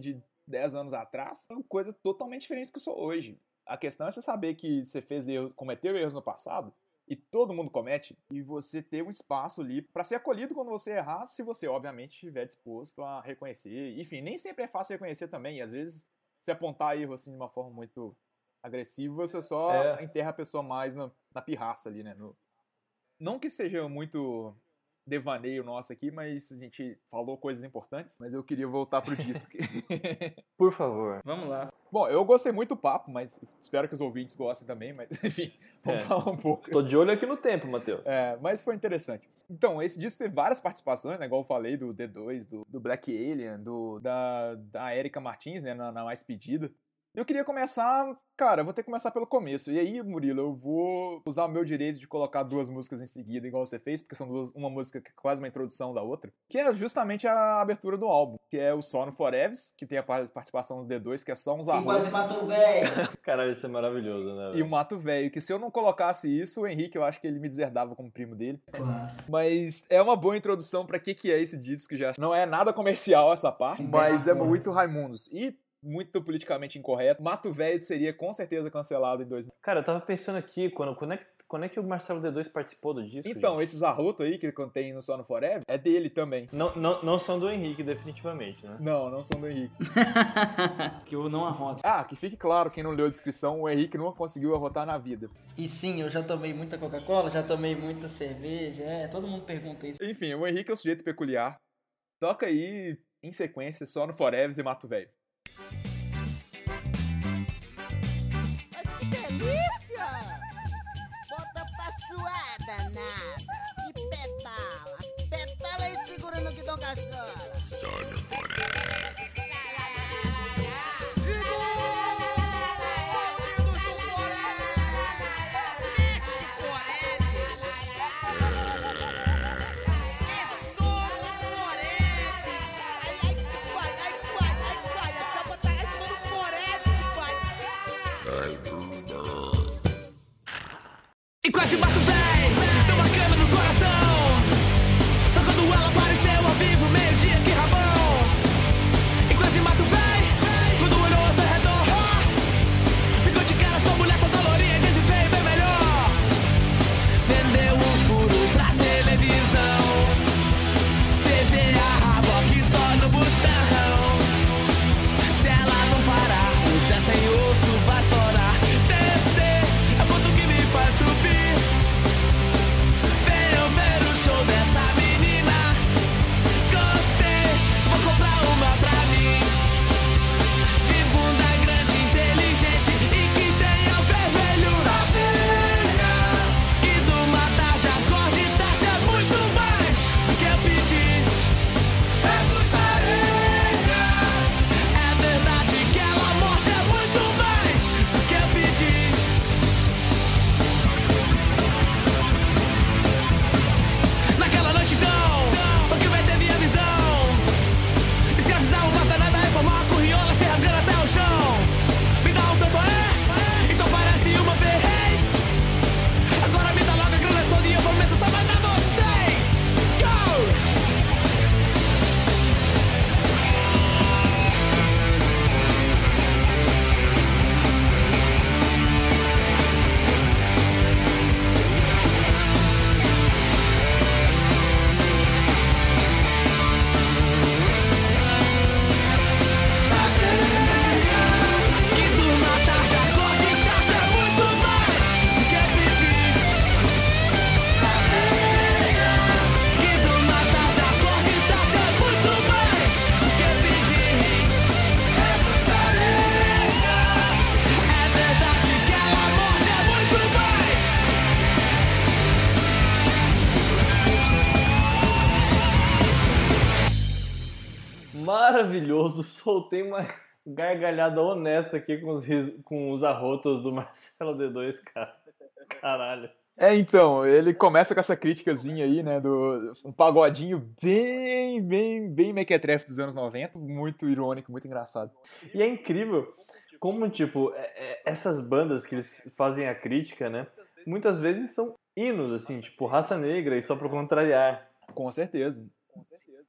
dez anos atrás, é uma coisa totalmente diferente do que eu sou hoje. A questão é você saber que você fez erro, cometeu erros no passado, e todo mundo comete, e você ter um espaço ali pra ser acolhido quando você errar, se você, obviamente, estiver disposto a reconhecer. Enfim, nem sempre é fácil reconhecer também, e às vezes, se apontar erro assim de uma forma muito agressiva, você só É. enterra a pessoa mais na, na pirraça ali, né? No... Não que seja muito devaneio nosso aqui, mas a gente falou coisas importantes, mas eu queria voltar pro disco. Por favor. Vamos lá. Bom, eu gostei muito do papo, mas espero que os ouvintes gostem também, mas enfim, vamos É. falar um pouco. Tô de olho aqui no tempo, Matheus. É, mas foi interessante. Então, esse disco teve várias participações, né? Igual eu falei, do D dois, do, do Black Alien, do, da, da Erika Martins, né? Na, na Mais Pedida. Eu queria começar, cara, eu vou ter que começar pelo começo. E aí, Murilo, eu vou usar o meu direito de colocar duas músicas em seguida, igual você fez, porque são duas, uma música que é quase uma introdução da outra, que é justamente a abertura do álbum, que é o Sono Forevers, que tem a participação do D dois, que é só uns Quem arroz. quase matou o velho. Caralho, isso é maravilhoso, né? E o velho? Mato Velho, que se eu não colocasse isso, o Henrique, eu acho que ele me deserdava como primo dele. Claro. Mas é uma boa introdução pra que que é esse disco, já não é nada comercial essa parte, mas é muito Raimundos. E muito politicamente incorreto. Mato Velho seria com certeza cancelado em dois mil. Cara, eu tava pensando aqui, quando, quando, é, que- quando é que o Marcelo D dois participou do disco? Então, gente? esses arrotos aí que contém no Sono Forever é dele também. Não, não, não são do Henrique, definitivamente, né? Não, não são do Henrique. Que eu não arroto. Ah, que fique claro, quem não leu a descrição, o Henrique nunca conseguiu arrotar na vida. E sim, eu já tomei muita Coca-Cola, já tomei muita cerveja, é, todo mundo pergunta isso. Enfim, o Henrique é um sujeito peculiar. Toca aí, em sequência, Sono Forever e Mato Velho. Mas que delícia! Bota pra suar, danada. E pedala. Pedala e segura no guidão caçola. E quase mato véi, deu uma cana no coração. Foi quando ela apareceu ao vivo, meio-dia que rabão. E quase mato véi, quando olhou ao seu redor. Ficou de cara, sua mulher toda lourinha, desempenho bem melhor. Vendeu um furo pra televisão. T V a reboque só no botão. Se ela não parar, o Zé sem osso vai estourar. Descer é ponto que me faz subir. Venham ver o show dessa menina. Gostei, vou comprar uma pra mim. De bunda grande, inteligente e que tenha o vermelho na veia. E de uma tarde, acorde tarde é muito mais do que eu pedi. É putaria. É verdade que ela morte é muito mais do que eu pedi. Naquela noite então, foi que eu meti minha visão. Escravizar o vaso danada, reformar a curriola, se rasgando até o chão. Me dá um tanto é, então parece uma vez. Agora me dá logo a grana toda e eu prometo só mandar vocês. Go! Que durma tarde, acorde tarde é muito mais do que eu pedi. Que durma tarde, acorde tarde é muito mais do que eu pedi. É putaria. É verdade que ela morde é muito mais. Maravilhoso, soltei uma gargalhada honesta aqui com os, ris- com os arrotos do Marcelo D dois, cara. Caralho. É, então, ele começa com essa criticazinha aí, né, do um pagodinho bem, bem, bem mequetrefe dos anos noventa, muito irônico, muito engraçado. E é incrível como, tipo, é- é- essas bandas que eles fazem a crítica, né, muitas vezes são hinos, assim, tipo, Raça Negra e Só Pra Contrariar. Com certeza.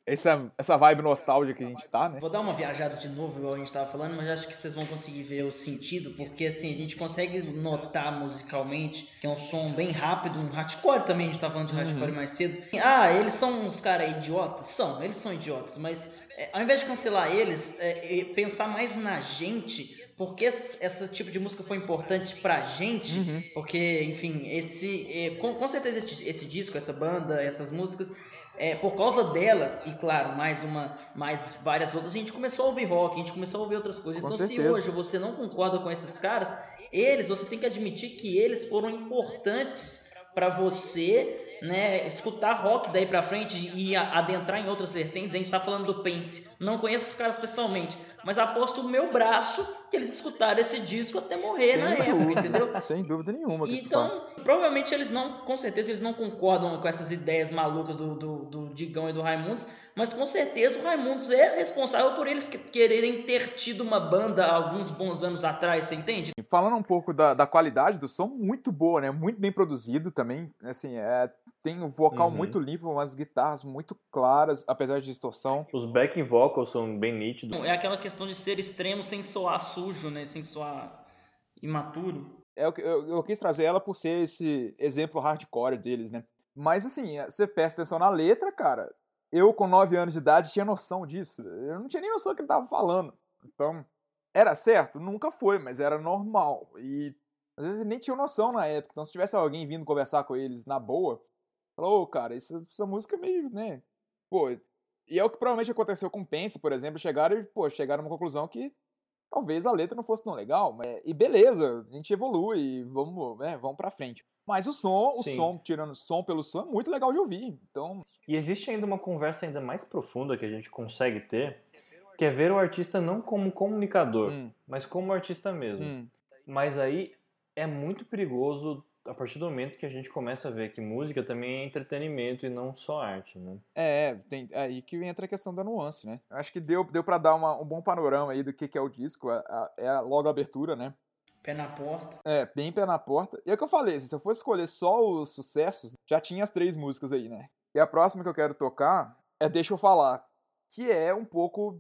essa, essa vibe nostálgica que a gente tá, né? Vou dar uma viajada de novo, igual a gente tava falando, mas acho que vocês vão conseguir ver o sentido, porque assim, a gente consegue notar musicalmente que é um som bem rápido, um hardcore também, a gente tava falando de hardcore mais cedo. Ah, eles são uns caras idiotas? São, eles são idiotas, mas é, ao invés de cancelar eles, é, é, pensar mais na gente, porque esse tipo de música foi importante pra gente, Uhum. porque, enfim, esse, é, com, com certeza esse, esse disco, essa banda, essas músicas, é, por causa delas, e claro, mais uma, mais várias outras, a gente começou a ouvir rock, a gente começou a ouvir outras coisas. Com Então, certeza. se hoje você não concorda com esses caras, eles, você tem que admitir que eles foram importantes pra você, né, escutar rock daí pra frente e a- adentrar em outras vertentes. A gente tá falando do Pence, não conheço os caras pessoalmente, mas aposto o meu braço que eles escutaram esse disco até morrer na Sem época, dúvida, entendeu? Sem dúvida nenhuma. que isso tá. Então, provavelmente eles não, com certeza eles não concordam com essas ideias malucas do, do, do Digão e do Raimundos, mas com certeza o Raimundos é responsável por eles que- quererem ter tido uma banda há alguns bons anos atrás, você entende? Falando um pouco da, da qualidade do som, muito boa, né? Muito bem produzido também. Assim, é, tem um vocal Uhum. muito limpo, umas guitarras muito claras, apesar de distorção. Os backing vocals são bem nítidos. É aquela questão de ser extremo sem soar sujo, né? Sem soar imaturo. É, o que- eu, eu quis trazer ela por ser esse exemplo hardcore deles, né? Mas assim, você presta atenção na letra, cara. Eu, com nove anos de idade, tinha noção disso. Eu não tinha nem noção do que ele tava falando. Então, era certo? Nunca foi, mas era normal. E às vezes nem tinha noção na época. Então, se tivesse alguém vindo conversar com eles na boa, falou, ô, cara, essa, essa música é meio, né? Pô, e é o que provavelmente aconteceu com Pence, por exemplo. Chegaram e, pô, chegaram a uma conclusão que talvez a letra não fosse tão legal, mas, e beleza, a gente evolui, e vamos, né, vamos pra frente. Mas o som, o Sim. som, tirando som pelo som, é muito legal de ouvir. Então, E existe ainda uma conversa ainda mais profunda que a gente consegue ter, que é ver o artista não como comunicador, hum, mas como artista mesmo. hum, Mas aí é muito perigoso a partir do momento que a gente começa a ver que música também é entretenimento e não só arte, né? é, tem, é aí que entra a questão da nuance, né? Acho que deu, deu pra dar uma- um bom panorama aí do que, que é o disco, a- a- é a- logo a abertura, né? Pé na porta. É, bem pé na porta. E é o que eu falei, se eu fosse escolher só os sucessos, já tinha as três músicas aí, né? E a próxima que eu quero tocar é Deixa Eu Falar, que é um pouco...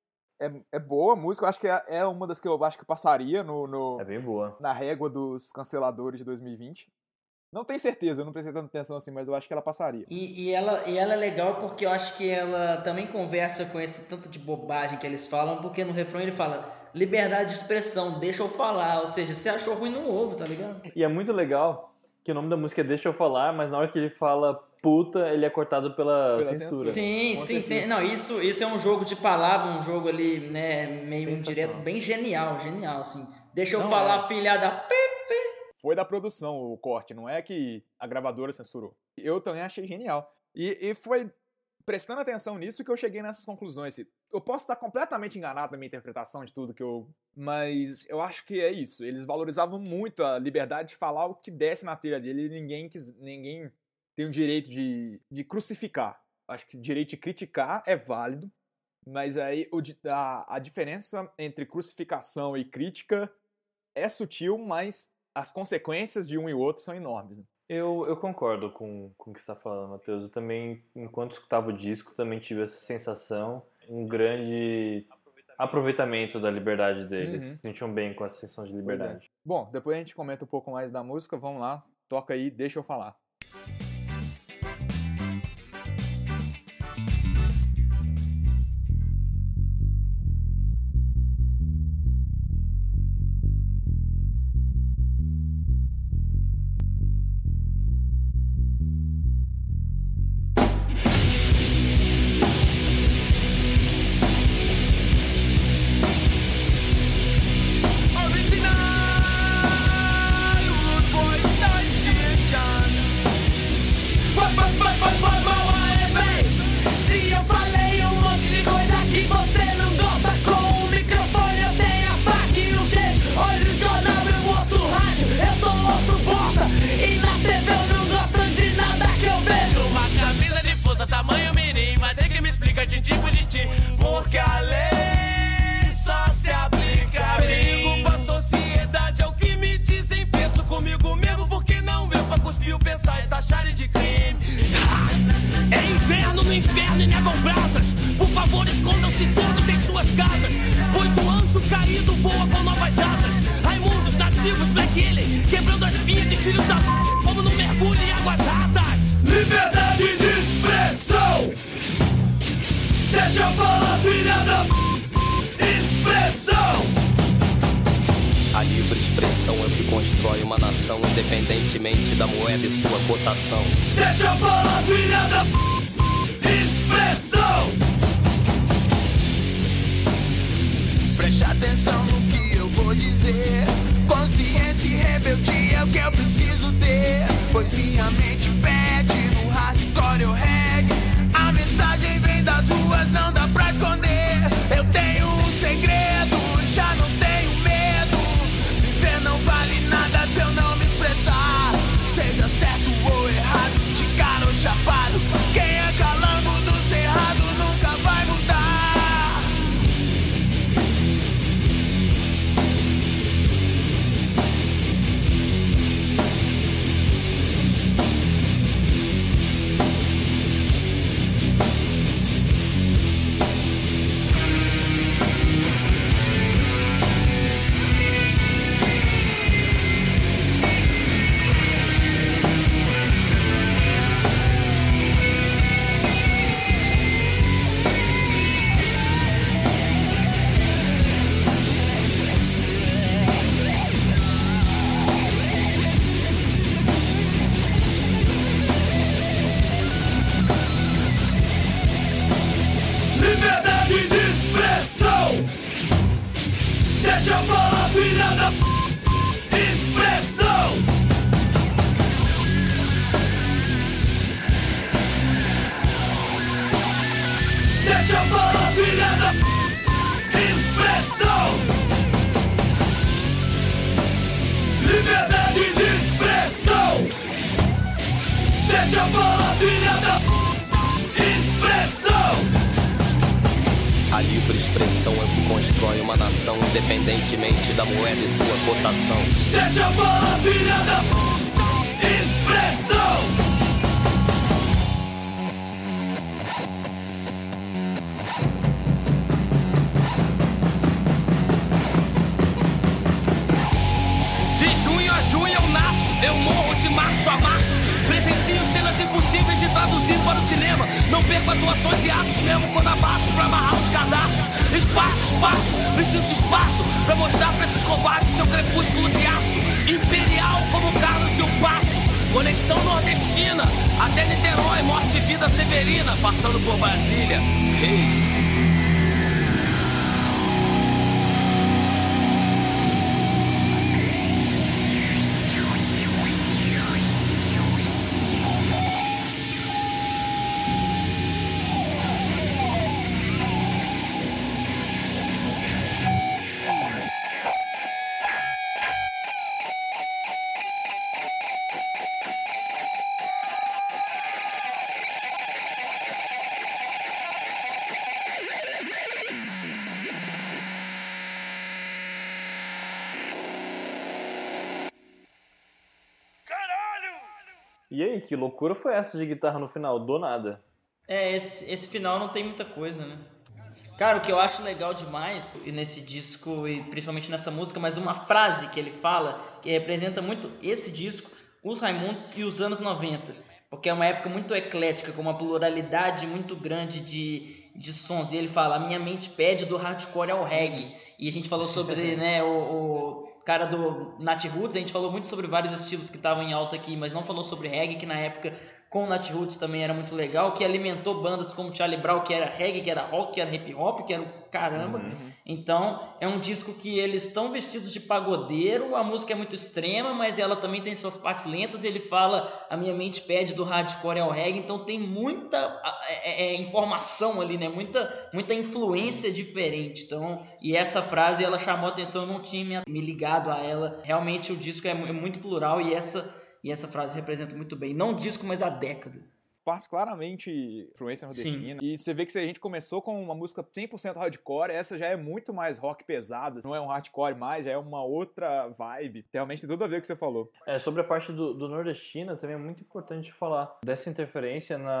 É, é boa a música, eu acho que é, é uma das que eu acho que passaria no, no- É bem boa. na régua dos canceladores de dois mil e vinte. Não tenho certeza, eu não prestei tanta atenção assim, mas eu acho que ela passaria. E, e, ela, e ela é legal porque eu acho que ela também conversa com esse tanto de bobagem que eles falam, porque no refrão ele fala liberdade de expressão, deixa eu falar. Ou seja, se achou ruim, não ouve, tá ligado? E é muito legal que o nome da música é Deixa Eu Falar, mas na hora que ele fala puta, ele é cortado pela, Pela censura. censura. Sim, Com sim, certeza. sim. Não, isso, isso é um jogo de palavra, um jogo ali, né, meio Sensacional. indireto, bem genial, genial, assim. Deixa eu Não, falar, é. filha da p. Foi da produção o corte, não é que a gravadora censurou. Eu também achei genial. E, e foi prestando atenção nisso que eu cheguei nessas conclusões. Eu posso estar completamente enganado na minha interpretação de tudo que eu... Mas eu acho que é isso. Eles valorizavam muito a liberdade de falar o que desse na telha dele e ninguém, quis, ninguém tem o direito de, de crucificar. Acho que o direito de criticar é válido, mas aí o di- a, a diferença entre crucificação e crítica é sutil, mas as consequências de um e outro são enormes. né? Eu, eu concordo com, com o que você está falando, Matheus. Eu também, enquanto escutava o disco, também tive essa sensação, um grande aproveitamento da liberdade deles. Uhum. Se sentiam bem com essa sensação de Pois é. liberdade. Bom, depois a gente comenta um pouco mais da música. Vamos lá, toca aí, deixa eu falar. Original Wood Boy Star Station. Vai, vai, vai, vai, vai, vai, vai, vem. Se eu falei um monte de coisa que você não gosta, com o microfone eu tenho a faca e o queijo. Olha o jornal, eu ouço rádio, eu sou ouço bosta. E na T V eu não gosto de nada que eu vejo. Uma camisa de força, tamanho mini, mas tem que me explicar de tipo de ti. Porque a lei só se aplica a mim. Perigo pra sociedade é o que me dizem. Penso comigo mesmo porque não eu pra cuspir o pensar e taxar de crime. Ha! É inverno no inferno e nevam brasas. Por favor, escondam-se todos em suas casas, pois o anjo caído voa com novas asas. Raimundos, nativos, Black Alien, quebrando as pinhas de filhos da p... como num mergulho em águas rasas. Liberdade de expressão. Deixa eu falar, filha da p... expressão. A livre expressão é o que constrói uma nação, independentemente da moeda e sua cotação. Deixa eu falar, filha da p... expressão. Preste atenção no que eu vou dizer. Consciência e rebeldia é o que eu preciso ter, pois minha mente pede no hardcore ou reggae. A mensagem vem das ruas, não dá pra esconder. Eu tenho um segredo, já não tenho medo. Viver não vale nada se eu não me expressar. Seja certo ou errado, de cara ou chapado, quem é calango do cerrado nunca vai mudar. Liberdade de expressão. Deixa eu falar, filha da p... expressão. Deixa eu falar, filha da p... expressão. Liberdade de expressão. Deixa eu falar, filha da p... expressão. A livre expressão é o que constrói uma nação, independentemente da moeda e sua cotação. Deixa eu falar, filha da p... expressão. De junho a junho eu nasço, eu morro de março a março. Presencio cenas impossíveis de traduzir para o cinema. Não perco atuações e atos mesmo quando abaixo pra amarrar os cadastros. Espaço, espaço, preciso de espaço pra mostrar pra esses covardes seu crepúsculo de aço. Imperial como Carlos e o Passo. Conexão nordestina, até Niterói, morte e vida severina. Passando por Brasília, Reis. E aí, que loucura foi essa de guitarra no final? Do nada. É, esse, esse final não tem muita coisa, né? Cara, o que eu acho legal demais nesse disco, e principalmente nessa música, mas uma frase que ele fala, que representa muito esse disco, os Raimundos e os anos noventa. Porque é uma época muito eclética, com uma pluralidade muito grande de, de sons. E ele fala, a minha mente pede do hardcore ao reggae. E a gente falou sobre, né, o... o cara do Nat Roots, a gente falou muito sobre vários estilos que estavam em alta aqui, mas não falou sobre reggae, que na época com o Nat Roots também era muito legal, que alimentou bandas como Charlie Brown, que era reggae, que era rock, que era hip hop, que era o caramba. Uhum. Então é um disco que eles estão vestidos de pagodeiro, a música é muito extrema, mas ela também tem suas partes lentas, e ele fala, a minha mente pede do hardcore ao reggae, então tem muita é, é, informação ali, né? Muita, muita influência diferente. Então, e essa frase ela chamou a atenção, eu não tinha me ligado a ela. Realmente o disco é muito plural, e essa, e essa frase representa muito bem, não o disco, mas a década. Passa claramente influência nordestina. Sim. E você vê que se a gente começou com uma música cem por cento hardcore, essa já é muito mais rock pesada. Não é um hardcore mais, já é uma outra vibe. Realmente tem tudo a ver com o que você falou. É, sobre a parte do, do nordestina, também é muito importante falar dessa interferência na,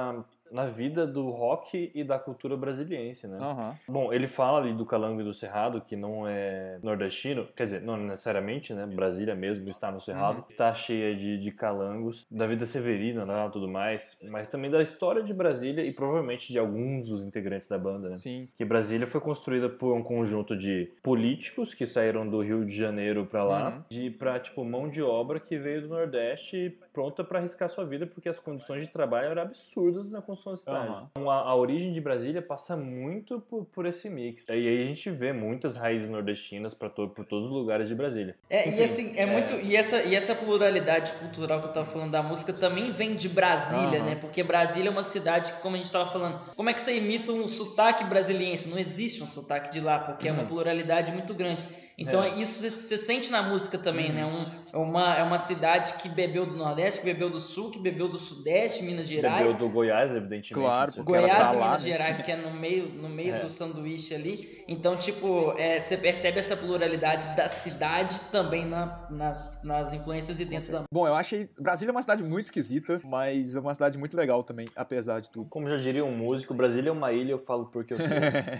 na vida do rock e da cultura brasiliense, né? Aham. Bom, ele fala ali do Calango e do Cerrado, que não é nordestino, quer dizer, não necessariamente, né? Brasília mesmo está no Cerrado, Uhum. está cheia de, de calangos, da vida severina, né, tudo mais, mas também da história de Brasília e provavelmente de alguns dos integrantes da banda, né? Sim. Que Brasília foi construída por um conjunto de políticos que saíram do Rio de Janeiro pra lá, Uhum. de pra, tipo, mão de obra que veio do Nordeste pronta pra arriscar sua vida, porque as condições de trabalho eram absurdas na construção da cidade. Aham. Então, a, a origem de Brasília passa muito por, por esse mix. E aí a gente vê muitas raízes nordestinas pra to, por todos os lugares de Brasília. É, e Enfim, assim, é, muito. E essa, e essa pluralidade cultural que eu tava falando da música também vem de Brasília, Aham. né? Porque Brasília é uma cidade que, como a gente tava falando, como é que você imita um sotaque brasiliense? Não existe um sotaque de lá, porque é uma pluralidade muito grande. Então, É. isso você, você sente na música também, né? Um, é, uma, é uma cidade que bebeu do Nordeste, que bebeu do Sul, que bebeu do Sudeste, Minas Gerais. Bebeu do Goiás, evidentemente. Claro, isso porque ela Goiás tá e lá, Minas né? Gerais, que é no meio, no meio É. do sanduíche ali. Então, tipo, é, você percebe essa pluralidade da cidade também na- nas, nas influências e dentro da Bom, eu achei. Brasília é uma cidade muito esquisita, mas é uma cidade muito legal também, apesar de tudo. Como já diria um músico, Brasília é uma ilha, eu falo porque eu sei.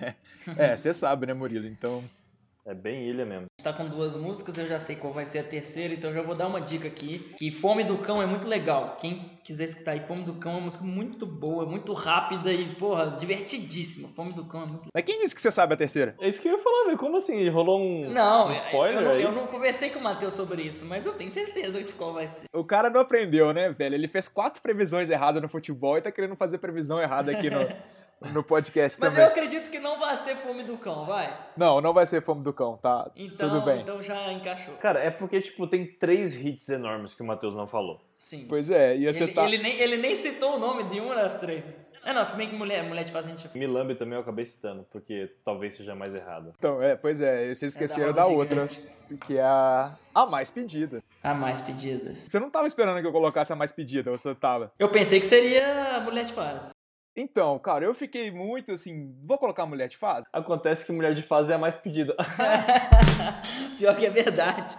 É, você sabe, né, Murilo? Então. É bem ilha mesmo. tá com duas músicas, eu já sei qual vai ser a terceira, então já vou dar uma dica aqui, que Fome do Cão é muito legal. Quem quiser escutar aí, Fome do Cão é uma música muito boa, muito rápida e, porra, divertidíssima. Fome do Cão é muito... Mas quem disse que você sabe a terceira? É isso que eu ia falar, velho. Como assim? Rolou um, Não, um spoiler eu, não aí? eu não conversei com o Matheus sobre isso, mas eu tenho certeza de qual vai ser. O cara não aprendeu, né, velho? Ele fez quatro previsões erradas no futebol e tá querendo fazer previsão errada aqui no, no podcast Mas também. eu acredito que não vai ser Fome do Cão, vai? Não, não vai ser Fome do Cão, tá? Então, Tudo bem. então já encaixou. Cara, é porque, tipo, tem três hits enormes que o Matheus não falou. Sim. Pois é, ia ser Ele, tá... ele, nem, ele nem citou o nome de uma das três. Né? É, não, se bem que mulher, mulher de fazenda. Milambi também eu acabei citando, porque talvez seja mais errado. Então, é, pois é, vocês esqueceram É da da, roda outra, gigante. que é a, a mais pedida. A mais pedida. Você não tava esperando que eu colocasse a mais pedida, ou você tava? Eu pensei que seria a Mulher de Fase. Então, cara, eu fiquei muito assim, vou colocar Mulher de Fase? Acontece que Mulher de Fase é a mais pedida. Pior que é verdade.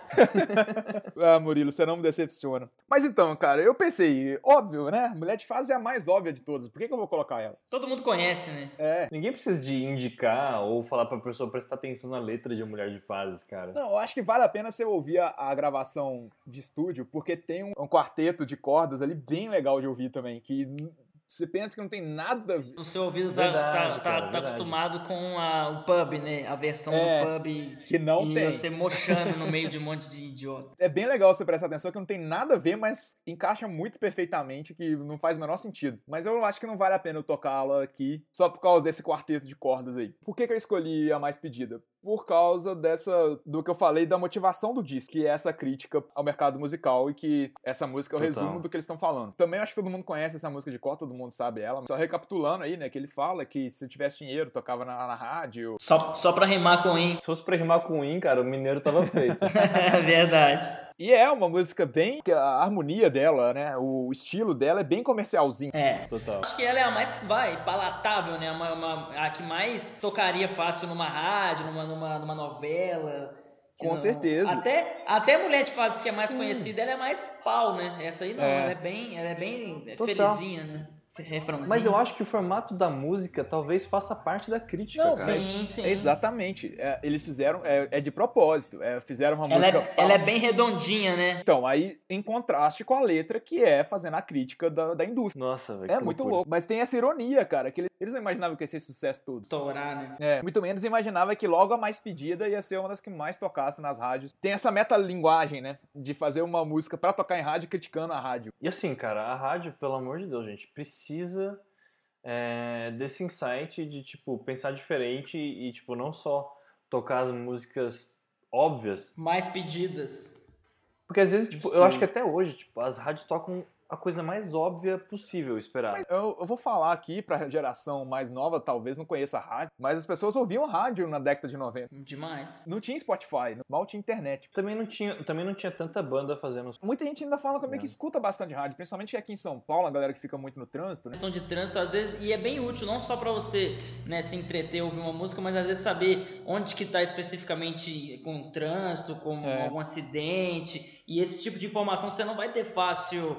Ah, Murilo, você não me decepciona. Mas então, cara, eu pensei, óbvio, né? Mulher de Fase é a mais óbvia de todas, por que, que eu vou colocar ela? Todo mundo conhece, né? É. Ninguém precisa de indicar ou falar pra pessoa prestar atenção na letra de Mulher de Fases, cara. Não, eu acho que vale a pena você ouvir a, a gravação de estúdio, porque tem um, um quarteto de cordas ali bem legal de ouvir também, que n- você pensa que não tem nada a ver. O seu ouvido tá, Verdade, tá, cara, tá, tá verdade. acostumado com a- o pub, né? A versão É, do pub. que não e tem. você mochando no meio de um monte de idiota. É bem legal você prestar atenção que não tem nada a ver, mas encaixa muito perfeitamente, que não faz o menor sentido. Mas eu acho que não vale a pena eu tocá-la aqui só por causa desse quarteto de cordas aí. Por que, que eu escolhi a mais pedida? Por causa dessa, do que eu falei da motivação do disco, que é essa crítica ao mercado musical e que essa música é o Total. resumo do que eles estão falando. Também acho que todo mundo conhece essa música de cor, todo mundo sabe ela. Só recapitulando aí, né, que ele fala que se tivesse dinheiro, tocava na, na rádio. Só, só pra rimar com in. Se fosse pra rimar com In, cara, o mineiro tava feito. É verdade. E é uma música bem... que a harmonia dela, né, o estilo dela é bem comercialzinho. É. Total. Acho que ela é a mais, vai, palatável, né? Uma, uma- a que mais tocaria fácil numa rádio, numa, numa, numa novela. Que Com não- certeza. Até, até Mulher de Fases, que é mais conhecida, ela é mais pau, né? Essa aí não, É. ela é bem, ela é bem Total. felizinha, né? Refrãozinho. Mas eu acho que o formato da música talvez faça parte da crítica, Não, cara. Sim, sim. É exatamente. É, eles fizeram... É, é de propósito. É, fizeram uma Ela música... é, ela é bem redondinha, né? Então, aí em contraste com a letra, que é fazendo a crítica da, da indústria. Nossa, velho. É que muito loucura. louco. Mas tem essa ironia, cara, que eles, eles não imaginavam que ia ser sucesso todo. Estourar, né? É, muito menos imaginava que logo a mais pedida ia ser uma das que mais tocasse nas rádios. Tem essa metalinguagem, né? De fazer uma música pra tocar em rádio criticando a rádio. E assim, cara, a rádio, pelo amor de Deus, gente, precisa é, desse insight de, tipo, pensar diferente e, tipo, não só tocar as músicas óbvias. Mais pedidas. Porque às vezes, tipo, Sim. eu acho que até hoje, tipo, as rádios tocam a coisa mais óbvia possível esperar. Eu, eu vou falar aqui pra geração mais nova, talvez não conheça a rádio, mas as pessoas ouviam rádio na década de noventa. Demais. Não tinha Spotify, mal tinha internet. Também não tinha, também não tinha tanta banda fazendo... Muita gente ainda fala comigo que É. escuta bastante rádio, principalmente aqui em São Paulo, a galera que fica muito no trânsito, né? Questão de trânsito, às vezes, e é bem útil, não só pra você, né, se entreter, ouvir uma música, mas às vezes saber onde que tá especificamente com trânsito, com É. algum acidente, e esse tipo de informação você não vai ter fácil ali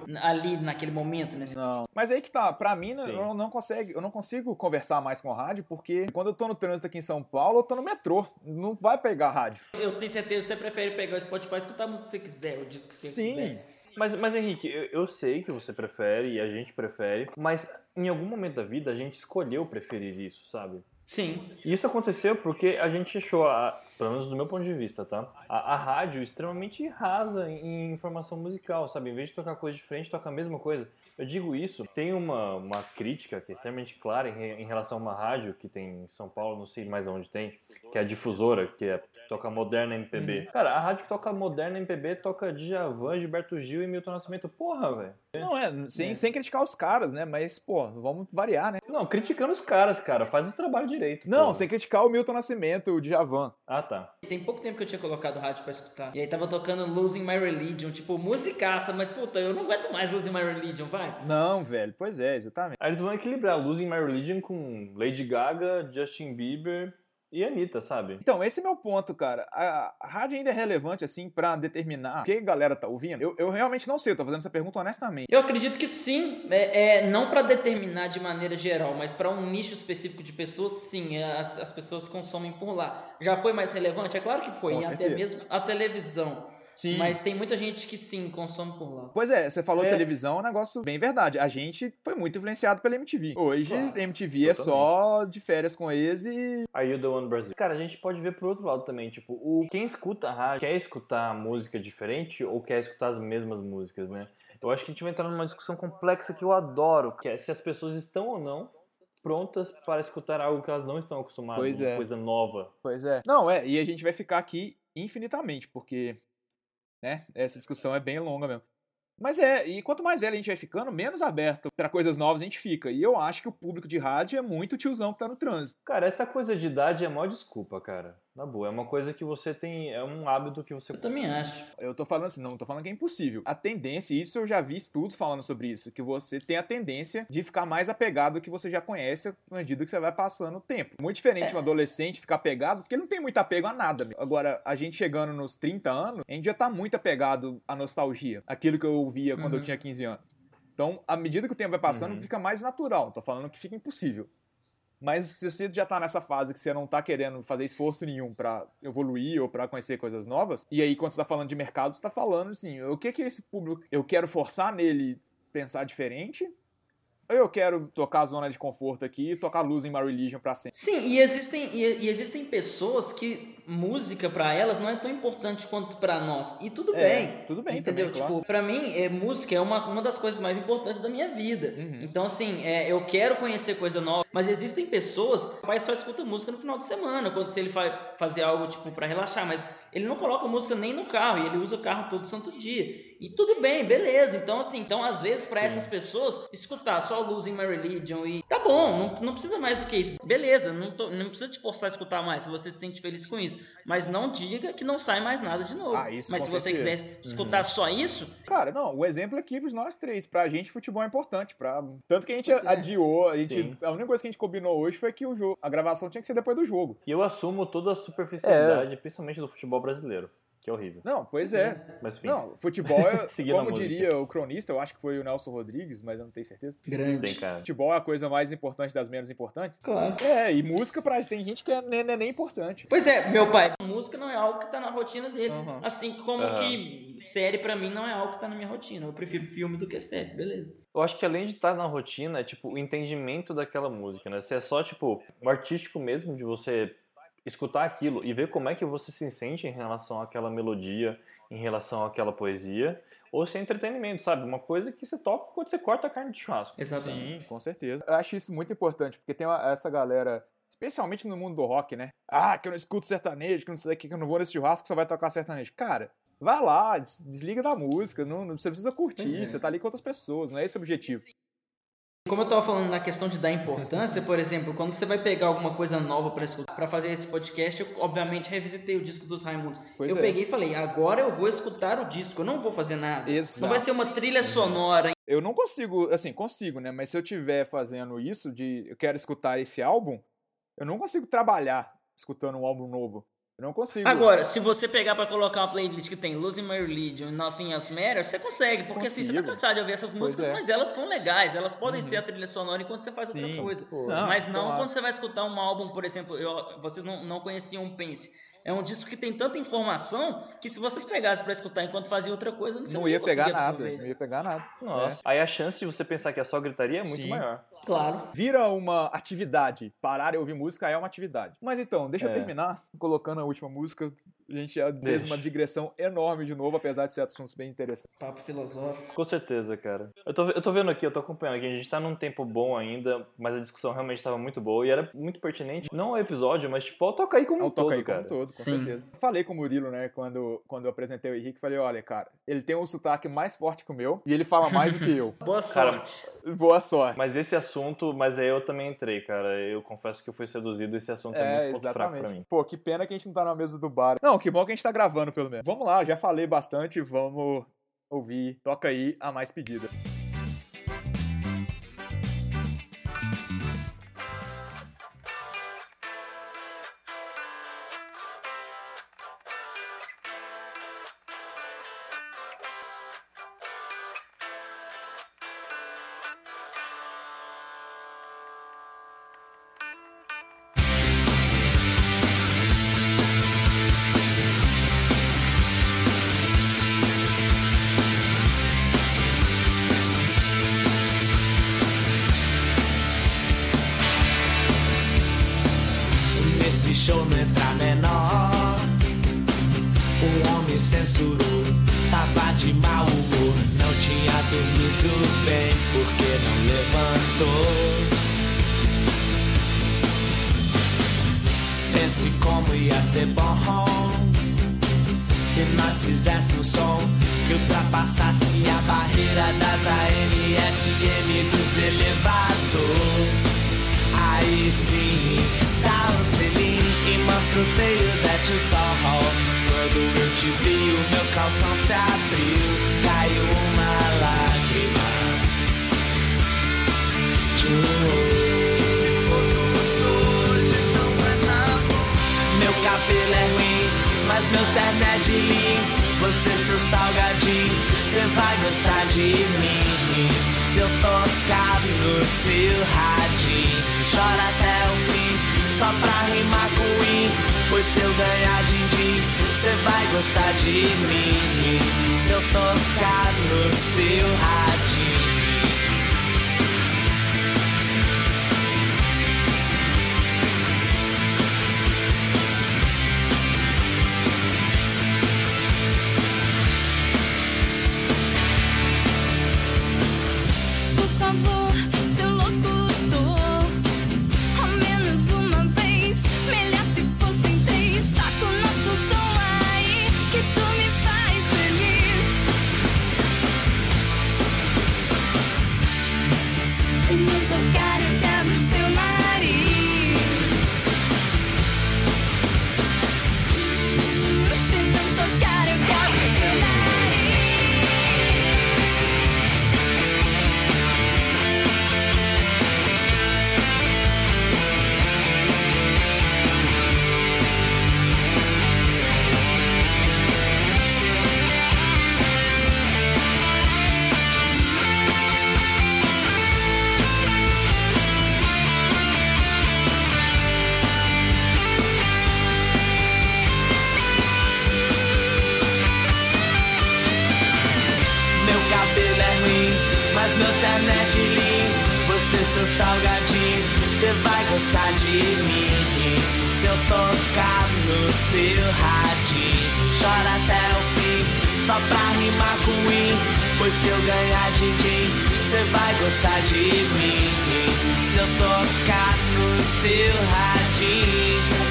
ali naquele momento, né? Não. Mas aí que tá, pra mim, né, Sim. eu não, consigo, eu não consigo conversar mais com rádio, porque quando eu tô no trânsito aqui em São Paulo, eu tô no metrô. Não vai pegar rádio. Eu tenho certeza que você prefere pegar o Spotify e escutar a música que você quiser, o disco que você Sim. quiser. Mas, mas Henrique, eu, eu sei que você prefere e a gente prefere, mas em algum momento da vida a gente escolheu preferir isso, sabe? Sim. E isso aconteceu porque a gente achou, a, pelo menos do meu ponto de vista, tá? A, a rádio extremamente rasa em informação musical, sabe? Em vez de tocar coisa diferente, toca a mesma coisa. Eu digo isso, tem uma, uma crítica que é extremamente clara em, em relação a uma rádio que tem em São Paulo, não sei mais onde tem, que é a Difusora, que, é, que toca moderna M P B. Uhum. Cara, a rádio que toca moderna M P B toca Djavan, Gilberto Gil e Milton Nascimento. Porra, velho. Não, é sem, É. sem criticar os caras, né? Mas, pô, vamos variar, né? Não, criticando os caras, cara. Faz o trabalho direito. Não, porra. sem criticar o Milton Nascimento, o Djavan. Ah, tá. Tem pouco tempo que eu tinha colocado rádio pra escutar. E aí tava tocando Losing My Religion, tipo, musicaça, mas puta, eu não aguento mais Losing My Religion, vai. Não, velho, pois é, exatamente. Aí eles vão equilibrar Losing My Religion com Lady Gaga, Justin Bieber e Anitta, sabe? Então, esse é meu ponto, cara. A, a rádio ainda é relevante, assim, pra determinar o que a galera tá ouvindo? Eu, eu realmente não sei, eu tô fazendo essa pergunta honestamente. Eu acredito que sim, é, é, não pra determinar de maneira geral, mas pra um nicho específico de pessoas, sim, é, as, as pessoas consomem por lá. Já foi mais relevante? É claro que foi, Com e até certeza. mesmo a televisão. Sim. Mas tem muita gente que sim, consome por lá. Pois é, você falou É. televisão, é um negócio bem verdade. A gente foi muito influenciado pela M T V. Hoje, Claro. M T V é só de férias com ex e... Are You The One Brasil? Cara, a gente pode ver pro outro lado também, tipo, o, quem escuta a rádio quer escutar música diferente ou quer escutar as mesmas músicas, né? Eu acho que a gente vai entrar numa discussão complexa que eu adoro, que é se as pessoas estão ou não prontas para escutar algo que elas não estão acostumadas, Pois uma é. coisa nova. Pois é. Não, é, e a gente vai ficar aqui infinitamente, porque, né, essa discussão é bem longa mesmo. Mas é, e quanto mais velho a gente vai ficando, menos aberto pra coisas novas a gente fica. E eu acho que o público de rádio é muito tiozão que tá no trânsito. Cara, essa coisa de idade é mó desculpa, cara. Na boa, é uma coisa que você tem, é um hábito que você... Eu também acho. Eu tô falando assim, não tô falando que é impossível. A tendência, isso eu já vi estudos falando sobre isso, que você tem a tendência de ficar mais apegado ao que você já conhece à medida que você vai passando o tempo. Muito diferente de um adolescente ficar apegado, porque ele não tem muito apego a nada. Meu. Agora, a gente chegando nos trinta anos, a gente já tá muito apegado à nostalgia. Aquilo que eu ouvia quando Uhum. eu tinha quinze anos. Então, à medida que o tempo vai passando, Uhum. fica mais natural. Não tô falando que fica impossível. Mas se você já tá nessa fase que você não tá querendo fazer esforço nenhum pra evoluir ou pra conhecer coisas novas, e aí quando você tá falando de mercado, você tá falando assim, o que que é esse público? Eu quero forçar nele pensar diferente? Ou eu quero tocar a zona de conforto aqui e tocar Losing My Religion pra sempre? Sim, e existem, e, e existem pessoas que música pra elas não é tão importante quanto pra nós. E tudo É, bem. tudo bem Entendeu? também, Tipo, claro. pra mim, é, música é uma, uma das coisas mais importantes da minha vida. Uhum. Então, assim, é, eu quero conhecer coisa nova. Mas existem pessoas que o pai só escuta música no final de semana, quando se ele vai fazer algo, tipo, pra relaxar. Mas ele não coloca música nem no carro, e ele usa o carro todo santo dia. E tudo bem, beleza. Então, assim, então às vezes pra essas pessoas, escutar só Losing My Religion e tá bom, não, não precisa mais do que isso. Beleza, não, tô, não precisa te forçar a escutar mais, se você se sente feliz com isso. Mas não diga que não sai mais nada de novo. Ah, isso Mas com se você certeza. quiser escutar só isso, Cara, não, o exemplo aqui pros nós três. Pra gente, futebol é importante. Pra... Tanto que a gente Pois é. adiou, a, gente... Sim. a única coisa que a gente combinou hoje foi que o jogo, a gravação tinha que ser depois do jogo. E eu assumo toda a superficialidade, principalmente do futebol brasileiro, que é horrível. Não, pois é. Mas enfim, Não, futebol é, Seguindo a como música. diria o cronista, eu acho que foi o Nelson Rodrigues, mas eu não tenho certeza. grande. tem, cara. Futebol é a coisa mais importante das menos importantes. Claro. É, e música pra tem gente que é, nem, nem, nem importante. Pois é, meu pai, música não é algo que tá na rotina dele. Uhum. Assim como Aham. que série pra mim não é algo que tá na minha rotina. Eu prefiro filme do que série, beleza. Eu acho que além de estar na rotina, é tipo o entendimento daquela música, né? Se é só tipo o artístico mesmo de você escutar aquilo e ver como é que você se sente em relação àquela melodia, em relação àquela poesia, ou se é entretenimento, sabe? Uma coisa que você toca quando você corta a carne de churrasco. Exatamente. Sim, com certeza. Eu acho isso muito importante, porque tem uma- essa galera, especialmente no mundo do rock, né? Ah, que eu não escuto sertanejo, que eu não sei o que, que eu não vou nesse churrasco, só vai tocar sertanejo. Cara, vai lá, des- desliga da música, não, não- você precisa curtir, Pois é. você tá ali com outras pessoas, não é esse o objetivo. Como eu tava falando na questão de dar importância, por exemplo, quando você vai pegar alguma coisa nova pra escutar, pra fazer esse podcast, eu obviamente revisitei o disco dos Raimundos. Pois eu é. peguei e falei, agora eu vou escutar o disco, eu não vou fazer nada. Exato. Não vai ser uma trilha sonora. Eu não consigo, assim, consigo, né? Mas se eu tiver fazendo isso, de eu quero escutar esse álbum, eu não consigo trabalhar escutando um álbum novo. Eu não consigo. Agora, se você pegar pra colocar uma playlist que tem Losing My Religion e Nothing Else Matters, você consegue, porque assim, você tá Consigo. cansado de ouvir essas Pois músicas, é. mas elas são legais, elas podem ser a trilha sonora enquanto você faz outra Sim, coisa. pô. Mas Não, não claro. quando você vai escutar um álbum, por exemplo, eu- vocês não, não conheciam o Pense. É um disco que tem tanta informação que se vocês pegassem pra escutar enquanto fazia outra coisa, você não, Não ia pegar conseguir nada, absorver. não ia pegar nada. Nossa. Aí a chance de você pensar que é só gritaria é muito Sim. maior. Claro. Vira uma atividade. Parar e ouvir música é uma atividade. Mas então, deixa É. eu terminar colocando a última música. A gente já fez Deixa. uma digressão enorme de novo, apesar de ser assuntos bem interessantes. Papo filosófico. Com certeza, cara. Eu tô, eu tô vendo aqui, eu tô acompanhando aqui, a gente tá num tempo bom ainda, mas a discussão realmente tava muito boa e era muito pertinente, não ao episódio, mas tipo, ao Toca Aí como É um o Toca todo, Aí como cara. um todo, com Sim. certeza. Falei com o Murilo, né, quando, quando eu apresentei o Henrique, falei, olha, cara, ele tem um sotaque mais forte que o meu e ele fala mais do que eu. Boa Cara, sorte. Boa sorte. Mas esse assunto, mas aí eu também entrei, cara. Eu confesso que eu fui seduzido, esse assunto é, É, muito pouco fraco pra exatamente. mim. Pô, que pena que a gente não tá na mesa do bar. Não, que bom que a gente tá gravando, pelo menos. Vamos lá, já falei bastante, vamos ouvir Toca Aí, a mais pedida. Nesse show não entra menor. Um homem censurou, tava de mau humor. Não tinha dormido bem porque não levantou. Pense como ia ser bom se nós fizéssemos um som que ultrapassasse a barreira das A M F M dos elevadores. Aí sim, dá um selinho e mostra o seio that you saw. Quando eu te vi, o meu calção se abriu, caiu uma lágrima. Tchau. Se for gostoso, então vai dar bom. Meu cabelo é ruim, mas meu terno é de linho. Você, seu salgadinho, cê vai gostar de mim. Se eu tocar no seu radinho, chora até o fim, só pra rimar com win. Pois se eu ganhar din-din, cê vai gostar de mim. Se eu tocar no seu radinho. Por favor, seu locutor, ao menos uma vez, melhor se fossem três. Taca o nosso som aí, que tu me faz feliz. Se não tocar, eu quebro seu nariz. Se não tocar, eu quebro seu nariz. Meu cabelo é ruim, mas meu terno é de linho. Você, seu salgadinho, cê vai gostar de mim. Se eu tocar no seu radinho, chora até o fim, só pra rimar com win. Pois se eu ganhar din-din, cê vai gostar de mim. Se eu tocar no seu radinho.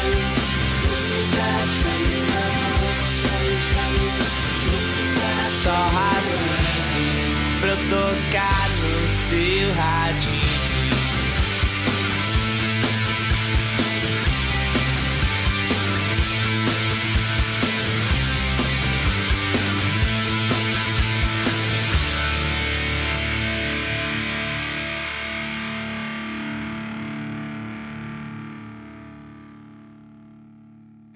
Só assim, pra eu tocar no seu radinho.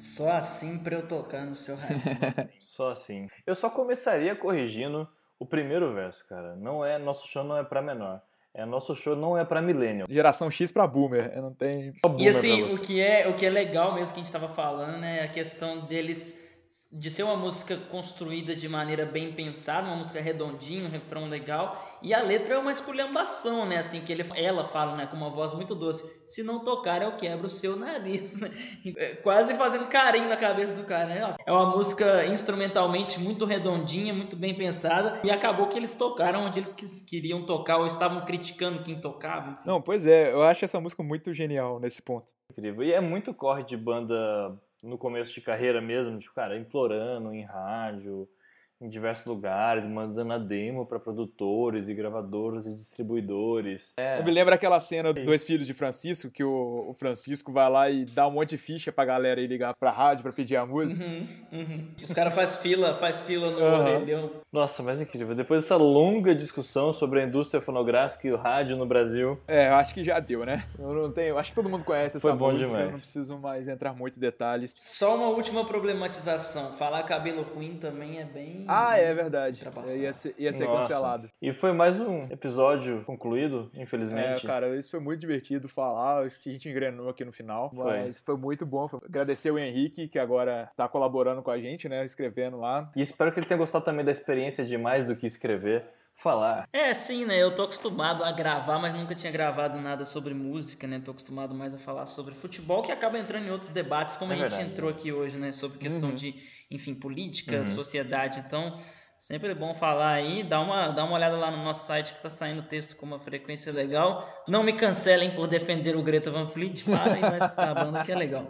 Só assim pra eu tocar no seu rádio. Só assim. Eu só começaria corrigindo o primeiro verso, cara. Não é, nosso show não é pra menor. É, nosso show não é pra millennial. Geração X pra boomer, eu não tenho... Só boomer E assim, pra o você. que, é, o que é legal mesmo que a gente tava falando, né, é a questão deles, de ser uma música construída de maneira bem pensada, uma música redondinha, um refrão legal, e a letra é uma esculhambação, né, assim, que ele, ela fala, né, com uma voz muito doce, se não tocar eu quebro o seu nariz, né, quase fazendo carinho na cabeça do cara, né, é uma música instrumentalmente muito redondinha, muito bem pensada, e acabou que eles tocaram onde eles quis- queriam tocar, ou estavam criticando quem tocava, enfim. Não, pois é, eu acho essa música muito genial nesse ponto. Incrível. E é muito corre de banda no começo de carreira mesmo, tipo, cara, implorando em rádio, em diversos lugares, mandando a demo pra produtores e gravadoras e distribuidores. É. Eu me lembro aquela cena do Dois Filhos de Francisco, que o, o Francisco vai lá e dá um monte de ficha pra galera ir ligar pra rádio pra pedir a música. Uhum, uhum. Os caras fazem fila, faz fila no Aham. orelhão. Nossa, mas incrível. Depois dessa longa discussão sobre a indústria fonográfica e o rádio no Brasil, É, eu acho que já deu, né? Eu não tenho, eu acho que todo mundo conhece essa Foi bom música, demais. eu não preciso mais entrar muito em detalhes. Só uma última problematização. Falar cabelo ruim também é bem... Ah, é verdade. ultrapassado. Ia ser, ia ser nossa. cancelado. E foi mais um episódio concluído, É, infelizmente. cara, isso foi muito divertido falar, acho que a gente engrenou aqui no final, Foi. mas foi muito bom. Agradecer o Henrique, que agora tá colaborando com a gente, né, escrevendo lá. E espero que ele tenha gostado também da experiência de mais do que escrever, falar. É, sim, né? Eu tô acostumado a gravar, mas nunca tinha gravado nada sobre música, né? Tô acostumado mais a falar sobre futebol, que acaba entrando em outros debates, como É a gente verdade. entrou aqui hoje, né? Sobre questão Uhum. de, enfim, política, Uhum. sociedade. Então, sempre é bom falar aí. Dá uma, dá uma olhada lá no nosso site que tá saindo texto com uma frequência legal. Não me cancelem por defender o Greta Van Fleet, parem, vai escutar a banda que é legal.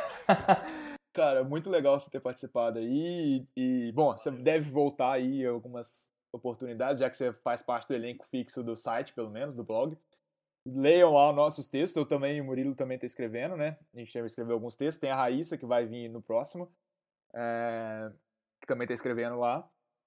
Cara, muito legal você ter participado aí. E, bom, você deve voltar aí em algumas oportunidades, já que você faz parte do elenco fixo do site, pelo menos, do blog. Leiam lá os nossos textos, eu também e o Murilo também tá escrevendo, né? A gente vai escrever alguns textos. Tem a Raíssa, que vai vir no próximo, é, que também tá escrevendo lá.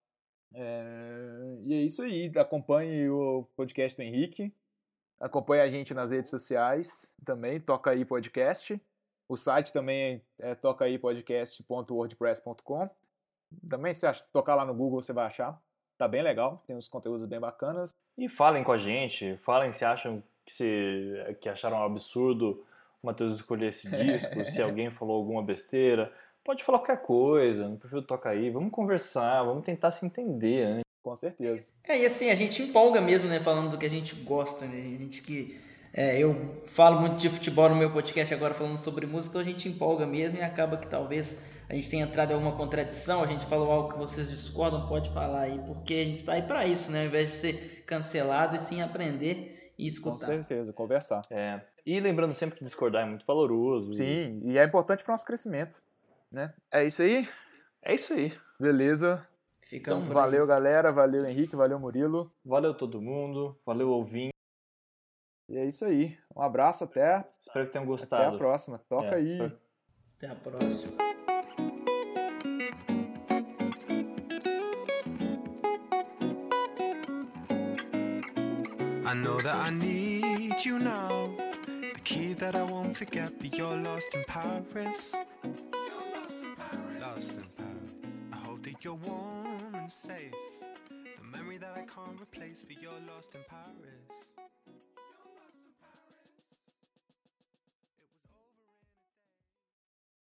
É, e é isso aí. Acompanhe o podcast do Henrique. Acompanhe a gente nas redes sociais também, Toca Aí Podcast. O site também é toca aí podcast ponto wordpress ponto com. Também, se acha, tocar lá no Google, você vai achar. Tá bem legal, tem uns conteúdos bem bacanas. E falem com a gente, falem se acham que, se, que acharam um absurdo o Matheus escolher esse disco, se alguém falou alguma besteira. Pode falar qualquer coisa, não prefiro tocar aí. Vamos conversar, vamos tentar se entender antes. Com certeza. É, e assim, a gente empolga mesmo, né? Falando do que a gente gosta, né? A gente que... É, eu falo muito de futebol no meu podcast agora falando sobre música, então a gente empolga mesmo e acaba que talvez a gente tenha entrado em alguma contradição, a gente falou algo que vocês discordam, pode falar aí, porque a gente tá aí pra isso, né? Ao invés de ser cancelado e sim aprender e Com escutar. certeza, conversar. É. E lembrando sempre que discordar é muito valoroso. Sim, e é importante para o nosso crescimento, né? É isso aí? É isso aí. Beleza. Ficamos Então, por aí. valeu, galera. Valeu, Henrique. Valeu, Murilo. Valeu todo mundo, valeu ouvinte. E é isso aí. Um abraço, até, Espero que tenham até gostado. a próxima. Toca É, aí. espero- Até a próxima. I know that I need you now. The key that I won't forget, but you're lost in Paris. You're lost in Paris. Lost in Paris. I hope that you're warm and safe. The memory that I can't replace, but you're lost in Paris.